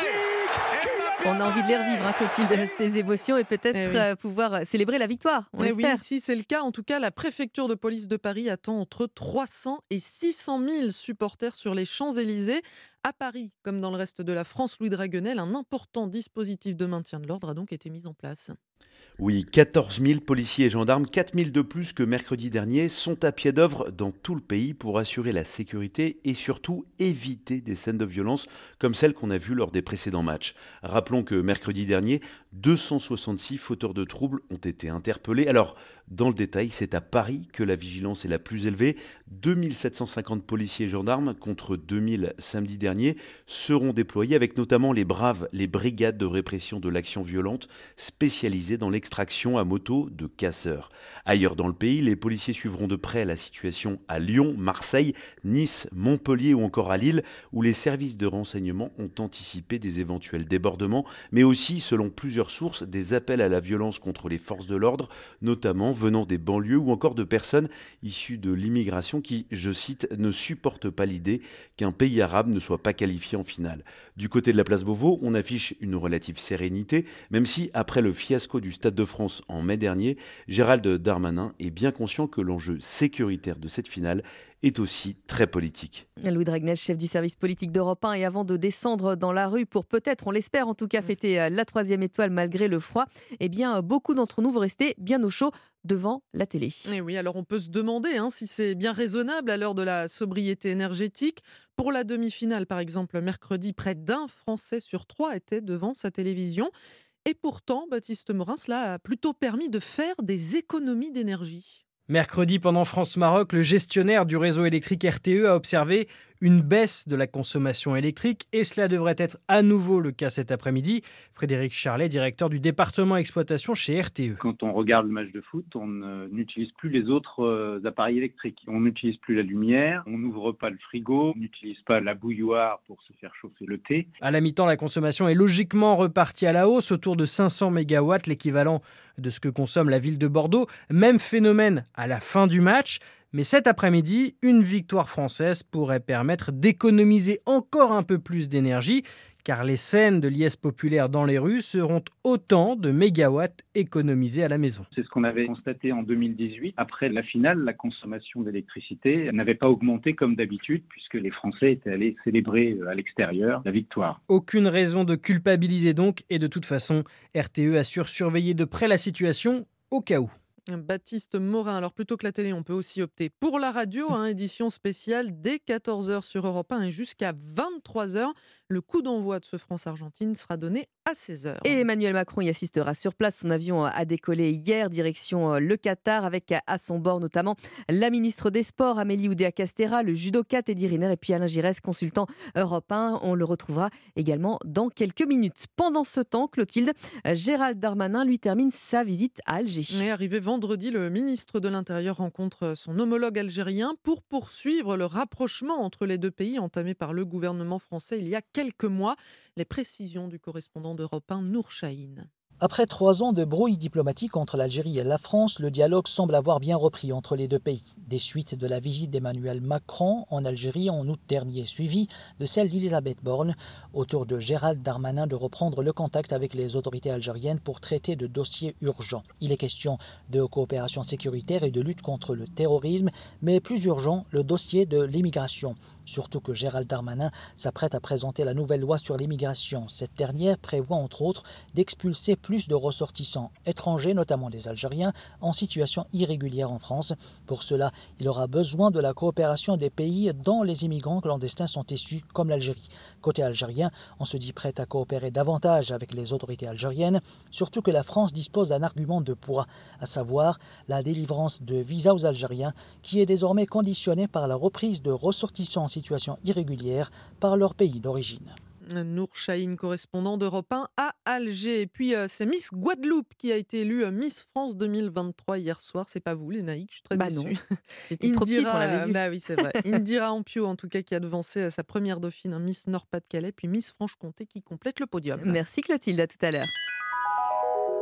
Mbappé. On a envie de les revivre, hein, Clotilde, ces émotions et peut-être Eh oui. euh, pouvoir célébrer la victoire. On Eh espère. oui, si c'est le cas, en tout cas, la préfecture de police de Paris attend entre trois cents et six cent mille supporters sur les Champs-Élysées. À Paris, comme dans le reste de la France, Louis Draguenel, un important dispositif de maintien de l'ordre a donc été mis en place. Oui, quatorze mille policiers et gendarmes, quatre mille de plus que mercredi dernier, sont à pied d'œuvre dans tout le pays pour assurer la sécurité et surtout éviter des scènes de violence comme celles qu'on a vues lors des précédents matchs. Rappelons que mercredi dernier, deux cent soixante-six fauteurs de troubles ont été interpellés. Alors, dans le détail, c'est à Paris que la vigilance est la plus élevée. deux mille sept cent cinquante policiers et gendarmes contre deux mille samedi dernier seront déployés avec notamment les braves, les brigades de répression de l'action violente spécialisées dans l'extraction à moto de casseurs. Ailleurs dans le pays, les policiers suivront de près la situation à Lyon, Marseille, Nice, Montpellier ou encore à Lille, où les services de renseignement ont anticipé des éventuels débordements, mais aussi, selon plusieurs sources, des appels à la violence contre les forces de l'ordre, notamment venant des banlieues ou encore de personnes issues de l'immigration qui, je cite, ne supportent pas l'idée qu'un pays arabe ne soit pas qualifié en finale. Du côté de la place Beauvau, on affiche une relative sérénité, même si, après le fiasco du Stade de France en mai dernier, Gérald Darmanin est bien conscient que l'enjeu sécuritaire de cette finale est aussi très politique. Louis Draguenel, chef du service politique d'Europe un, et avant de descendre dans la rue pour peut-être, on l'espère en tout cas, fêter la troisième étoile malgré le froid, eh bien beaucoup d'entre nous vont rester bien au chaud devant la télé. Et oui, alors on peut se demander hein, si c'est bien raisonnable à l'heure de la sobriété énergétique. Pour la demi-finale, par exemple, mercredi, près d'un Français sur trois était devant sa télévision. Et pourtant, Baptiste Morin, cela a plutôt permis de faire des économies d'énergie. Mercredi, pendant France-Maroc, le gestionnaire du réseau électrique R T E a observé une baisse de la consommation électrique et cela devrait être à nouveau le cas cet après-midi. Frédéric Charlet, directeur du département exploitation chez R T E. Quand on regarde le match de foot, on n'utilise plus les autres euh, appareils électriques. On n'utilise plus la lumière, on n'ouvre pas le frigo, on n'utilise pas la bouilloire pour se faire chauffer le thé. À la mi-temps, la consommation est logiquement repartie à la hausse, autour de cinq cents mégawatts, l'équivalent de ce que consomme la ville de Bordeaux. Même phénomène à la fin du match. Mais cet après-midi, une victoire française pourrait permettre d'économiser encore un peu plus d'énergie, car les scènes de liesse populaire dans les rues seront autant de mégawatts économisés à la maison. C'est ce qu'on avait constaté en deux mille dix-huit. Après la finale, la consommation d'électricité n'avait pas augmenté comme d'habitude, puisque les Français étaient allés célébrer à l'extérieur la victoire. Aucune raison de culpabiliser donc, et de toute façon, R T E assure surveiller de près la situation au cas où. Baptiste Morin. Alors plutôt que la télé, on peut aussi opter pour la radio, hein, édition spéciale dès quatorze heures sur Europe un et jusqu'à vingt-trois heures. Le coup d'envoi de ce France-Argentine sera donné à seize heures. Et Emmanuel Macron y assistera sur place. Son avion a décollé hier, direction le Qatar, avec à son bord notamment la ministre des Sports, Amélie Oudéa-Castéra, le judoka Teddy Riner et puis Alain Giresse, consultant Europe un. On le retrouvera également dans quelques minutes. Pendant ce temps, Clotilde, Gérald Darmanin lui termine sa visite à Alger. Et arrivé vendredi, le ministre de l'Intérieur rencontre son homologue algérien pour poursuivre le rapprochement entre les deux pays entamé par le gouvernement français il y a quelques mois. Les précisions du correspondant d'Europe un, Nour Chahine. Après trois ans de brouille diplomatique entre l'Algérie et la France, le dialogue semble avoir bien repris entre les deux pays. Des suites de la visite d'Emmanuel Macron en Algérie en août dernier, suivie de celle d'Elisabeth Borne, autour de Gérald Darmanin de reprendre le contact avec les autorités algériennes pour traiter de dossiers urgents. Il est question de coopération sécuritaire et de lutte contre le terrorisme, mais plus urgent, le dossier de l'immigration. Surtout que Gérald Darmanin s'apprête à présenter la nouvelle loi sur l'immigration. Cette dernière prévoit entre autres d'expulser plus de ressortissants étrangers, notamment des Algériens, en situation irrégulière en France. Pour cela, il aura besoin de la coopération des pays dont les immigrants clandestins sont issus, comme l'Algérie. Côté algérien, on se dit prêt à coopérer davantage avec les autorités algériennes, surtout que la France dispose d'un argument de poids, à savoir la délivrance de visas aux Algériens, qui est désormais conditionnée par la reprise de ressortissants en situation irrégulière par leur pays d'origine. Nour Chahine, correspondant d'Europe un à Alger. Et puis, euh, c'est Miss Guadeloupe qui a été élue Miss France deux mille vingt-trois hier soir. C'est pas vous, Lénaïque, je suis très bah déçue. Non. J'étais trop petite, on l'avait vu. Bah oui, c'est vrai. Indira Ampio, en tout cas, qui a devancé sa première dauphine, Miss Nord-Pas-de-Calais, puis Miss Franche-Comté qui complète le podium. Merci Clotilde, à tout à l'heure.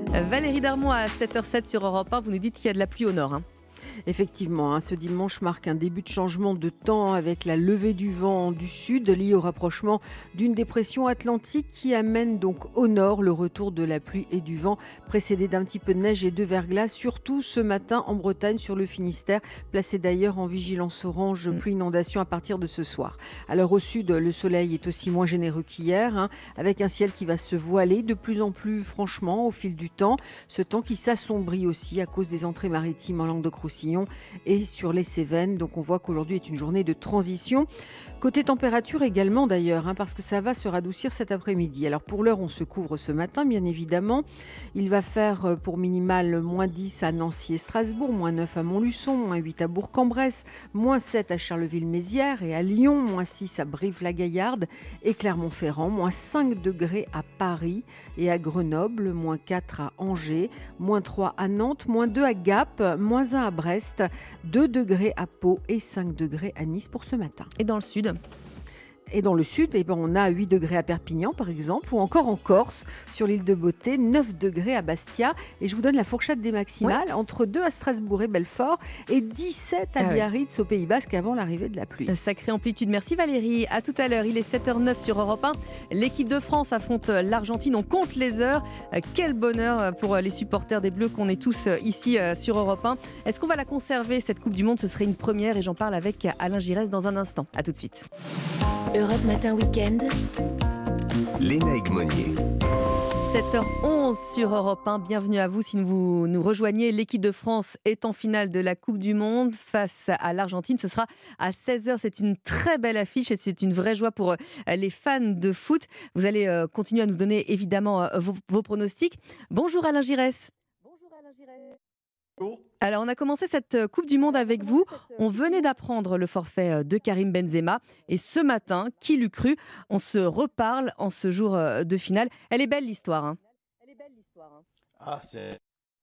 Valérie Darmon à sept heures zéro sept sur Europe un, vous nous dites qu'il y a de la pluie au nord. Hein. Effectivement, hein, ce dimanche marque un début de changement de temps avec la levée du vent du sud liée au rapprochement d'une dépression atlantique qui amène donc au nord le retour de la pluie et du vent, précédé d'un petit peu de neige et de verglas, surtout ce matin en Bretagne sur le Finistère, placé d'ailleurs en vigilance orange pluie inondation à partir de ce soir. Alors au sud, le soleil est aussi moins généreux qu'hier, hein, avec un ciel qui va se voiler de plus en plus franchement au fil du temps, ce temps qui s'assombrit aussi à cause des entrées maritimes en Languedoc-Roussillon et sur les Cévennes. Donc on voit qu'aujourd'hui est une journée de transition. Côté température également d'ailleurs, hein, parce que ça va se radoucir cet après-midi. Alors pour l'heure, on se couvre ce matin, bien évidemment. Il va faire pour minimal moins dix à Nancy et Strasbourg, moins neuf à Montluçon, moins huit à Bourg-en-Bresse, moins sept à Charleville-Mézières et à Lyon, moins six à Brive-la-Gaillarde et Clermont-Ferrand, moins cinq degrés à Paris et à Grenoble, moins quatre à Angers, moins trois à Nantes, moins deux à Gap, moins un à Brest, deux degrés à Pau et cinq degrés à Nice pour ce matin. Et dans le sud ? Et dans le sud, eh ben, on a huit degrés à Perpignan, par exemple, ou encore en Corse, sur l'île de Beauté, neuf degrés à Bastia. Et je vous donne la fourchette des maximales, ouais. entre deux à Strasbourg et Belfort, et dix-sept à ah Biarritz, ouais. au Pays Basque, avant l'arrivée de la pluie. Sacrée amplitude. Merci Valérie. À tout à l'heure. Il est sept heures zéro neuf sur Europe un. L'équipe de France affronte l'Argentine. On compte les heures. Quel bonheur pour les supporters des Bleus qu'on est tous ici sur Europe un. Est-ce qu'on va la conserver, cette Coupe du Monde ? Ce serait une première, et j'en parle avec Alain Giresse dans un instant. À tout de suite. Europe Matin Week-end. Lénaïque Monnier. sept heures onze sur Europe un. Bienvenue à vous si vous nous rejoignez. L'équipe de France est en finale de la Coupe du Monde face à l'Argentine. Ce sera à seize heures. C'est une très belle affiche et c'est une vraie joie pour les fans de foot. Vous allez continuer à nous donner évidemment vos, vos pronostics. Bonjour Alain Giresse. Bonjour Alain Giresse. Bonjour. Alors, on a commencé cette Coupe du Monde avec vous. On venait d'apprendre le forfait de Karim Benzema. Et ce matin, qui l'eût cru, on se reparle en ce jour de finale. Elle est belle l'histoire. Hein. Elle est belle l'histoire. Hein. Ah, c'est...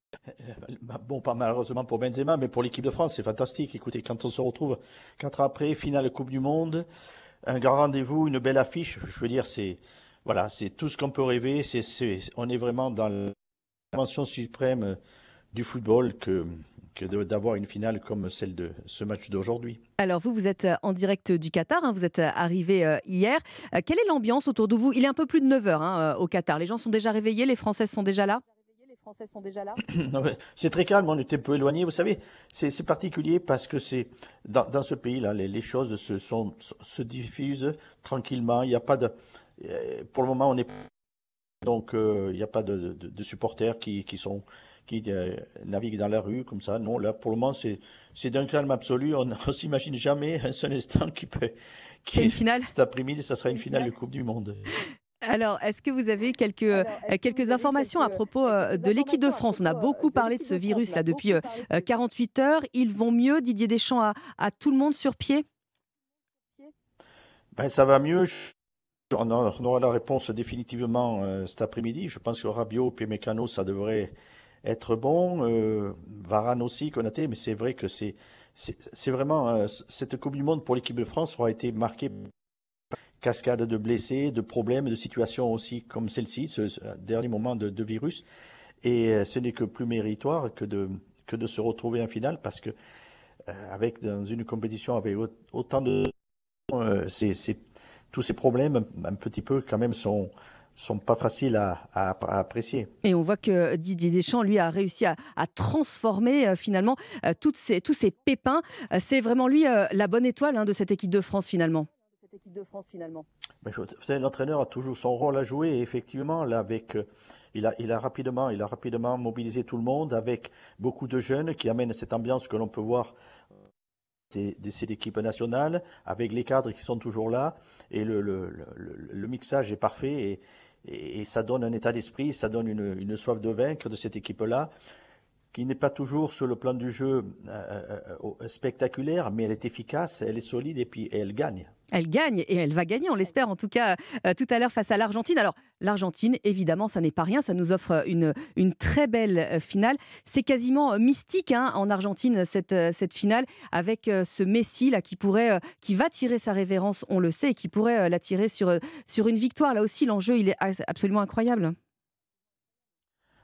Bon, pas malheureusement pour Benzema, mais pour l'équipe de France, c'est fantastique. Écoutez, quand on se retrouve quatre ans après, finale Coupe du Monde, un grand rendez-vous, une belle affiche, je veux dire, c'est, voilà, c'est tout ce qu'on peut rêver. C'est, c'est, on est vraiment dans la dimension suprême du football que, que de, d'avoir une finale comme celle de ce match d'aujourd'hui. Alors vous, vous êtes en direct du Qatar, hein, vous êtes arrivé hier. Euh, quelle est l'ambiance autour de vous ? Il est un peu plus de neuf heures hein, au Qatar. Les gens sont déjà réveillés, les Françaises sont déjà là ? Les Français sont déjà là. C'est très calme, on était un peu éloigné. Vous savez, c'est, c'est particulier parce que c'est dans, dans ce pays-là, les, les choses se, sont, se diffusent tranquillement. Il n'y a pas de, pour le moment, on est donc euh, il n'y a pas de, de, de supporters qui, qui sont qui euh, naviguent dans la rue comme ça. Non, là pour le moment c'est c'est d'un calme absolu. On ne s'imagine jamais un seul instant qui peut. Qui c'est une finale. Cet après-midi, ça sera une finale de Coupe du Monde. Alors, est-ce que vous avez quelques, Alors, quelques vous informations avez quelques, à propos euh, de l'équipe de France ? On a beaucoup parlé de ce virus là depuis euh, quarante-huit heures. Ils vont mieux. Didier Deschamps a, a tout le monde sur pied ? Ben, ça va mieux. On aura la réponse définitivement euh, cet après-midi. Je pense que Rabiot et Mécano, ça devrait être bon. Euh, Varane aussi, Konaté, mais c'est vrai que c'est, c'est, c'est vraiment... Euh, cette Coupe du Monde pour l'équipe de France aura été marquée par cascade de blessés, de problèmes, de situations aussi comme celle-ci, ce, ce dernier moment de, de virus. Et euh, ce n'est que plus méritoire que de, que de se retrouver en finale parce que euh, avec dans une compétition avec autant de... Euh, c'est, c'est, tous ces problèmes, un petit peu quand même, sont... sont pas faciles à, à, à apprécier. Et on voit que Didier Deschamps, lui, a réussi à, à transformer euh, finalement euh, toutes ces, tous ces pépins. Euh, c'est vraiment lui euh, la bonne étoile hein, de cette équipe de France finalement. Cette équipe de France finalement. Mais vous savez, l'entraîneur a toujours son rôle à jouer et effectivement, là, avec, euh, il a, il a rapidement, il a rapidement mobilisé tout le monde avec beaucoup de jeunes qui amènent cette ambiance que l'on peut voir de cette équipe nationale, avec les cadres qui sont toujours là, et le, le, le, le mixage est parfait, et, et, et ça donne un état d'esprit, ça donne une, une soif de vaincre de cette équipe-là, qui n'est pas toujours sur le plan du jeu euh, euh, spectaculaire, mais elle est efficace, elle est solide, et puis elle gagne. Elle gagne, et elle va gagner, on l'espère en tout cas, euh, tout à l'heure face à l'Argentine. Alors, l'Argentine, évidemment, ça n'est pas rien, ça nous offre une, une très belle euh, finale. C'est quasiment mystique hein, en Argentine, cette, euh, cette finale, avec euh, ce Messi là, qui, pourrait, euh, qui va tirer sa révérence, on le sait, et qui pourrait euh, la tirer sur, euh, sur une victoire. Là aussi, l'enjeu, il est absolument incroyable.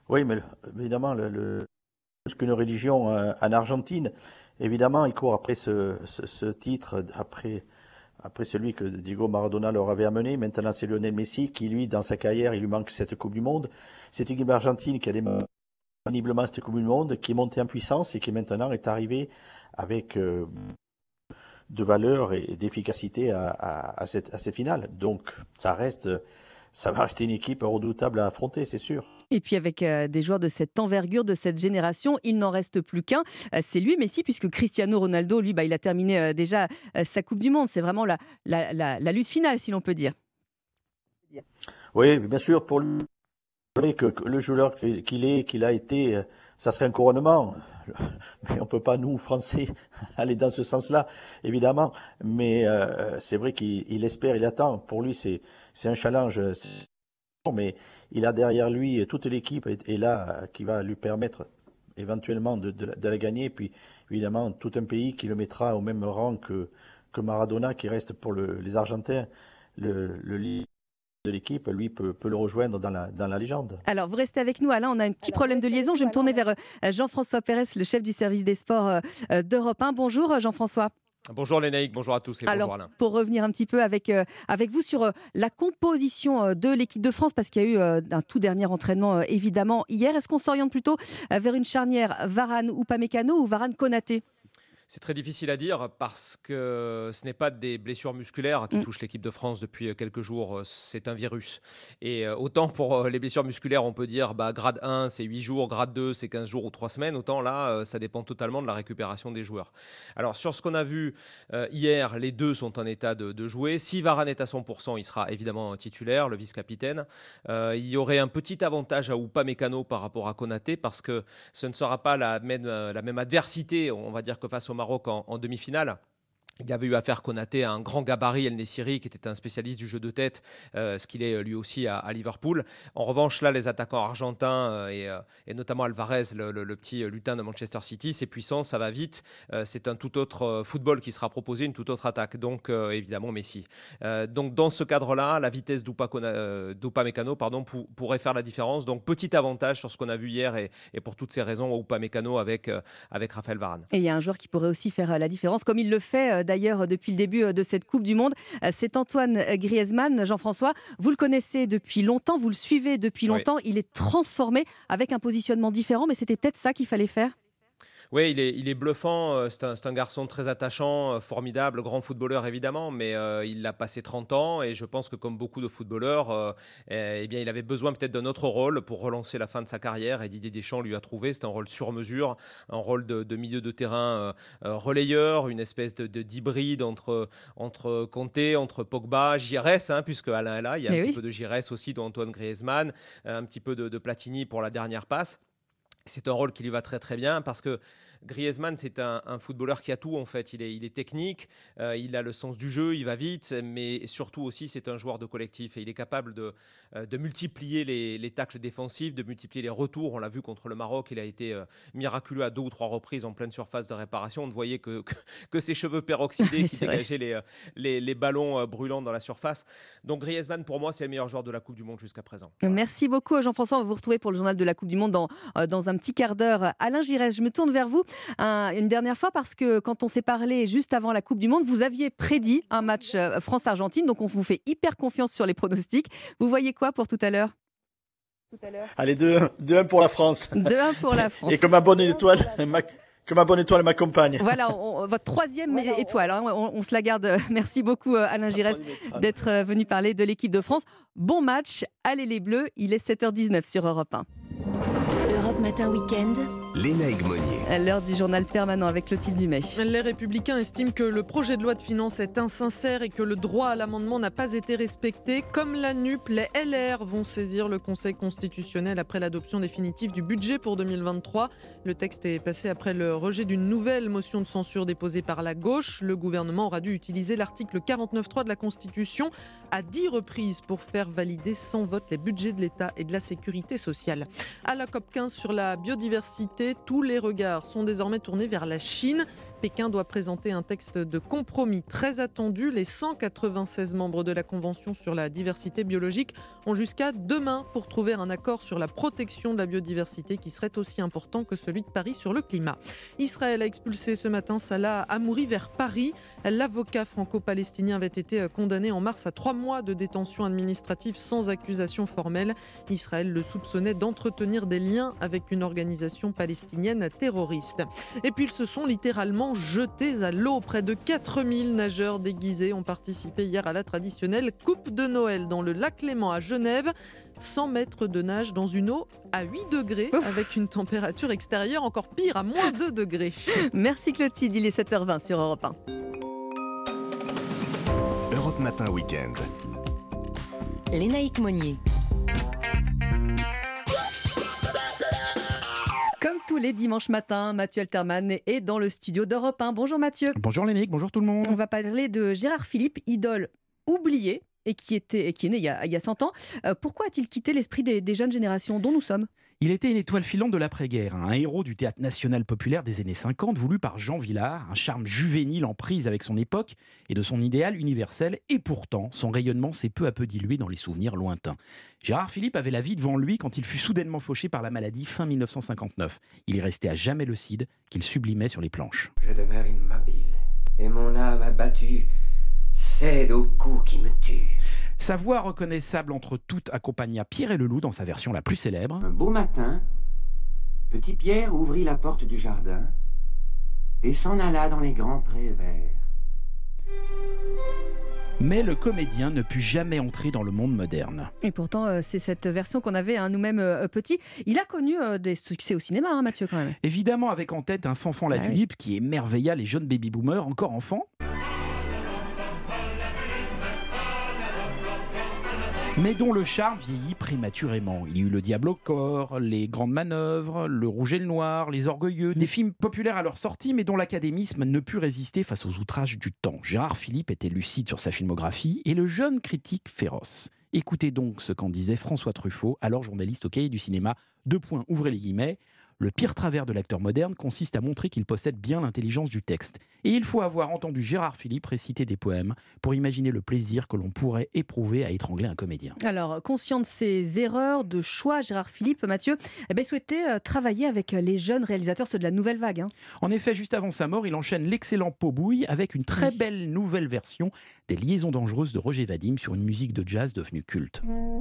Oui, mais le- évidemment, le, le- plus qu'une religion euh, en Argentine, évidemment, il court après ce, ce, ce titre, après, après celui que Diego Maradona leur avait amené. Maintenant, c'est Lionel Messi qui, lui, dans sa carrière, il lui manque cette Coupe du Monde. C'est une équipe argentine qui a démarré péniblement cette Coupe du Monde, qui est montée en puissance et qui maintenant est arrivée avec euh, de valeur et d'efficacité à, à, à, cette, à cette finale. Donc, ça reste, ça va rester une équipe redoutable à affronter, c'est sûr. Et puis avec euh, des joueurs de cette envergure, de cette génération, il n'en reste plus qu'un. Euh, c'est lui, Messi, puisque Cristiano Ronaldo, lui, bah, il a terminé euh, déjà euh, sa Coupe du Monde. C'est vraiment la, la, la, la lutte finale, si l'on peut dire. Oui, bien sûr, pour lui, c'est vrai que, que le joueur qu'il est, qu'il a été, euh, ça serait un couronnement. Mais on peut pas, nous, Français, aller dans ce sens-là, évidemment. Mais euh, c'est vrai qu'il il espère, il attend. Pour lui, c'est c'est un challenge. c'est- Mais il a derrière lui toute l'équipe est, est là euh, qui va lui permettre éventuellement de, de, la- de la gagner. Puis évidemment, tout un pays qui le mettra au même rang que, que Maradona, qui reste pour le- les Argentins le, le leader de l'équipe, lui peut, peut le rejoindre dans la, dans la légende. Alors, vous restez avec nous, Alain. On a un petit problème de liaison. Je vais me tourner vers euh, Jean-François Pérez, le chef du service des sports euh, euh, d'Europe un. Bonjour, euh, Jean-François. Bonjour Lénaïque, bonjour à tous et Alors, bonjour Alain. pour revenir un petit peu avec, euh, avec vous sur euh, la composition euh, de l'équipe de France, parce qu'il y a eu euh, un tout dernier entraînement, euh, évidemment, hier. Est-ce qu'on s'oriente plutôt euh, vers une charnière Varane ou Upamecano ou Varane-Konaté ? C'est très difficile à dire parce que ce n'est pas des blessures musculaires qui Mm. touchent l'équipe de France depuis quelques jours, c'est un virus. Et euh, autant pour euh, les blessures musculaires, on peut dire bah, grade un, c'est huit jours, grade deux, c'est quinze jours ou trois semaines, autant là, euh, ça dépend totalement de la récupération des joueurs. Alors sur ce qu'on a vu euh, hier, les deux sont en état de, de jouer. Si Varane est à cent pour cent, il sera évidemment titulaire, le vice-capitaine. Euh, il y aurait un petit avantage à Upamecano par rapport à Konaté parce que ce ne sera pas la même, la même adversité, on va dire, que face au Maroc en, en demi-finale. Il y avait eu affaire Konaté à un grand gabarit, El Nessiri, qui était un spécialiste du jeu de tête, euh, ce qu'il est lui aussi à, à Liverpool. En revanche, là, les attaquants argentins euh, et, euh, et notamment Alvarez, le, le- le petit lutin de Manchester City, c'est puissant, ça va vite. Euh, c'est un tout autre euh, football qui sera proposé, une toute autre attaque. Donc, euh, évidemment, Messi. Euh, donc, dans ce cadre-là, la vitesse d'Upamecano euh, d'Upamecano, pardon, pour- pourrait faire la différence. Donc, petit avantage sur ce qu'on a vu hier et, et pour toutes ces raisons, Upamecano avec, euh, avec Raphaël Varane. Et il y a un joueur qui pourrait aussi faire euh, la différence, comme il le fait euh, d'ailleurs euh, depuis le début euh, de cette Coupe du Monde. Euh, C'est Antoine euh, Griezmann. Jean-François, vous le connaissez depuis longtemps, vous le suivez depuis Oui. longtemps. Il est transformé avec un positionnement différent, mais c'était peut-être ça qu'il fallait faire. Oui, il est, il est bluffant. euh, C'est un, c'est un garçon très attachant, euh, formidable, grand footballeur évidemment, mais euh, il a passé trente ans et je pense que comme beaucoup de footballeurs, euh, eh bien, il avait besoin peut-être d'un autre rôle pour relancer la fin de sa carrière et Didier Deschamps lui a trouvé. C'est un rôle sur mesure, un rôle de, de milieu de terrain euh, euh, relayeur, une espèce de, de- d'hybride entre, entre Kanté, entre Pogba, Giresse, hein, puisque Alain est là. Il y a un Eh petit oui. peu de Giresse aussi dans Antoine Griezmann, un petit peu de, de Platini pour la dernière passe. C'est un rôle qui lui va très très bien parce que Griezmann, c'est un, un footballeur qui a tout en fait. Il est, il est technique, euh, il a le sens du jeu, il va vite, mais surtout aussi c'est un joueur de collectif et il est capable de, euh, de multiplier les, les tacles défensifs, de multiplier les retours. On l'a vu contre le Maroc, il a été euh, miraculeux à deux ou trois reprises en pleine surface de réparation. On ne voyait que, que, que ses cheveux peroxydés qui C'est vrai. dégageaient les, euh, les, les ballons euh, brûlants dans la surface. Donc Griezmann, pour moi, c'est le meilleur joueur de la Coupe du Monde jusqu'à présent. Merci beaucoup Jean-François. On va vous retrouver pour le journal de la Coupe du Monde dans, euh, dans un petit quart d'heure. Alain Giresse, je me tourne vers vous un- une dernière fois parce que quand on s'est parlé juste avant la Coupe du Monde, vous aviez prédit un match euh, France-Argentine, donc on vous fait hyper confiance sur les pronostics. Vous voyez quoi pour tout à l'heure ? Allez, deux un pour la France. deux un pour la France. Et que ma bonne étoile, ma- que ma bonne étoile m'accompagne. Voilà, on- votre troisième étoile, hein, on, on se la garde. Merci beaucoup euh, Alain Giresse d'être euh, venu parler de l'équipe de France. Bon match, allez les Bleus, il est sept heures dix-neuf sur Europe un. Europe Matin Week-end. Lénaïque Monnier. L'heure du journal permanent avec Clotilde Dumay. Les Républicains estiment que le projet de loi de finances est insincère et que le droit à l'amendement n'a pas été respecté. Comme la N U P, les L R vont saisir le Conseil constitutionnel après l'adoption définitive du budget pour deux mille vingt-trois. Le texte est passé après le rejet d'une nouvelle motion de censure déposée par la gauche. Le gouvernement aura dû utiliser l'article quarante-neuf point trois de la Constitution à dix reprises pour faire valider sans vote les budgets de l'État et de la sécurité sociale. À la COP quinze sur la biodiversité, tous les regards sont désormais tournés vers la Chine. Pékin doit présenter un texte de compromis très attendu. Les cent quatre-vingt-seize membres de la Convention sur la diversité biologique ont jusqu'à demain pour trouver un accord sur la protection de la biodiversité qui serait aussi important que celui de Paris sur le climat. Israël a expulsé ce matin Salah Hamouri vers Paris. L'avocat franco-palestinien avait été condamné en mars à trois mois de détention administrative sans accusation formelle. Israël le soupçonnait d'entretenir des liens avec une organisation palestinienne terroriste. Et puis ils se sont littéralement jetés à l'eau. Près de quatre mille nageurs déguisés ont participé hier à la traditionnelle Coupe de Noël dans le lac Léman à Genève. cent mètres de nage dans une eau à huit degrés Ouf. Avec une température extérieure encore pire à moins deux degrés. Merci Clotilde, il est sept heures vingt sur Europe un. Europe Matin Week-end. Lénaïque Monnier. Comme tous les dimanches matins, Mathieu Alterman est dans le studio d'Europe un. Bonjour Mathieu. Bonjour Lénaïque, bonjour tout le monde. On va parler de Gérard Philippe, idole oubliée et qui, était, et qui est né il y a, il y a cent ans. Euh, pourquoi a-t-il quitté l'esprit des, des jeunes générations dont nous sommes ? Il était une étoile filante de l'après-guerre, un héros du théâtre national populaire des années cinquante, voulu par Jean Vilar, un charme juvénile en prise avec son époque et de son idéal universel, et pourtant, son rayonnement s'est peu à peu dilué dans les souvenirs lointains. Gérard Philippe avait la vie devant lui quand il fut soudainement fauché par la maladie fin mille neuf cent cinquante-neuf. Il est resté à jamais le Cid, qu'il sublimait sur les planches. Je demeure immobile, et mon âme abattue cède au coup qui me tue. Sa voix reconnaissable entre toutes accompagna Pierre et Leloup dans sa version la plus célèbre. Un beau matin, Petit Pierre ouvrit la porte du jardin et s'en alla dans les grands prés verts. Mais le comédien ne put jamais entrer dans le monde moderne. Et pourtant, euh, c'est cette version qu'on avait hein, nous-mêmes euh, petits. Il a connu euh, des succès au cinéma, hein, Mathieu, quand même. Évidemment, avec en tête un Fanfan la ouais. Tulipe qui émerveilla les jeunes baby-boomers encore enfants. Mais dont le charme vieillit prématurément. Il y eut Le Diable au corps, Les Grandes Manœuvres, Le Rouge et le Noir, Les Orgueilleux, des films populaires à leur sortie, mais dont l'académisme ne put résister face aux outrages du temps. Gérard Philippe était lucide sur sa filmographie et le jeune critique féroce. Écoutez donc ce qu'en disait François Truffaut, alors journaliste au Cahier du cinéma, deux points, ouvrez les guillemets. Le pire travers de l'acteur moderne consiste à montrer qu'il possède bien l'intelligence du texte. Et il faut avoir entendu Gérard Philippe réciter des poèmes pour imaginer le plaisir que l'on pourrait éprouver à étrangler un comédien. Alors, conscient de ses erreurs de choix, Gérard Philippe, Mathieu, eh bien, souhaitait euh, travailler avec les jeunes réalisateurs, ceux de la nouvelle vague. Hein. En effet, juste avant sa mort, il enchaîne l'excellent Pot-Bouille avec une très belle nouvelle version des Liaisons dangereuses de Roger Vadim sur une musique de jazz devenue culte.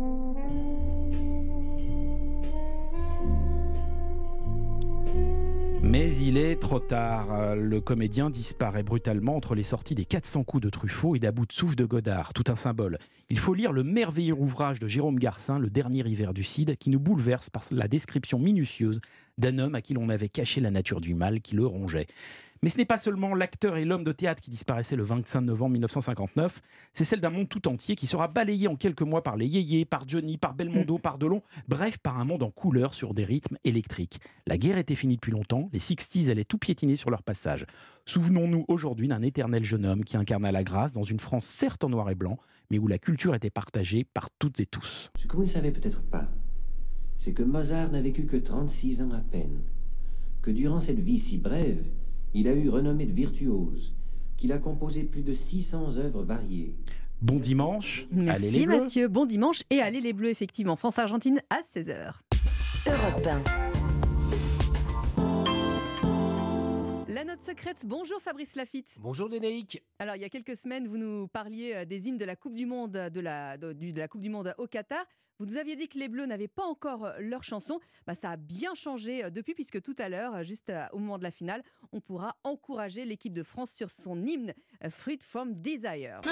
Mais il est trop tard. Le comédien disparaît brutalement entre les sorties des quatre cents coups de Truffaut et d'À bout de souffle de Godard. Tout un symbole. Il faut lire le merveilleux ouvrage de Jérôme Garcin, Le dernier hiver du Cid, qui nous bouleverse par la description minutieuse d'un homme à qui l'on avait caché la nature du mal qui le rongeait. Mais ce n'est pas seulement l'acteur et l'homme de théâtre qui disparaissaient le vingt-cinq novembre mille neuf cent cinquante-neuf, c'est celle d'un monde tout entier qui sera balayé en quelques mois par les Yéyés, par Johnny, par Belmondo, par Delon, bref, par un monde en couleur sur des rythmes électriques. La guerre était finie depuis longtemps, les sixties allaient tout piétiner sur leur passage. Souvenons-nous aujourd'hui d'un éternel jeune homme qui incarna la grâce dans une France certes en noir et blanc, mais où la culture était partagée par toutes et tous. Ce que vous ne savez peut-être pas, c'est que Mozart n'a vécu que trente-six ans à peine, que durant cette vie si brève, il a eu renommée de virtuose, qu'il a composé plus de six cents œuvres variées. Bon dimanche, Merci allez les Bleus. Mathieu, bon dimanche et allez les Bleus effectivement. France-Argentine à seize heures. Europe un. La note secrète, bonjour Fabrice Lafitte. Bonjour Lénaïque. Alors il y a quelques semaines, vous nous parliez des hymnes de la Coupe du Monde, de la, de, de la Coupe du Monde au Qatar. Vous nous aviez dit que les Bleus n'avaient pas encore leur chanson. Bah, ça a bien changé depuis, puisque tout à l'heure, juste au moment de la finale, on pourra encourager l'équipe de France sur son hymne Freed from Desire.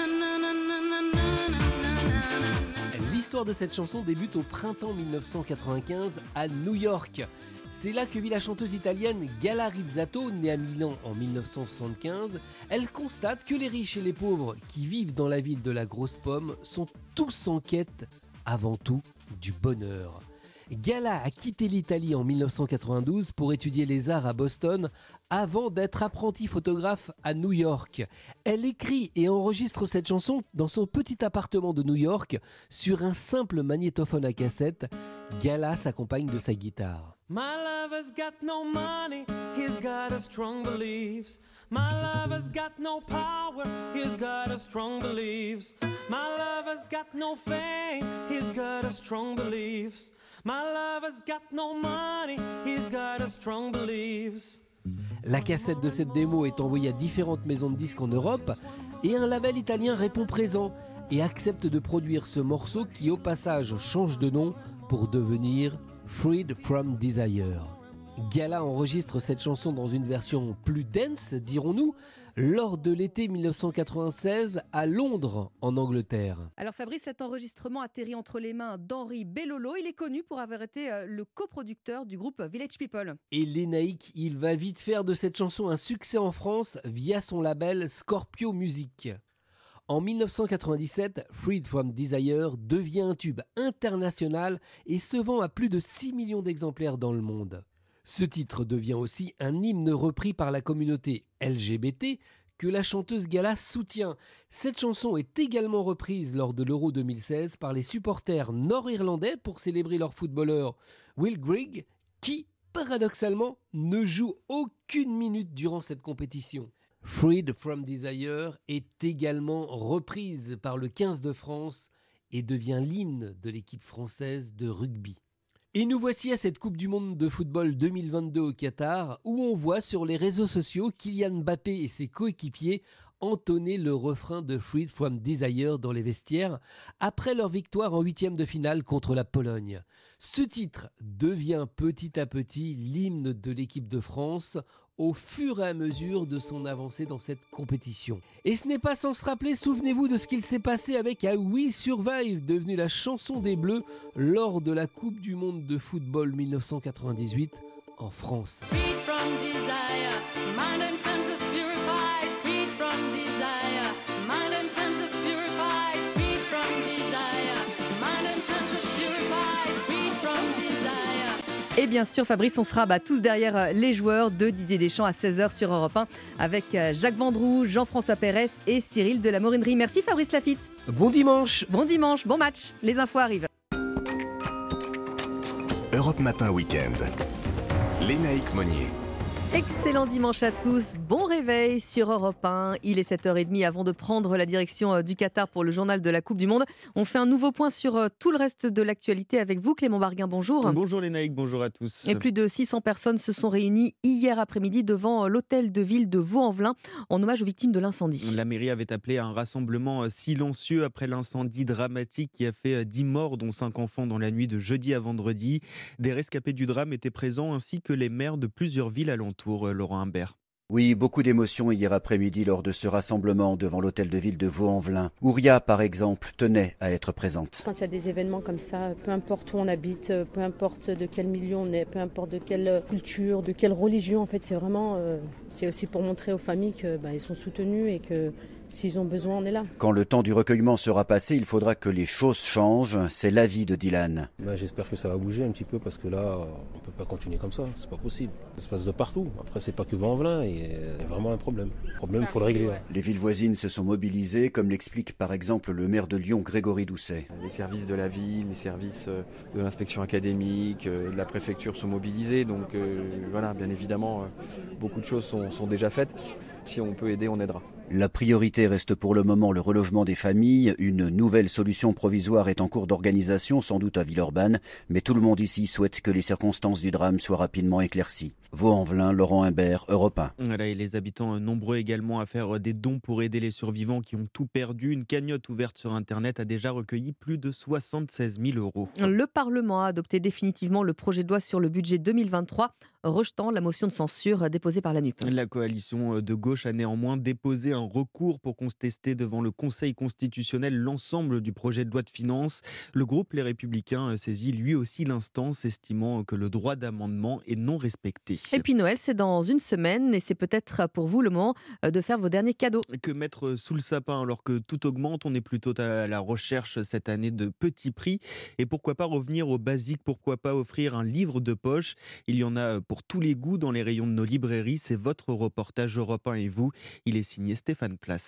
L'histoire de cette chanson débute au printemps mille neuf cent quatre-vingt-quinze à New York. C'est là que vit la chanteuse italienne Gala Rizzato, née à Milan en mille neuf cent soixante-quinze. Elle constate que les riches et les pauvres qui vivent dans la ville de la Grosse Pomme sont tous en quête, avant tout, du bonheur. Gala a quitté l'Italie en mille neuf cent quatre-vingt-douze pour étudier les arts à Boston avant d'être apprentie photographe à New York. Elle écrit et enregistre cette chanson dans son petit appartement de New York sur un simple magnétophone à cassette. Gala s'accompagne de sa guitare. My lover's got no money, he's got a strong beliefs. My lover's got no power, he's got a strong beliefs. My lover's got no fame, he's got a strong beliefs. My lover's got no money, he's got a strong beliefs. La cassette de cette démo est envoyée à différentes maisons de disques en Europe et un label italien répond présent et accepte de produire ce morceau qui au passage change de nom pour devenir Freed from Desire. Gala enregistre cette chanson dans une version plus dance, dirons-nous, lors de l'été dix-neuf cent quatre-vingt-seize à Londres, en Angleterre. Alors Fabrice, cet enregistrement atterrit entre les mains d'Henri Bellolo. Il est connu pour avoir été euh, le coproducteur du groupe Village People. Et Lénaïque, il va vite faire de cette chanson un succès en France via son label Scorpio Music. En dix-neuf cent quatre-vingt-dix-sept, Freed from Desire devient un tube international et se vend à plus de six millions d'exemplaires dans le monde. Ce titre devient aussi un hymne repris par la communauté L G B T que la chanteuse Gala soutient. Cette chanson est également reprise lors de l'Euro deux mille seize par les supporters nord-irlandais pour célébrer leur footballeur Will Grigg qui, paradoxalement, ne joue aucune minute durant cette compétition. Freed from Desire est également reprise par le quinze de France et devient l'hymne de l'équipe française de rugby. Et nous voici à cette Coupe du Monde de football deux mille vingt-deux au Qatar où on voit sur les réseaux sociaux Kylian Mbappé et ses coéquipiers entonner le refrain de Freed from Desire dans les vestiaires après leur victoire en huitième de finale contre la Pologne. Ce titre devient petit à petit l'hymne de l'équipe de France au fur et à mesure de son avancée dans cette compétition. Et ce n'est pas sans se rappeler, souvenez-vous de ce qu'il s'est passé avec I Will Survive, devenue la chanson des Bleus lors de la Coupe du Monde de football dix-neuf cent quatre-vingt-dix-huit en France. Freed from desire, mind and senses purified. Freed from desire, mind and senses purified. Freed from desire, mind and senses purified. Freed from desire. Et bien sûr, Fabrice, on sera bah, tous derrière les joueurs de Didier Deschamps à seize heures sur Europe un avec Jacques Vendroux, Jean-François Pérez et Cyril de la Morinerie. Merci Fabrice Lafitte. Bon dimanche. Bon dimanche, bon match. Les infos arrivent. Europe Matin Week-end. Lénaïque Monnier. Excellent dimanche à tous, bon réveil sur Europe un. Il est sept heures trente avant de prendre la direction du Qatar pour le journal de la Coupe du Monde. On fait un nouveau point sur tout le reste de l'actualité avec vous, Clément Barguin, bonjour. Bonjour Lénaïque, bonjour à tous. Et plus de six cents personnes se sont réunies hier après-midi devant l'hôtel de ville de Vaux-en-Velin en hommage aux victimes de l'incendie. La mairie avait appelé à un rassemblement silencieux après l'incendie dramatique qui a fait dix morts, dont cinq enfants dans la nuit de jeudi à vendredi. Des rescapés du drame étaient présents ainsi que les maires de plusieurs villes alentours. Laurent Humbert. Oui, beaucoup d'émotions hier après-midi lors de ce rassemblement devant l'hôtel de ville de Vaux-en-Velin. Ouria, par exemple, tenait à être présente. Quand il y a des événements comme ça, peu importe où on habite, peu importe de quel milieu on est, peu importe de quelle culture, de quelle religion, en fait, c'est vraiment, euh, c'est aussi pour montrer aux familles qu'ils bah, sont soutenus et que s'ils ont besoin, on est là. Quand le temps du recueillement sera passé, il faudra que les choses changent. C'est l'avis de Dylan. Ben, j'espère que ça va bouger un petit peu parce que là, on ne peut pas continuer comme ça. C'est pas possible. Ça se passe de partout. Après, c'est pas que Vaux-en-Velin. Il y a vraiment un problème. Le problème, il faut le régler. Les villes voisines se sont mobilisées, comme l'explique par exemple le maire de Lyon, Grégory Doucet. Les services de la ville, les services de l'inspection académique, de la préfecture sont mobilisés. Donc euh, voilà, bien évidemment, beaucoup de choses sont, sont déjà faites. Si on peut aider, on aidera. La priorité reste pour le moment le relogement des familles. Une nouvelle solution provisoire est en cours d'organisation, sans doute à Villeurbanne, mais tout le monde ici souhaite que les circonstances du drame soient rapidement éclaircies. Vaux-en-Velin, Laurent Humbert, Europe un. Voilà, et les habitants nombreux également à faire des dons pour aider les survivants qui ont tout perdu. Une cagnotte ouverte sur Internet a déjà recueilli plus de soixante-seize mille euros. Le Parlement a adopté définitivement le projet de loi sur le budget deux mille vingt-trois, rejetant la motion de censure déposée par la N U P. La coalition de gauche a néanmoins déposé un recours pour contester devant le Conseil constitutionnel l'ensemble du projet de loi de finances. Le groupe Les Républicains saisit lui aussi l'instance, estimant que le droit d'amendement est non respecté. Et puis Noël, c'est dans une semaine et c'est peut-être pour vous le moment de faire vos derniers cadeaux. Que mettre sous le sapin alors que tout augmente, on est plutôt à la recherche cette année de petits prix. Et pourquoi pas revenir au basique, pourquoi pas offrir un livre de poche. Il y en a pour tous les goûts dans les rayons de nos librairies. C'est votre reportage Europe un et vous. Il est signé Stéphane Place.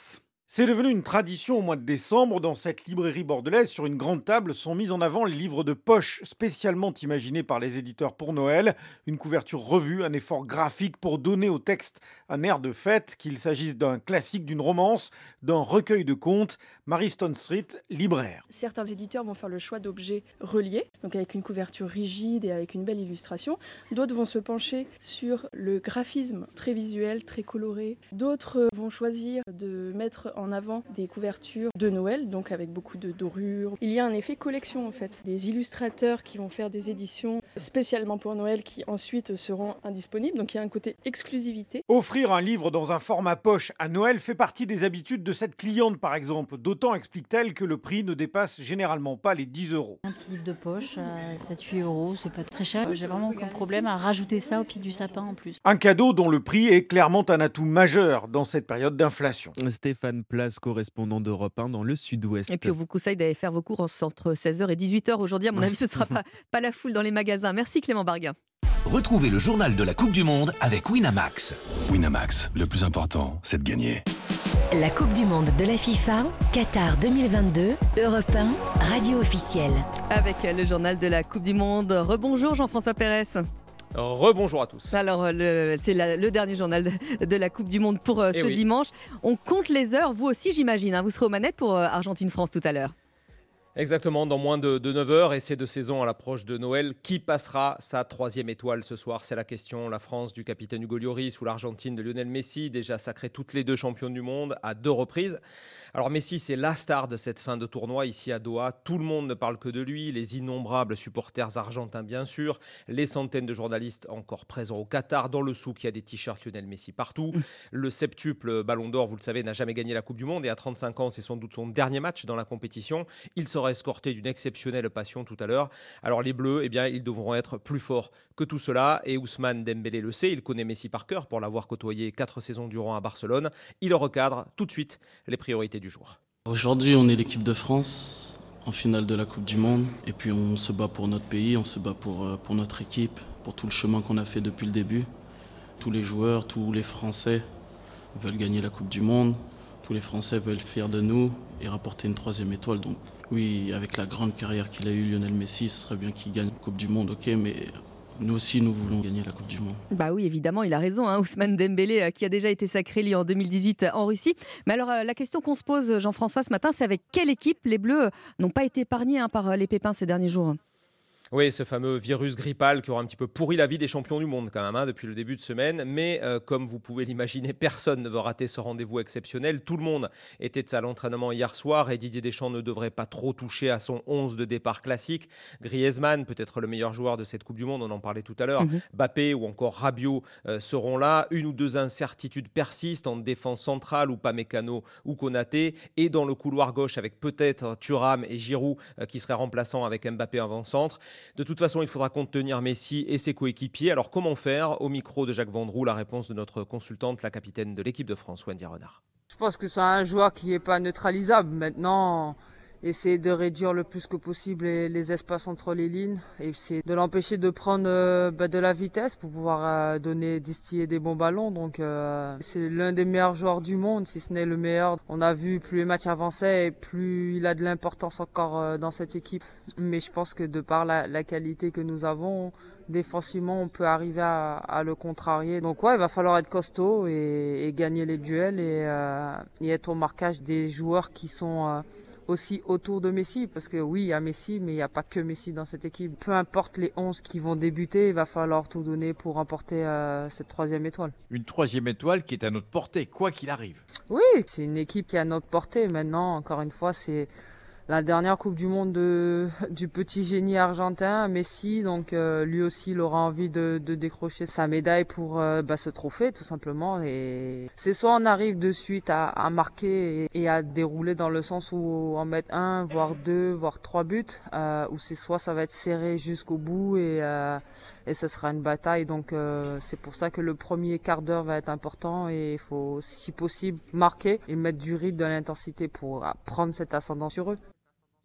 C'est devenu une tradition au mois de décembre. Dans cette librairie bordelaise, sur une grande table, sont mis en avant les livres de poche spécialement imaginés par les éditeurs pour Noël. Une couverture revue, un effort graphique pour donner au texte un air de fête, qu'il s'agisse d'un classique, d'une romance, d'un recueil de contes. Marie Stone Street, libraire. Certains éditeurs vont faire le choix d'objets reliés, donc avec une couverture rigide et avec une belle illustration. D'autres vont se pencher sur le graphisme très visuel, très coloré. D'autres vont choisir de mettre en avant des couvertures de Noël, donc avec beaucoup de dorures. Il y a un effet collection en fait. Des illustrateurs qui vont faire des éditions spécialement pour Noël qui ensuite seront indisponibles, donc il y a un côté exclusivité. Offrir un livre dans un format poche à Noël fait partie des habitudes de cette cliente par exemple. D'autant explique-t-elle que le prix ne dépasse généralement pas les dix euros. Un petit livre de poche à sept à huit euros, c'est pas très cher. J'ai vraiment aucun problème à rajouter ça au pied du sapin en plus. Un cadeau dont le prix est clairement un atout majeur dans cette période d'inflation. Stéphane Place, correspondant d'Europe un dans le Sud-Ouest. Et puis on vous conseille d'aller faire vos courses entre seize heures et dix-huit heures aujourd'hui. À mon avis, ce ne sera pas, pas la foule dans les magasins. Merci Clément Barguin. Retrouvez le journal de la Coupe du Monde avec Winamax. Winamax, le plus important, c'est de gagner. La Coupe du Monde de la FIFA, Qatar deux mille vingt-deux, Europe un, radio officielle. Avec le journal de la Coupe du Monde. Rebonjour Jean-François Pérez. Rebonjour à tous. Alors, le, c'est la, le dernier journal de, de la Coupe du Monde pour euh, ce oui. dimanche. On compte les heures, vous aussi j'imagine. Hein, vous serez aux manettes pour euh, Argentine-France tout à l'heure. Exactement, dans moins de, de neuf heures, et c'est de saison à l'approche de Noël. Qui passera sa troisième étoile ce soir? C'est la question. La France du capitaine Hugo Lloris ou l'Argentine de Lionel Messi, déjà sacrés toutes les deux championnes du monde à deux reprises. Alors Messi, c'est la star de cette fin de tournoi ici à Doha. Tout le monde ne parle que de lui, les innombrables supporters argentins bien sûr, les centaines de journalistes encore présents au Qatar. Dans le souk, il y a des t-shirts Lionel Messi partout. Le septuple Ballon d'Or, vous le savez, n'a jamais gagné la Coupe du Monde et à trente-cinq ans, c'est sans doute son dernier match dans la compétition. Il sera escorté d'une exceptionnelle passion tout à l'heure. Alors les Bleus, eh bien, ils devront être plus forts que tout cela et Ousmane Dembélé le sait, il connaît Messi par cœur pour l'avoir côtoyé quatre saisons durant à Barcelone. Il recadre tout de suite les priorités du jour. Aujourd'hui, on est l'équipe de France en finale de la Coupe du Monde et puis on se bat pour notre pays, on se bat pour, pour notre équipe, pour tout le chemin qu'on a fait depuis le début. Tous les joueurs, tous les Français veulent gagner la Coupe du Monde. Tous les Français veulent faire de nous et rapporter une troisième étoile. Donc oui, avec la grande carrière qu'il a eue, Lionel Messi, ce serait bien qu'il gagne la Coupe du Monde, ok, mais nous aussi, nous voulons gagner la Coupe du Monde. Bah oui, évidemment, il a raison, hein, Ousmane Dembélé, euh, qui a déjà été sacré lui en deux mille dix-huit en Russie. Mais alors, euh, la question qu'on se pose, Jean-François, ce matin, c'est avec quelle équipe les Bleus n'ont pas été épargnés hein, par euh, les pépins ces derniers jours? Oui, ce fameux virus grippal qui aura un petit peu pourri la vie des champions du monde quand même hein, depuis le début de semaine. Mais euh, comme vous pouvez l'imaginer, personne ne veut rater ce rendez-vous exceptionnel. Tout le monde était à l'entraînement hier soir et Didier Deschamps ne devrait pas trop toucher à son onze de départ classique. Griezmann, peut-être le meilleur joueur de cette Coupe du Monde, on en parlait tout à l'heure. Mm-hmm. Mbappé ou encore Rabiot euh, seront là. Une ou deux incertitudes persistent en défense centrale ou Upamecano ou Konaté. Et dans le couloir gauche avec peut-être Thuram et Giroud euh, qui seraient remplaçants avec Mbappé avant-centre. De toute façon, il faudra contenir Messi et ses coéquipiers. Alors comment faire? Au micro de Jacques Vendroux, la réponse de notre consultante, la capitaine de l'équipe de France, Wendy Renard. Je pense que c'est un joueur qui n'est pas neutralisable. Maintenant, essayer de réduire le plus que possible les, les espaces entre les lignes et essayer de l'empêcher de prendre euh, bah, de la vitesse pour pouvoir euh, donner, distiller des bons ballons. Donc euh, c'est l'un des meilleurs joueurs du monde, si ce n'est le meilleur. On a vu plus les matchs avançaient et plus il a de l'importance encore euh, dans cette équipe. Mais je pense que de par la, la qualité que nous avons, défensivement, on peut arriver à, à le contrarier. Donc ouais, il va falloir être costaud et, et gagner les duels et, euh, et être au marquage des joueurs qui sont euh, aussi autour de Messi, parce que oui, il y a Messi, mais il n'y a pas que Messi dans cette équipe. Peu importe les onze qui vont débuter, il va falloir tout donner pour remporter euh, cette troisième étoile. Une troisième étoile qui est à notre portée, quoi qu'il arrive. Oui, c'est une équipe qui est à notre portée. Maintenant, encore une fois, c'est la dernière Coupe du Monde de, du petit génie argentin, Messi, donc euh, lui aussi il aura envie de, de décrocher sa médaille pour euh, bah, ce trophée tout simplement. Et c'est soit on arrive de suite à, à marquer et, et à dérouler dans le sens où en mettre un, voire deux, voire trois buts, euh, ou c'est soit ça va être serré jusqu'au bout et, euh, et ça sera une bataille. Donc euh, c'est pour ça que le premier quart d'heure va être important et il faut si possible marquer et mettre du rythme, de l'intensité pour prendre cet ascendant sur eux.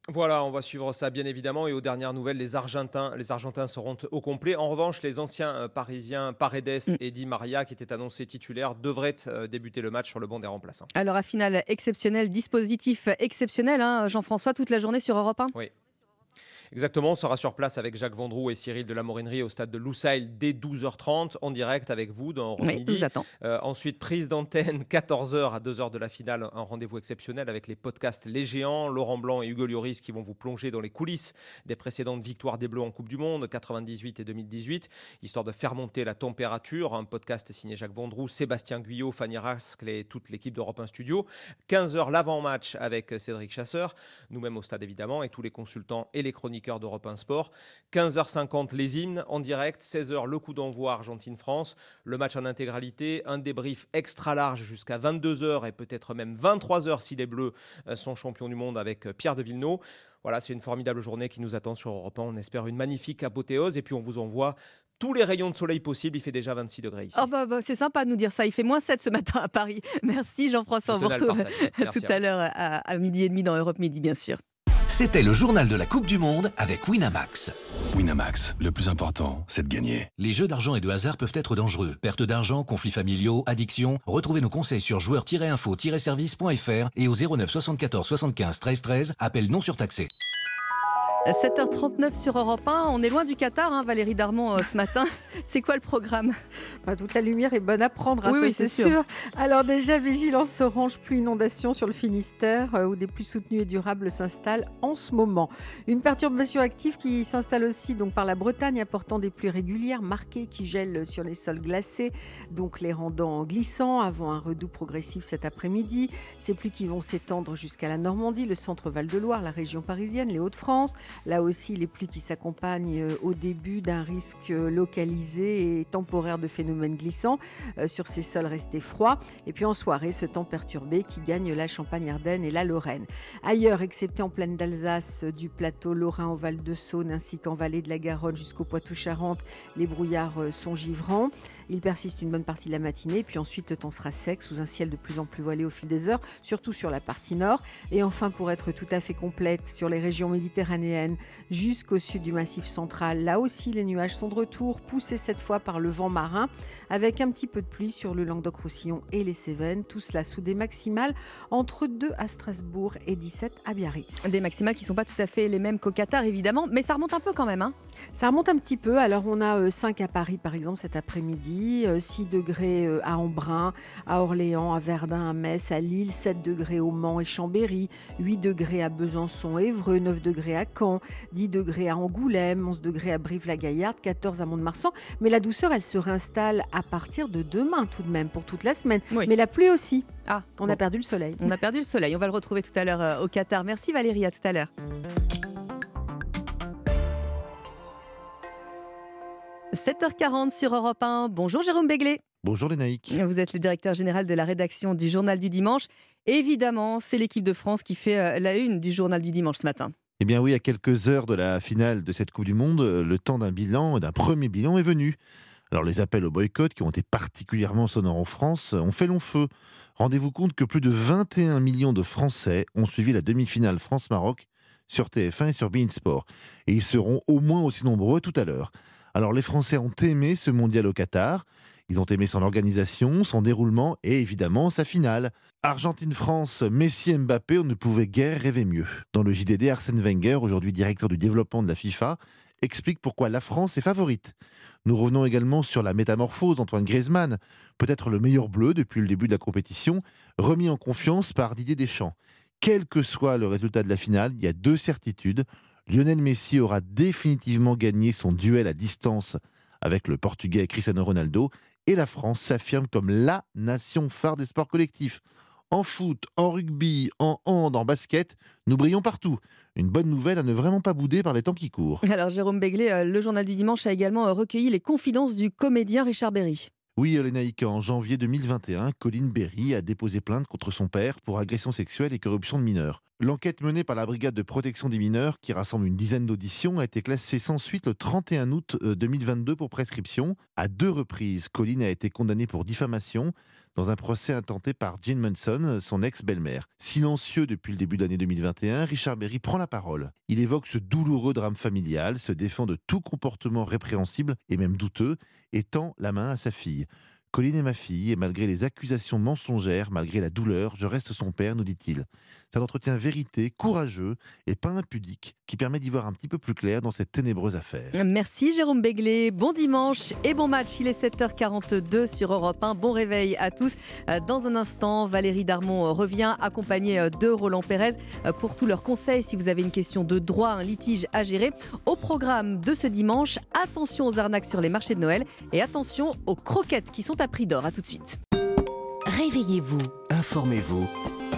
Voilà, on va suivre ça bien évidemment. Et aux dernières nouvelles, les Argentins, les Argentins seront au complet. En revanche, les anciens euh, Parisiens Paredes mm. et Di Maria, qui étaient annoncés titulaires, devraient euh, débuter le match sur le banc des remplaçants. Alors, à finale exceptionnelle, dispositif exceptionnel, hein, Jean-François, toute la journée sur Europe un. Oui. Exactement, on sera sur place avec Jacques Vendroux et Cyril de la Morinerie au stade de Loussail dès douze heures trente, en direct avec vous dans Europe oui, Midi. Nous attend. Euh, ensuite, prise d'antenne, quatorze heures à deux heures de la finale, un rendez-vous exceptionnel avec les podcasts Les Géants, Laurent Blanc et Hugo Lloris qui vont vous plonger dans les coulisses des précédentes victoires des Bleus en Coupe du Monde, quatre-vingt-dix-huit et deux mille dix-huit, histoire de faire monter la température. Un podcast signé Jacques Vendroux, Sébastien Guyot, Fanny Rascle et toute l'équipe d'Europe un Studio. quinze heures l'avant-match avec Cédric Chasseur, nous-mêmes au stade évidemment, et tous les consultants et les chroniqueurs d'Europe un Sport. quinze heures cinquante les hymnes en direct, seize heures le coup d'envoi Argentine-France, le match en intégralité, un débrief extra large jusqu'à vingt-deux heures et peut-être même vingt-trois heures si les Bleus sont champions du monde avec Pierre de Villeneuve. Voilà, c'est une formidable journée qui nous attend sur Europe un. On espère une magnifique apothéose et puis on vous envoie tous les rayons de soleil possibles. Il fait déjà vingt-six degrés ici. Oh bah, bah, c'est sympa de nous dire ça. Il fait moins sept ce matin à Paris. Merci Jean-François. On vous retrouve tout à l'heure à, à midi et demi dans Europe Midi, bien sûr. C'était le journal de la Coupe du Monde avec Winamax. Winamax, le plus important, c'est de gagner. Les jeux d'argent et de hasard peuvent être dangereux. Perte d'argent, conflits familiaux, addiction. Retrouvez nos conseils sur joueurs tiret info tiret service point f r et au zéro neuf soixante-quatorze soixante-quinze treize treize. Appel non surtaxé. sept heures trente-neuf sur Europe un, on est loin du Qatar, hein, Valérie Darmon, euh, ce matin. C'est quoi le programme ? Bah, toute la lumière est bonne à prendre, hein, oui, ça, oui, c'est, c'est sûr. sûr. Alors déjà, vigilance orange, pluie, inondation sur le Finistère, euh, où des pluies soutenues et durables s'installent en ce moment. Une perturbation active qui s'installe aussi donc, par la Bretagne, apportant des pluies régulières, marquées, qui gèlent sur les sols glacés, donc les rendant glissants, avant un redout progressif cet après-midi. Ces pluies qui vont s'étendre jusqu'à la Normandie, le centre Val-de-Loire, la région parisienne, les Hauts-de-France. Là aussi, les pluies qui s'accompagnent au début d'un risque localisé et temporaire de phénomènes glissants euh, sur ces sols restés froids. Et puis en soirée, ce temps perturbé qui gagne la Champagne-Ardenne et la Lorraine. Ailleurs, excepté en plaine d'Alsace, du plateau lorrain au Val-de-Saône ainsi qu'en vallée de la Garonne jusqu'au Poitou-Charentes, les brouillards sont givrants. Il persiste une bonne partie de la matinée, puis ensuite le temps sera sec, sous un ciel de plus en plus voilé au fil des heures, surtout sur la partie nord. Et enfin, pour être tout à fait complète, sur les régions méditerranéennes, jusqu'au sud du Massif central, là aussi les nuages sont de retour, poussés cette fois par le vent marin, avec un petit peu de pluie sur le Languedoc-Roussillon et les Cévennes, tout cela sous des maximales entre deux à Strasbourg et dix-sept à Biarritz. Des maximales qui ne sont pas tout à fait les mêmes qu'au Qatar, évidemment, mais ça remonte un peu quand même. Hein. Ça remonte un petit peu. Alors on a euh, cinq à Paris, par exemple, cet après-midi, euh, six degrés euh, à Embrun, à Orléans, à Verdun, à Metz, à Lille, sept degrés au Mans et Chambéry, huit degrés à Besançon et Évreux, neuf degrés à Caen, dix degrés à Angoulême, onze degrés à Brive-la-Gaillarde, quatorze à Mont-de-Marsan. Mais la douceur, elle se réinstalle à partir de demain tout de même, pour toute la semaine. Oui. Mais la pluie aussi. Ah, on bon. a perdu le soleil. On a perdu le soleil. On va le retrouver tout à l'heure euh, au Qatar. Merci Valérie, à tout à l'heure. sept heures quarante sur Europe un. Bonjour Jérôme Béglé. Bonjour Lénaïque. Vous êtes le directeur général de la rédaction du Journal du Dimanche. Évidemment, c'est l'équipe de France qui fait la une du Journal du Dimanche ce matin. Eh bien oui, à quelques heures de la finale de cette Coupe du Monde, le temps d'un bilan, d'un premier bilan est venu. Alors les appels au boycott, qui ont été particulièrement sonores en France, ont fait long feu. Rendez-vous compte que plus de vingt et un millions de Français ont suivi la demi-finale France-Maroc sur T F un et sur beIN Sport. Et ils seront au moins aussi nombreux tout à l'heure. Alors les Français ont aimé ce mondial au Qatar. Ils ont aimé son organisation, son déroulement et évidemment sa finale. Argentine-France, Messi et Mbappé, on ne pouvait guère rêver mieux. Dans le J D D, Arsène Wenger, aujourd'hui directeur du développement de la FIFA, explique pourquoi la France est favorite. Nous revenons également sur la métamorphose d'Antoine Griezmann, peut-être le meilleur bleu depuis le début de la compétition, remis en confiance par Didier Deschamps. Quel que soit le résultat de la finale, il y a deux certitudes. Lionel Messi aura définitivement gagné son duel à distance avec le Portugais Cristiano Ronaldo et la France s'affirme comme la nation phare des sports collectifs. En foot, en rugby, en hand, en basket, nous brillons partout. Une bonne nouvelle à ne vraiment pas bouder par les temps qui courent. Alors Jérôme Béglé, le Journal du Dimanche a également recueilli les confidences du comédien Richard Berry. Oui, Lénaïque, en janvier deux mille vingt et un, Colin Berry a déposé plainte contre son père pour agression sexuelle et corruption de mineurs. L'enquête menée par la brigade de protection des mineurs, qui rassemble une dizaine d'auditions, a été classée sans suite le trente et un août deux mille vingt-deux pour prescription. À deux reprises, Colline a été condamnée pour diffamation dans un procès intenté par Jean Manson, son ex-belle-mère. Silencieux depuis le début de l'année deux mille vingt et un, Richard Berry prend la parole. Il évoque ce douloureux drame familial, se défend de tout comportement répréhensible et même douteux, et tend la main à sa fille. Colline est ma fille, et malgré les accusations mensongères, malgré la douleur, je reste son père, nous dit-il. C'est un entretien vérité, courageux et pas impudique, qui permet d'y voir un petit peu plus clair dans cette ténébreuse affaire. Merci Jérôme Béglé, bon dimanche et bon match, il est sept heures quarante-deux sur Europe un, bon réveil à tous. Dans un instant, Valérie Darmon revient accompagnée de Roland Pérez pour tous leurs conseils si vous avez une question de droit, un litige à gérer. Au programme de ce dimanche, attention aux arnaques sur les marchés de Noël et attention aux croquettes qui sont à prix d'or. À tout de suite. Réveillez-vous. Informez-vous.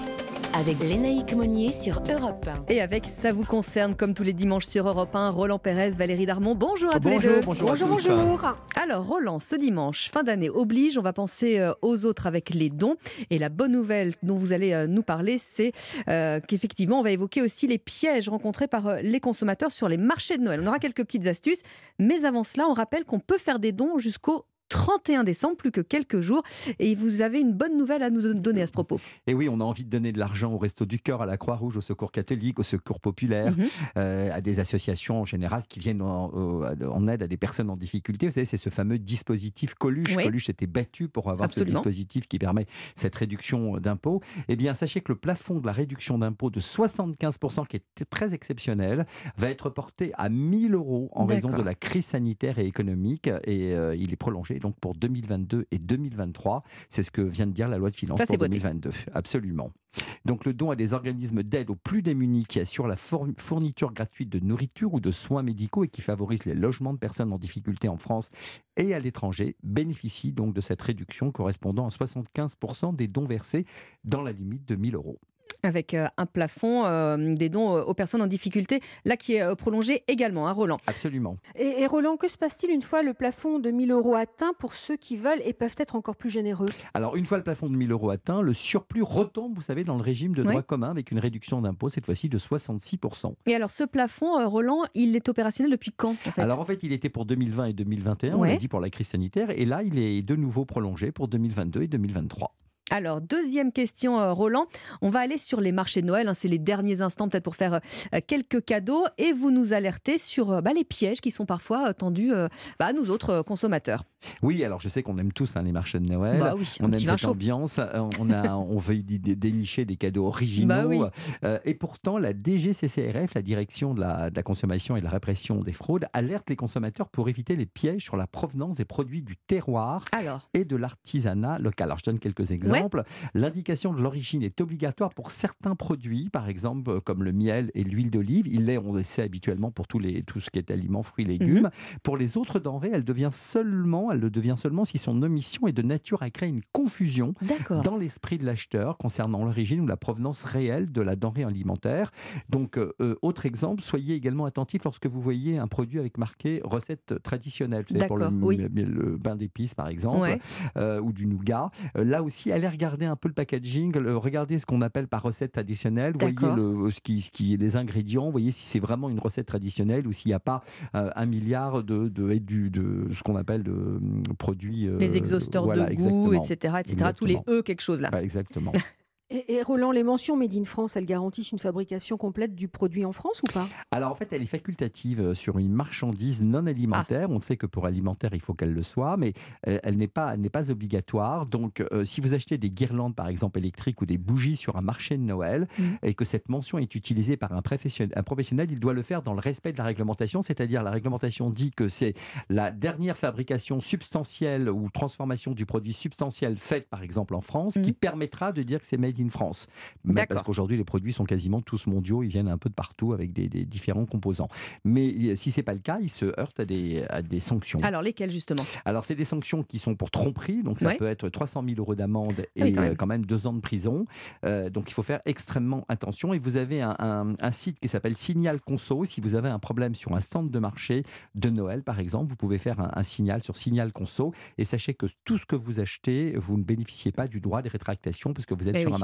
Avec Lénaïque Monnier sur Europe un. Et avec Ça vous concerne, comme tous les dimanches sur Europe un, Roland Pérez, Valérie Darmon. Bonjour à tous bonjour, les deux. Bonjour, bonjour. bonjour. bonjour. Alors Roland, ce dimanche, fin d'année oblige, on va penser aux autres avec les dons. Et la bonne nouvelle dont vous allez nous parler, c'est euh, qu'effectivement, on va évoquer aussi les pièges rencontrés par les consommateurs sur les marchés de Noël. On aura quelques petites astuces, mais avant cela, on rappelle qu'on peut faire des dons jusqu'au trente et un décembre, plus que quelques jours. Et vous avez une bonne nouvelle à nous donner à ce propos. Et oui, on a envie de donner de l'argent au Resto du Cœur, à la Croix-Rouge, au Secours catholique, au Secours populaire, mmh. euh, à des associations en général qui viennent en, en aide à des personnes en difficulté. Vous savez, c'est ce fameux dispositif Coluche. Oui. Coluche s'était battu pour avoir Absolument. ce dispositif qui permet cette réduction d'impôts. Eh bien, sachez que le plafond de la réduction d'impôts de soixante-quinze pour cent, qui est très exceptionnel, va être porté à mille euros en D'accord. raison de la crise sanitaire et économique. Et euh, il est prolongé donc pour deux mille vingt-deux et deux mille vingt-trois. C'est ce que vient de dire la loi de finances Ça, pour deux mille vingt-deux. Absolument. Donc le don à des organismes d'aide aux plus démunis qui assurent la fourniture gratuite de nourriture ou de soins médicaux et qui favorisent les logements de personnes en difficulté en France et à l'étranger bénéficie donc de cette réduction correspondant à soixante-quinze pour cent des dons versés dans la limite de mille euros. Avec euh, un plafond euh, des dons euh, aux personnes en difficulté, là qui est euh, prolongé également, hein, Roland. Absolument. Et, et Roland, que se passe-t-il une fois le plafond de mille euros atteint pour ceux qui veulent et peuvent être encore plus généreux ? Alors, une fois le plafond de mille euros atteint, le surplus retombe, vous savez, dans le régime de droit oui. commun avec une réduction d'impôt, cette fois-ci de soixante-six pour cent. Et alors, ce plafond, euh, Roland, il est opérationnel depuis quand en fait ? Alors, en fait, il était pour deux mille vingt et deux mille vingt et un, ouais. on l'a dit pour la crise sanitaire, et là, il est de nouveau prolongé pour deux mille vingt-deux et deux mille vingt-trois. Alors, deuxième question, euh, Roland. On va aller sur les marchés de Noël. Hein, c'est les derniers instants peut-être pour faire euh, quelques cadeaux. Et vous nous alertez sur euh, bah, les pièges qui sont parfois euh, tendus euh, bah, à nous autres euh, consommateurs. Oui, alors je sais qu'on aime tous hein, les marchés de Noël. Bah oui, on aime cette chaud. ambiance. On, a, on veut dénicher des cadeaux originaux. Bah oui. euh, et pourtant, la D G C C R F, la Direction de la, de la consommation et de la répression des fraudes, alerte les consommateurs pour éviter les pièges sur la provenance des produits du terroir alors. et de l'artisanat local. Alors je donne quelques exemples. Ouais. L'indication de l'origine est obligatoire pour certains produits, par exemple comme le miel et l'huile d'olive. Il l'est, on le sait habituellement pour tous les, tout ce qui est aliments, fruits, légumes. Mm-hmm. Pour les autres denrées, elle devient seulement, elle le devient seulement si son omission est de nature à créer une confusion D'accord. dans l'esprit de l'acheteur concernant l'origine ou la provenance réelle de la denrée alimentaire. Donc, euh, autre exemple, soyez également attentifs lorsque vous voyez un produit avec marqué recette traditionnelle. Vous savez, pour le, oui. le, le pain d'épices, par exemple, ouais. euh, ou du nougat. Euh, là aussi, allez regarder un peu le packaging, le, regardez ce qu'on appelle par recette traditionnelle, D'accord. voyez le, ce, qui, ce qui est des ingrédients, voyez si c'est vraiment une recette traditionnelle ou s'il n'y a pas euh, un milliard de, de, de, de, de ce qu'on appelle de euh, produits... Euh, les exhausteurs voilà, de goût, et cetera, et cetera. Tous les E quelque chose là. Ouais, exactement. Et, et Roland, les mentions Made in France, elles garantissent une fabrication complète du produit en France ou pas ? Alors en fait, elle est facultative sur une marchandise non alimentaire. Ah. On sait que pour alimentaire, il faut qu'elle le soit, mais elle, elle n'est pas, elle n'est pas obligatoire. Donc euh, si vous achetez des guirlandes, par exemple électriques, ou des bougies sur un marché de Noël, mmh. et que cette mention est utilisée par un professionnel, un professionnel, il doit le faire dans le respect de la réglementation, c'est-à-dire la réglementation dit que c'est la dernière fabrication substantielle ou transformation du produit substantiel faite, par exemple en France, mmh. qui permettra de dire que c'est made in France. Mais parce qu'aujourd'hui, les produits sont quasiment tous mondiaux, ils viennent un peu de partout avec des, des différents composants. Mais si ce n'est pas le cas, ils se heurtent à des, à des sanctions. Alors, lesquelles justement ? Alors, c'est des sanctions qui sont pour tromperie, donc ça ouais. peut être trois cent mille euros d'amende et oui, quand, même. quand même deux ans de prison. Euh, donc, il faut faire extrêmement attention. Et vous avez un, un, un site qui s'appelle Signal Conso. Si vous avez un problème sur un stand de marché de Noël, par exemple, vous pouvez faire un, un signal sur Signal Conso. Et sachez que tout ce que vous achetez, vous ne bénéficiez pas du droit des rétractations parce que vous êtes et sur oui. un marché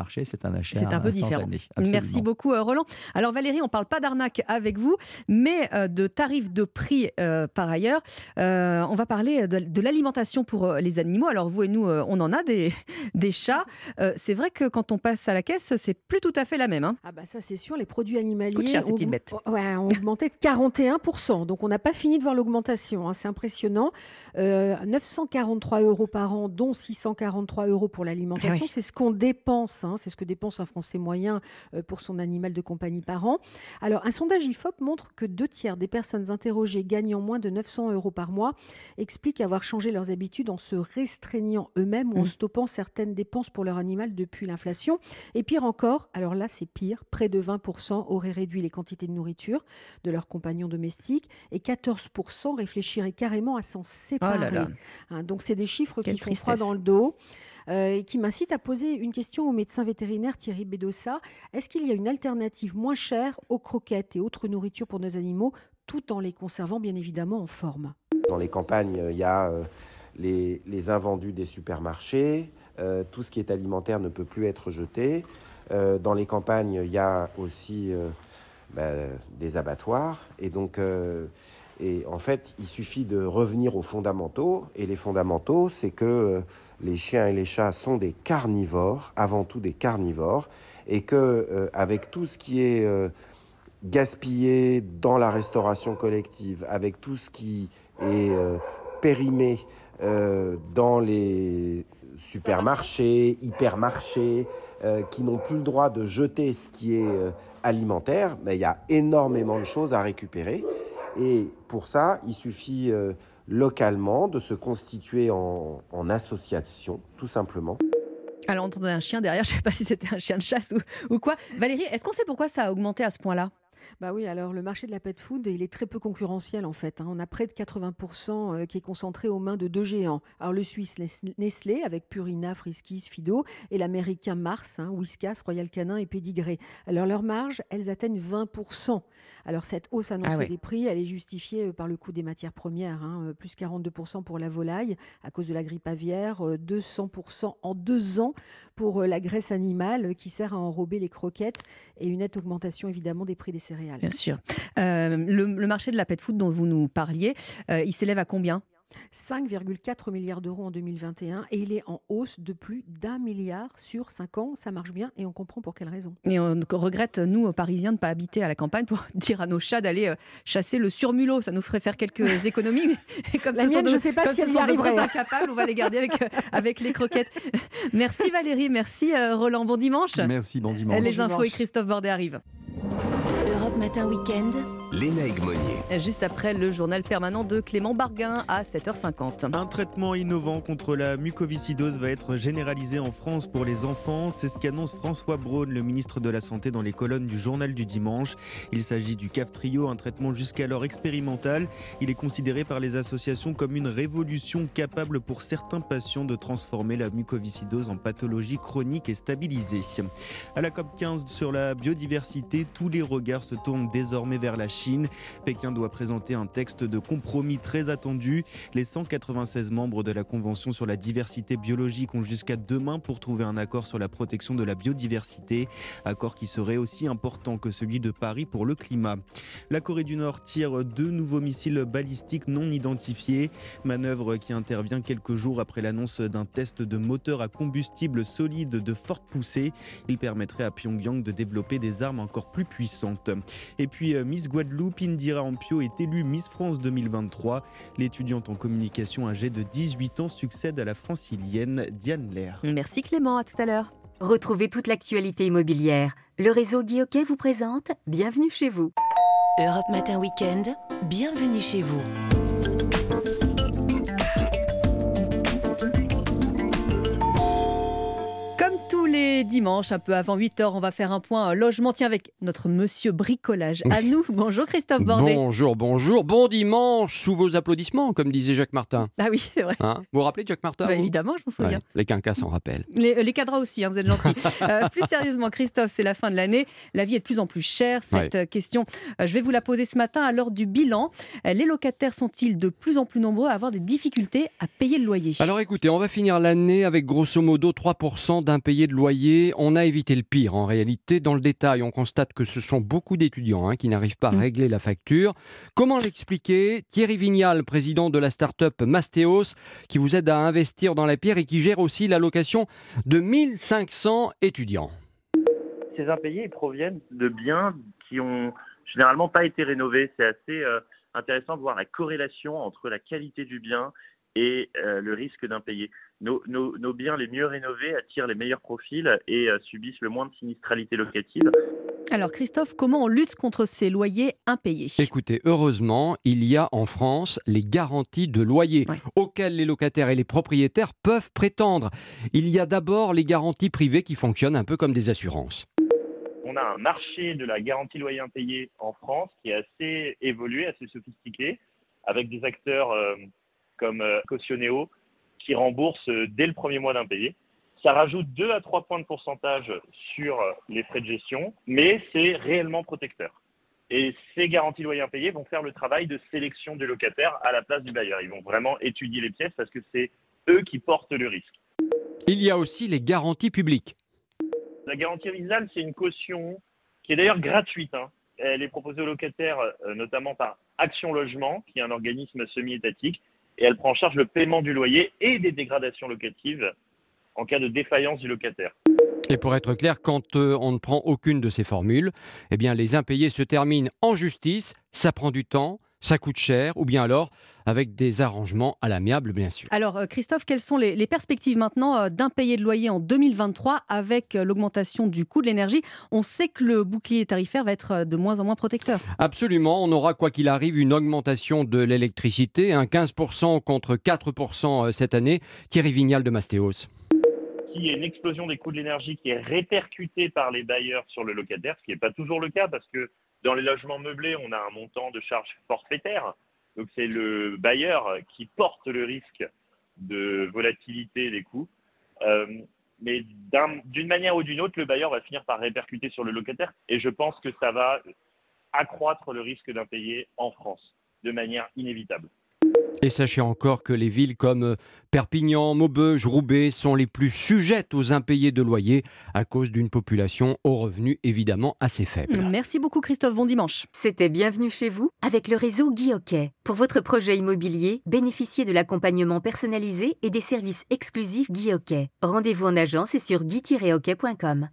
supermarché, c'est un achat C'est un peu différent. Absolument. Merci beaucoup, Roland. Alors Valérie, on ne parle pas d'arnaque avec vous, mais euh, de tarifs de prix euh, par ailleurs. Euh, on va parler de, de l'alimentation pour euh, les animaux. Alors vous et nous, euh, on en a des, des chats. Euh, c'est vrai que quand on passe à la caisse, c'est plus tout à fait la même. Hein. Ah bah ça c'est sûr, les produits animaliers Coûte cher, ces ont, petites bêtes. Ouais, ont augmenté de quarante et un pour cent. Donc on n'a pas fini de voir l'augmentation, hein, c'est impressionnant. Euh, neuf cent quarante-trois euros par an, dont six cent quarante-trois euros pour l'alimentation. Ah oui. C'est ce qu'on dépense, hein, c'est ce que dépense un Français moyen euh, pour son animal de compagnie par an. Alors un sondage I F O P montre que deux tiers des personnes interrogées gagnant moins de neuf cents euros par mois expliquent avoir changé leurs habitudes en se restreignant eux-mêmes ou en stoppant certaines dépenses pour leur animal depuis l'inflation. Et pire encore, alors là c'est pire, près de vingt pour cent auraient réduit les quantités de nourriture de leurs compagnons domestiques et quatorze pour cent réfléchiraient carrément à s'en séparer. Oh là là. Hein, donc c'est des chiffres Quelle qui font tristesse. Froid dans le dos. Euh, et qui m'incite à poser une question au médecin vétérinaire Thierry Bedossa. Est-ce qu'il y a une alternative moins chère aux croquettes et autres nourritures pour nos animaux, tout en les conservant bien évidemment en forme? Dans les campagnes, il y a euh, les, les invendus des supermarchés. Euh, tout ce qui est alimentaire ne peut plus être jeté. Euh, dans les campagnes, il y a aussi euh, bah, des abattoirs. Et donc, euh, et en fait, il suffit de revenir aux fondamentaux. Et les fondamentaux, c'est que euh, les chiens et les chats sont des carnivores, avant tout des carnivores, et que euh, avec tout ce qui est euh, gaspillé dans la restauration collective, avec tout ce qui est euh, périmé euh, dans les supermarchés, hypermarchés, euh, qui n'ont plus le droit de jeter ce qui est euh, alimentaire, mais il y a énormément de choses à récupérer. Et pour ça, il suffit euh, localement de se constituer en, en association, tout simplement. Alors, on entendait un chien derrière, je ne sais pas si c'était un chien de chasse ou, ou quoi. Valérie, est-ce qu'on sait pourquoi ça a augmenté à ce point-là ? Bah oui, alors le marché de la pet food, il est très peu concurrentiel en fait. Hein. On a près de quatre-vingts pour cent qui est concentré aux mains de deux géants. Alors le Suisse Nestlé avec Purina, Friskies, Fido et l'américain Mars, hein, Whiskas, Royal Canin et Pédigré. Alors leurs marges, elles atteignent vingt pour cent. Alors cette hausse annoncée ah ouais. des prix, elle est justifiée par le coût des matières premières, hein, plus quarante-deux pour cent pour la volaille à cause de la grippe aviaire, deux cents pour cent en deux ans pour la graisse animale qui sert à enrober les croquettes et une nette augmentation évidemment des prix des céréales. Bien sûr. Euh, le, le marché de la pet food dont vous nous parliez, euh, il s'élève à combien ? cinq virgule quatre milliards d'euros en deux mille vingt et un et il est en hausse de plus d'un milliard sur cinq ans. Ça marche bien et on comprend pour quelle raison. Et on regrette, nous, Parisiens, de ne pas habiter à la campagne pour dire à nos chats d'aller chasser le surmulot. Ça nous ferait faire quelques économies. Mais comme la mienne, de, je ne sais pas si elle y arriverait. Incapables, on va les garder avec, avec les croquettes. Merci Valérie, merci Roland. Bon dimanche. Merci, bon dimanche. Les bon infos dimanche. Et Christophe Bordet arrivent. Europe Matin Week-end. Lénaïque Monnier. Juste après le journal permanent de Clément Barguin à sept heures cinquante. Un traitement innovant contre la mucoviscidose va être généralisé en France pour les enfants. C'est ce qu'annonce François Braun, le ministre de la Santé, dans les colonnes du journal du dimanche. Il s'agit du Kaftrio, un traitement jusqu'alors expérimental. Il est considéré par les associations comme une révolution capable pour certains patients de transformer la mucoviscidose en pathologie chronique et stabilisée. À la COP quinze sur la biodiversité, tous les regards se tournent désormais vers la Chine. Pékin doit présenter un texte de compromis très attendu. Les cent quatre-vingt-seize membres de la Convention sur la diversité biologique ont jusqu'à demain pour trouver un accord sur la protection de la biodiversité. Accord qui serait aussi important que celui de Paris pour le climat. La Corée du Nord tire deux nouveaux missiles balistiques non identifiés. Manœuvre qui intervient quelques jours après l'annonce d'un test de moteur à combustible solide de forte poussée. Il permettrait à Pyongyang de développer des armes encore plus puissantes. Et puis Miss Guadeloupe, Indira Ampio est élue Miss France deux mille vingt-trois. L'étudiante en communication âgée de dix-huit ans succède à la francilienne Diane Lair. Merci Clément, à tout à l'heure. Retrouvez toute l'actualité immobilière. Le réseau Guy Hockey vous présente Bienvenue chez vous. Europe Matin Week-end, bienvenue chez vous. Les dimanches, un peu avant huit heures, on va faire un point logement. Tiens, avec notre monsieur bricolage à nous. Bonjour Christophe Bordet. Bonjour, bonjour. Bon dimanche, sous vos applaudissements, comme disait Jacques Martin. Ah oui, c'est vrai. Hein, vous vous rappelez de Jacques Martin? Bah, évidemment, je m'en souviens. Ouais, les quinquas s'en rappellent. Les, les cadras aussi, hein, vous êtes gentils. euh, plus sérieusement, Christophe, c'est la fin de l'année. La vie est de plus en plus chère. Cette ouais. question, euh, je vais vous la poser ce matin à l'heure du bilan. Euh, les locataires sont-ils de plus en plus nombreux à avoir des difficultés à payer le loyer? Alors écoutez, on va finir l'année avec grosso modo trois pour cent d'impayés de loyer l'impayé, on a évité le pire. En réalité, dans le détail, on constate que ce sont beaucoup d'étudiants hein, qui n'arrivent pas à régler la facture. Comment l'expliquer ? Thierry Vignal, président de la start-up Mastéos, qui vous aide à investir dans la pierre et qui gère aussi l'allocation de mille cinq cents étudiants. Ces impayés proviennent de biens qui ont généralement pas été rénovés. C'est assez euh, intéressant de voir la corrélation entre la qualité du bien et euh, le risque d'impayé. Nos, nos, nos biens les mieux rénovés attirent les meilleurs profils et euh, subissent le moins de sinistralité locative. Alors Christophe, comment on lutte contre ces loyers impayés ? Écoutez, heureusement, il y a en France les garanties de loyer ouais. auxquelles les locataires et les propriétaires peuvent prétendre. Il y a d'abord les garanties privées qui fonctionnent un peu comme des assurances. On a un marché de la garantie loyer impayé en France qui est assez évolué, assez sophistiqué, avec des acteurs euh, comme euh, Cautioneo qui remboursent euh, dès le premier mois d'impayé. Ça rajoute deux à trois points de pourcentage sur euh, les frais de gestion, mais c'est réellement protecteur. Et ces garanties loyer impayé vont faire le travail de sélection du locataire à la place du bailleur. Ils vont vraiment étudier les pièces parce que c'est eux qui portent le risque. Il y a aussi les garanties publiques. La garantie originale, c'est une caution qui est d'ailleurs gratuite. Hein. Elle est proposée aux locataires, euh, notamment par Action Logement, qui est un organisme semi-étatique, et elle prend en charge le paiement du loyer et des dégradations locatives en cas de défaillance du locataire. Et pour être clair, quand euh, on ne prend aucune de ces formules, eh bien les impayés se terminent en justice, ça prend du temps, ça coûte cher, ou bien alors avec des arrangements à l'amiable, bien sûr. Alors Christophe, quelles sont les, les perspectives maintenant euh, d'impayés de loyer en deux mille vingt-trois avec euh, l'augmentation du coût de l'énergie ? On sait que le bouclier tarifaire va être euh, de moins en moins protecteur. Absolument, on aura quoi qu'il arrive une augmentation de l'électricité, un quinze pour cent contre quatre pour cent cette année. Thierry Vignal de Mastéos. Il y a une explosion des coûts de l'énergie qui est répercutée par les bailleurs sur le locataire, ce qui n'est pas toujours le cas parce que dans les logements meublés, on a un montant de charge forfaitaire. Donc c'est le bailleur qui porte le risque de volatilité des coûts. Euh, mais d'un, d'une manière ou d'une autre, le bailleur va finir par répercuter sur le locataire. Et je pense que ça va accroître le risque d'impayé en France de manière inévitable. Et sachez encore que les villes comme Perpignan, Maubeuge, Roubaix sont les plus sujettes aux impayés de loyer à cause d'une population aux revenus évidemment assez faibles. Merci beaucoup Christophe, bon dimanche. C'était Bienvenue chez vous avec le réseau Guy Hockey. Pour votre projet immobilier, bénéficiez de l'accompagnement personnalisé et des services exclusifs Guy Hockey. Rendez-vous en agence et sur guy tiret hockey point com.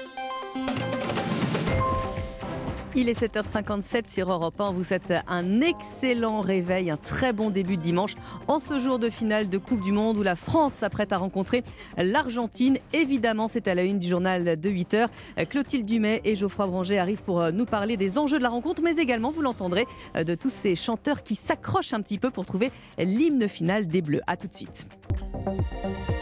Il est sept heures cinquante-sept sur Europe un. Vous souhaite un excellent réveil, un très bon début de dimanche en ce jour de finale de Coupe du Monde où la France s'apprête à rencontrer l'Argentine. Évidemment, c'est à la une du journal de huit heures. Clotilde Dumais et Geoffroy Branger arrivent pour nous parler des enjeux de la rencontre, mais également, vous l'entendrez, de tous ces chanteurs qui s'accrochent un petit peu pour trouver l'hymne final des Bleus. A tout de suite.